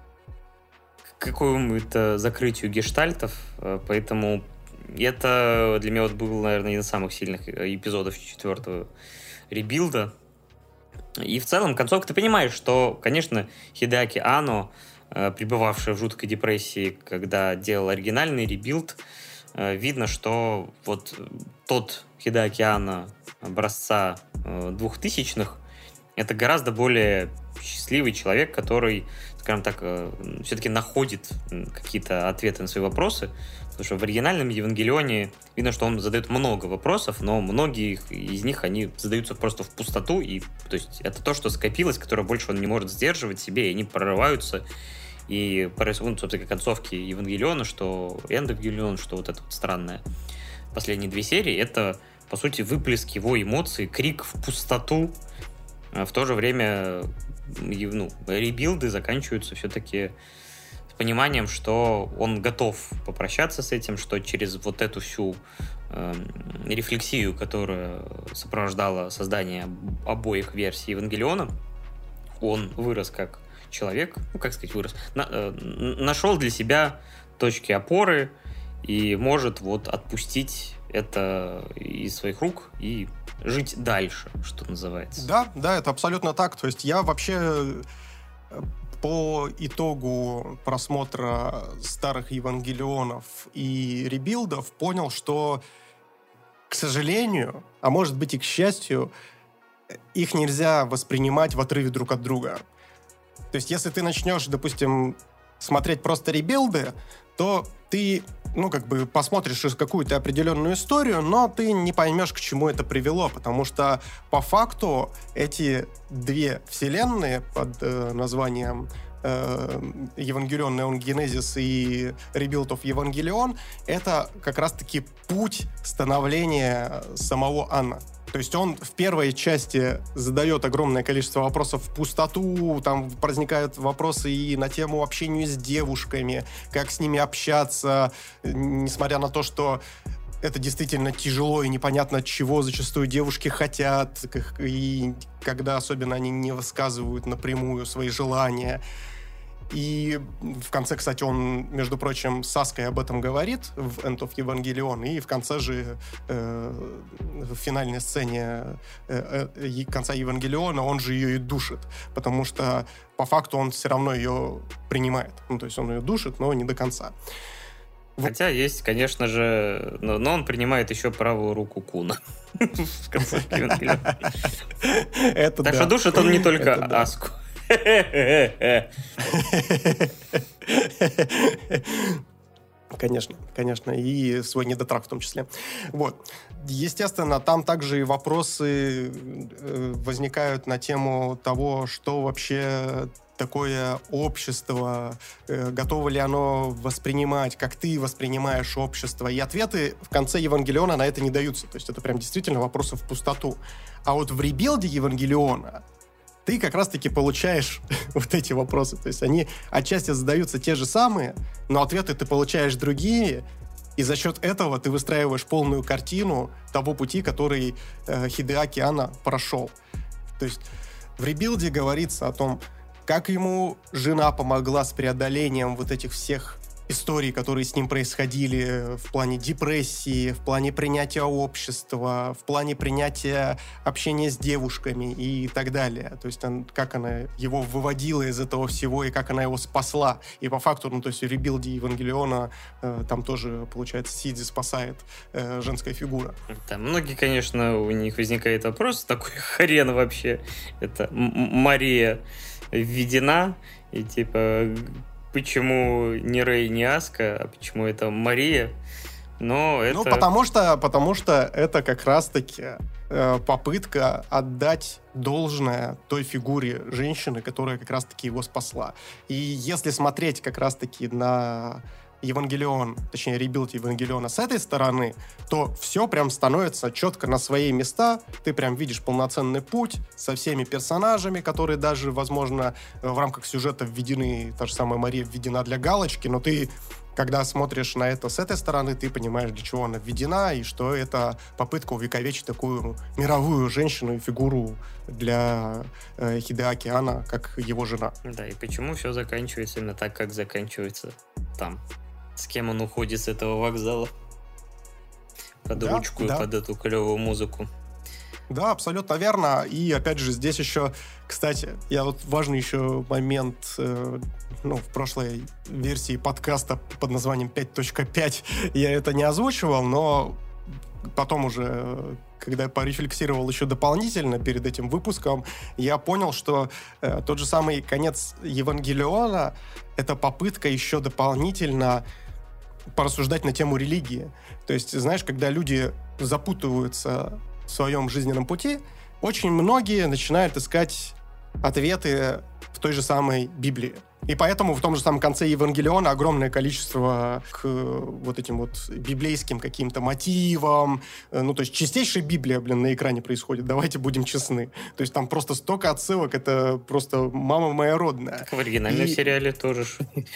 к какому-то закрытию гештальтов, э, поэтому это для меня вот был, наверное, один из самых сильных эпизодов четвертого ребилда. И в целом, концовка, ты понимаешь, что, конечно, Хидеаки Анно, э, пребывавший в жуткой депрессии, когда делал оригинальный ребилд, э, видно, что вот тот Хидеаки Анно образца э, двухтысячных это гораздо более счастливый человек, который, скажем так, э, все-таки находит какие-то ответы на свои вопросы. Потому что в оригинальном Евангелионе видно, что он задает много вопросов, но многие из них, они задаются просто в пустоту, и то есть это то, что скопилось, которое больше он не может сдерживать себе, и они прорываются, и происходит, собственно, концовки Евангелиона, что End of Evangelion, что вот это вот странное. Последние две серии, это, по сути, выплеск его эмоций, крик в пустоту. А в то же время, ну, ребилды заканчиваются все-таки пониманием, что он готов попрощаться с этим, что через вот эту всю э, рефлексию, которая сопровождала создание обоих версий Евангелиона, он вырос как человек, ну, как сказать, вырос, на, э, нашел для себя точки опоры и может вот отпустить это из своих рук и жить дальше, что называется.
Да, да, это абсолютно так. То есть я вообще... По итогу просмотра старых Евангелионов и ребилдов понял, что, к сожалению, а может быть и к счастью, их нельзя воспринимать в отрыве друг от друга. То есть если ты начнешь, допустим, смотреть просто ребилды, то ты, ну, как бы посмотришь какую-то определенную историю, но ты не поймешь, к чему это привело, потому что по факту эти две вселенные под э, названием э, Евангелион Neon Genesis и Rebuild of Evangelion это как раз-таки путь становления самого Анно. То есть он в первой части задает огромное количество вопросов в пустоту, там возникают вопросы и на тему общения с девушками, как с ними общаться, несмотря на то, что это действительно тяжело и непонятно, чего зачастую девушки хотят, и когда особенно они не высказывают напрямую свои желания. И в конце, кстати, он, между прочим, с Саской об этом говорит в End of Evangelion, и в конце же, э, в финальной сцене э, э, конца Евангелиона, он же ее и душит, потому что по факту он все равно ее принимает. Ну, то есть он ее душит, но не до конца.
Хотя есть, конечно же, но, но он принимает еще правую руку Куна в конце Евангелиона. Так что душит он не только Аску.
Конечно, конечно, и свой недотрак в том числе. Вот. Естественно, там также и вопросы возникают на тему того, что вообще такое общество, готово ли оно воспринимать, как ты воспринимаешь общество. И ответы в конце Евангелиона на это не даются. То есть это прям действительно вопросы в пустоту. А вот в ребилде Евангелиона ты как раз-таки получаешь вот эти вопросы. То есть они отчасти задаются те же самые, но ответы ты получаешь другие, и за счет этого ты выстраиваешь полную картину того пути, который э, Хидеаки Анно прошел. То есть в ребилде говорится о том, как ему жена помогла с преодолением вот этих всех историй, которые с ним происходили в плане депрессии, в плане принятия общества, в плане принятия общения с девушками и так далее. То есть он, как она его выводила из этого всего и как она его спасла. И по факту, ну, то есть в ребилде Евангелиона э, там тоже, получается, Сидзи спасает э, женская фигура.
Да, многие, конечно, у них возникает вопрос, такой хрен вообще. Это Мария введена, и типа... Почему не Рэй, не Аска, а почему это Мария? Но это...
Ну, потому что, потому что это как раз-таки э, попытка отдать должное той фигуре женщины, которая как раз-таки его спасла. И если смотреть как раз-таки на Евангелион, точнее, ребилд Евангелиона с этой стороны, то все прям становится четко на свои места. Ты прям видишь полноценный путь со всеми персонажами, которые даже, возможно, в рамках сюжета введены, та же самая Мария введена для галочки, но ты, когда смотришь на это с этой стороны, ты понимаешь, для чего она введена, и что это попытка увековечить такую мировую женщину и фигуру для э, Хидеаки Анно, как его жена.
Да, и почему все заканчивается именно так, как заканчивается там. С кем он уходит с этого вокзала? Под да, ручку да. и под эту клевую музыку.
Да, абсолютно верно. И опять же, здесь еще, кстати, я вот важный еще момент, э, ну, в прошлой версии подкаста под названием пять точка пять я это не озвучивал, но потом уже, когда я порефлексировал еще дополнительно перед этим выпуском, я понял, что э, тот же самый конец Евангелиона — это попытка еще дополнительно порассуждать на тему религии. То есть, знаешь, когда люди запутываются в своем жизненном пути, очень многие начинают искать ответы в той же самой Библии. И поэтому в том же самом конце Евангелиона огромное количество к вот этим вот библейским каким-то мотивам. Ну, то есть чистейшая Библия, блин, на экране происходит. Давайте будем честны. То есть там просто столько отсылок, это просто мама моя родная.
Так в оригинальном и... сериале тоже.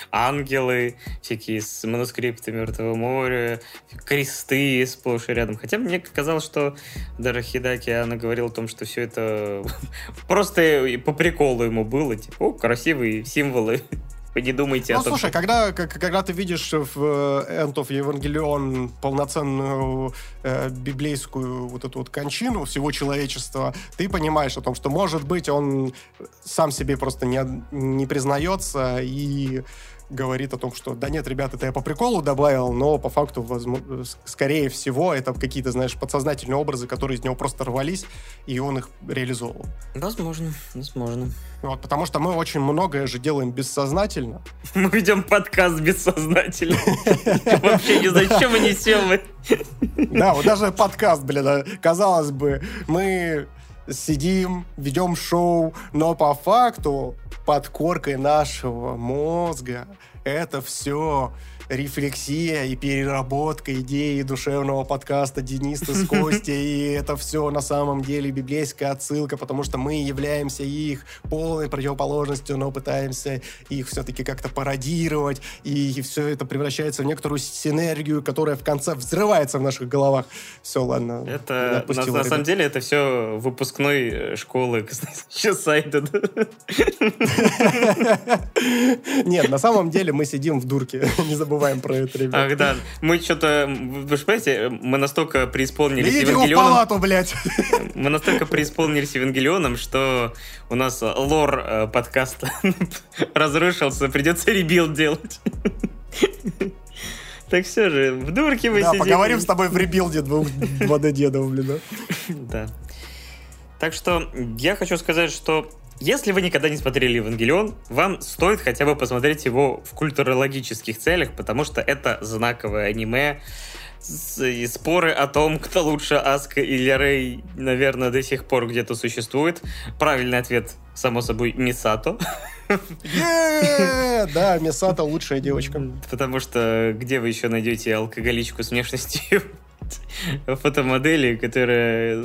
Ангелы, всякие с манускриптами Мертвого моря, кресты сплошь и рядом. Хотя мне казалось, что даже Хидеаки Анно говорил о том, что все это просто по приколу ему было. Типа, о, красивые символы. Вы не думайте
ну,
о том,
слушай,
что...
когда, когда ты видишь в End of Evangelion полноценную э, библейскую вот эту вот кончину всего человечества, ты понимаешь о том, что, может быть, он сам себе просто не, не признается и говорит о том, что да нет, ребята, это я по приколу добавил, но по факту, возможно, скорее всего, это какие-то, знаешь, подсознательные образы, которые из него просто рвались, и он их реализовывал.
Возможно, возможно.
Вот, потому что мы очень многое же делаем бессознательно.
Мы ведем подкаст бессознательно. Вообще ни зачем мы несем.
Да, вот даже подкаст, блин, казалось бы, мы сидим, ведем шоу, но по факту под коркой нашего мозга это все рефлексия и переработка идеи душевного подкаста Дениса с Костей, и это все на самом деле библейская отсылка, потому что мы являемся их полной противоположностью, но пытаемся их все-таки как-то пародировать, и все это превращается в некоторую синергию, которая в конце взрывается в наших головах. Все, ладно.
Это, на, на самом деле, это все выпускной школы сайта.
Нет, на самом деле мы сидим в дурке, не забываем про это, ребят.
Ах, да. Мы что-то... Вы же понимаете, мы настолько преисполнились
Евангелионом...
Евангелионом...
в палату, блядь!
Мы настолько преисполнились Евангелионом, что у нас лор э, подкаста разрушился, придется ребилд делать. Так все же, в дурке мы
да,
сидим.
Да, поговорим с тобой в ребилде двух два дэ-дедов, блин,
да? Да. Так что я хочу сказать, что если вы никогда не смотрели «Евангелион», вам стоит хотя бы посмотреть его в культурологических целях, потому что это знаковое аниме. И споры о том, кто лучше, Аска или Рэй, наверное, до сих пор где-то существует. Правильный ответ, само собой, Мисато.
Да, Мисато лучшая девочка.
Потому что где вы еще найдете алкоголичку с внешностью фотомодели, которая...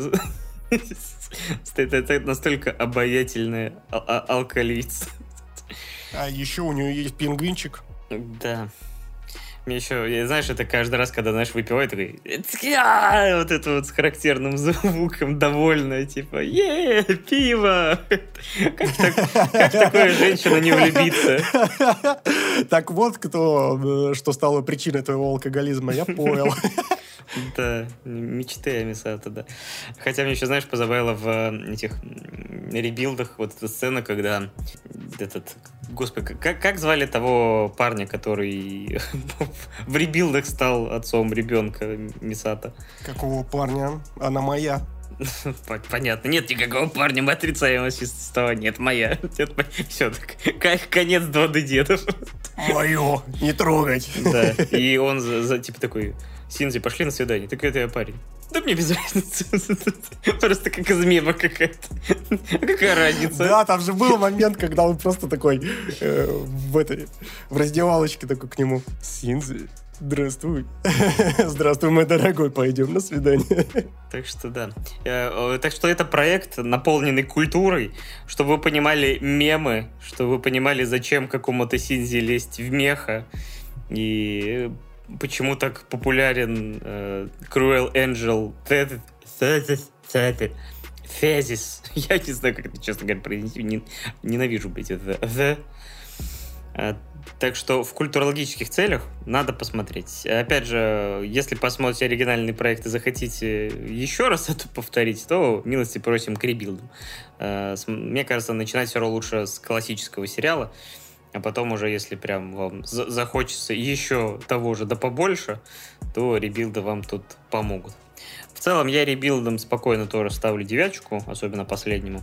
Это настолько обаятельная ал- алкалица.
А еще у нее есть пингвинчик.
Да. Мне еще, знаешь, это каждый раз, когда, знаешь, выпивает, такой, вот это вот с характерным звуком, довольно, типа, е пиво! Как такое женщина не влюбиться?
Так вот, кто, что стало причиной твоего алкоголизма, я понял.
Да, мечты Амисата, да. Хотя мне еще, знаешь, позабавило в этих ребилдах вот эта сцена, когда этот... Господи, как, как звали того парня, который в ребилдах стал отцом ребенка Мисата?
Какого парня? Она моя.
Понятно. Нет никакого парня, мы отрицаем существование. Нет, моя. Нет, все, так, конец два дэ дедов.
Мое, не трогать.
Да, и он за, за, типа такой... Синзи, пошли на свидание. Так это я парень. Да мне без разницы. Просто как из мема какая-то. Какая разница?
Да, там же был момент, когда он просто такой э, в этой в раздевалочке такой к нему. Синзи, здравствуй. Здравствуй, мой дорогой, пойдем на свидание.
Так что да. Так что это проект, наполненный культурой, чтобы вы понимали мемы, чтобы вы понимали, зачем какому-то Синзи лезть в меха. И... Почему так популярен э, Cruel Angel Фезис? Я не знаю, как это, честно говоря, произнести. Ненавижу, блядь, это the. А, так что в культурологических целях надо посмотреть. Опять же, если посмотрите оригинальный проект и захотите еще раз это повторить, то милости просим к ребилдам. А, мне кажется, начинать все равно лучше с классического сериала. А потом уже, если прям вам захочется еще того же да побольше, то ребилды вам тут помогут. В целом, я ребилдам спокойно тоже ставлю девяточку, особенно последнему.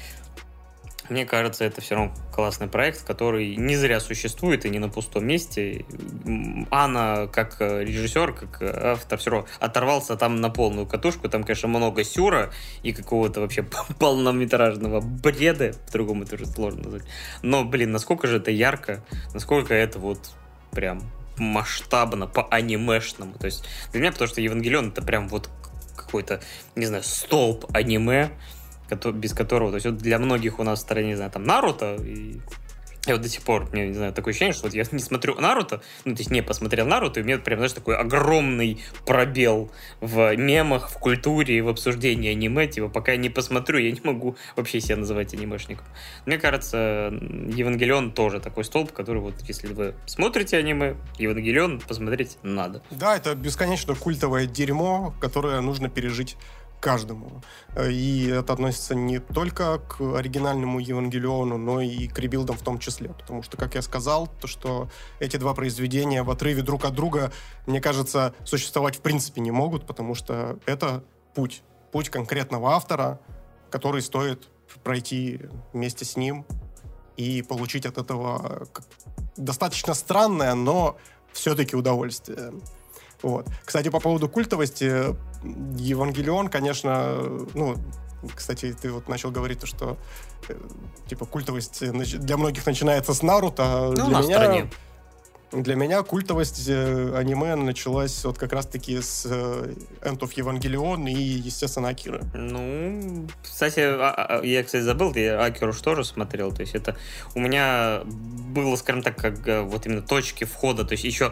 Мне кажется, это все равно классный проект, который не зря существует и не на пустом месте. Анна, как режиссер, как автор, все равно оторвался там на полную катушку. Там, конечно, много сюра и какого-то вообще полнометражного бреда. По-другому это уже сложно назвать. Но, блин, насколько же это ярко, насколько это вот прям масштабно, по-анимешному. То есть для меня, потому что Евангелион — это прям вот какой-то, не знаю, столб аниме, без которого, то есть вот для многих у нас в стране, не знаю, там Наруто, и я вот до сих пор, мне, не знаю, такое ощущение, что вот я не смотрю Наруто, ну, то есть не посмотрел Наруто, и у меня прям, знаешь, такой огромный пробел в мемах, в культуре, в обсуждении аниме, типа, пока я не посмотрю, я не могу вообще себя называть анимешником. Мне кажется, Евангелион тоже такой столб, который вот, если вы смотрите аниме, Евангелион посмотреть надо.
Да, это бесконечно культовое дерьмо, которое нужно пережить каждому. И это относится не только к оригинальному Евангелиону, но и к ребилдам в том числе. Потому что, как я сказал, то, что эти два произведения в отрыве друг от друга, мне кажется, существовать в принципе не могут, потому что это путь. Путь конкретного автора, который стоит пройти вместе с ним и получить от этого достаточно странное, но все-таки удовольствие. Вот. Кстати, по поводу культовости, Евангелион, конечно, ну, кстати, ты вот начал говорить, что типа культовость для многих начинается с Наруто.
Ну,
для
на
меня,
стороне.
Для меня культовость аниме началась вот как раз-таки с End of Evangelion и, естественно, Акиры.
Ну, кстати, я, кстати, забыл, я Акиру же тоже смотрел, то есть это у меня было, скажем так, как вот именно точки входа, то есть еще...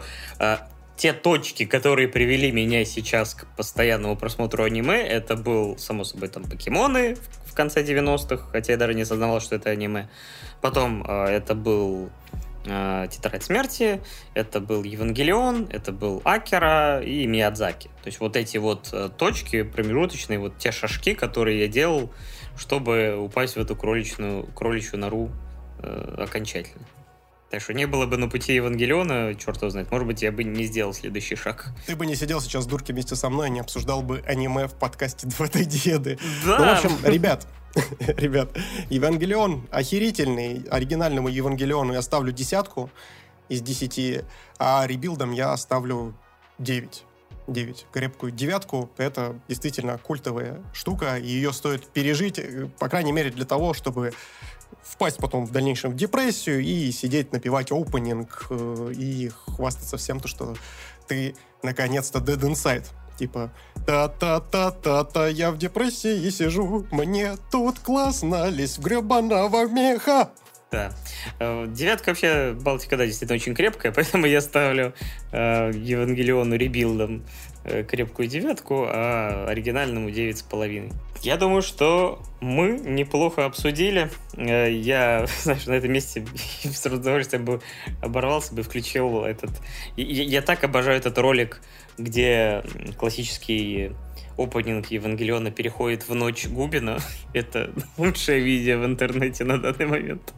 Те точки, которые привели меня сейчас к постоянному просмотру аниме, это был, само собой, там, покемоны в конце девяностых, хотя я даже не осознавал, что это аниме. Потом э, это был э, Тетрадь смерти, это был Евангелион, это был Акира и Миядзаки. То есть вот эти вот э, точки промежуточные, вот те шажки, которые я делал, чтобы упасть в эту кроличную, кроличью нору э, окончательно. Так что не было бы на пути Евангелиона, черт его знает, может быть, я бы не сделал следующий шаг.
Ты бы не сидел сейчас в дурке вместе со мной и не обсуждал бы аниме в подкасте два дэ деды.
Да.
Ну, в общем, ребят, ребят, Евангелион охерительный. Оригинальному Евангелиону я ставлю десятку из десяти, а ребилдам я ставлю девять. девять. Крепкую девятку. Это действительно культовая штука, и ее стоит пережить, по крайней мере, для того, чтобы впасть потом в дальнейшем в депрессию и сидеть, напевать опенинг э, и хвастаться всем, то, что ты наконец-то dead inside. Типа та-та-та-та-та, я в депрессии сижу, мне тут классно, лезь в гребаного меха.
Да. Девятка вообще, Балтика, да, действительно очень крепкая, поэтому я ставлю э, Евангелиону ребилдом э, крепкую девятку, а оригинальному девять с половиной. Я думаю, что мы неплохо обсудили. Э, я, знаешь, на этом месте с удовольствием бы оборвался бы, включил этот... Я, я так обожаю этот ролик, где классический опенинг Евангелиона переходит в ночь Губина. Это лучшее видео в интернете на данный момент.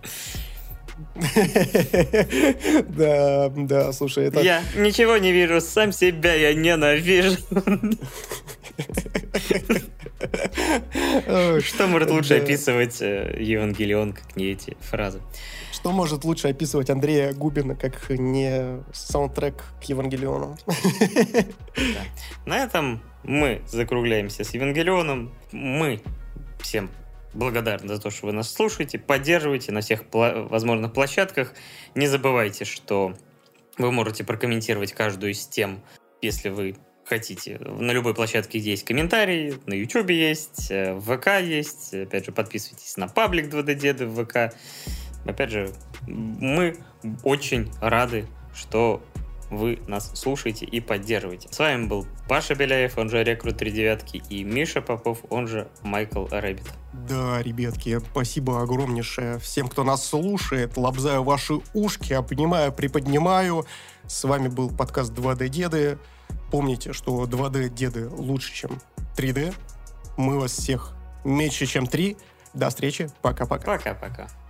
Да, да, слушай, это...
Я ничего не вижу, сам себя я ненавижу. Что может лучше описывать Евангелион, как не эти фразы?
Что может лучше описывать Андрея Губина, как не саундтрек к Евангелиону?
Да. На этом мы закругляемся с Евангелионом. Мы всем благодарны за то, что вы нас слушаете, поддерживаете на всех пла- возможных площадках. Не забывайте, что вы можете прокомментировать каждую из тем, если вы хотите. На любой площадке есть комментарии, на YouTube есть, в ВК есть. Опять же, подписывайтесь на паблик два дэ Деды в ВК. Опять же, мы очень рады, что вы нас слушаете и поддерживаете. С вами был Паша Беляев, он же Рекрут три девятки, и Миша Попов, он же Майкл Рэббит.
Да, ребятки, спасибо огромнейшее всем, кто нас слушает. Лобзаю ваши ушки, обнимаю, приподнимаю. С вами был подкаст два дэ Деды. Помните, что два дэ Деды лучше, чем три дэ. Мы вас всех меньше, чем три. До встречи. Пока-пока.
Пока-пока.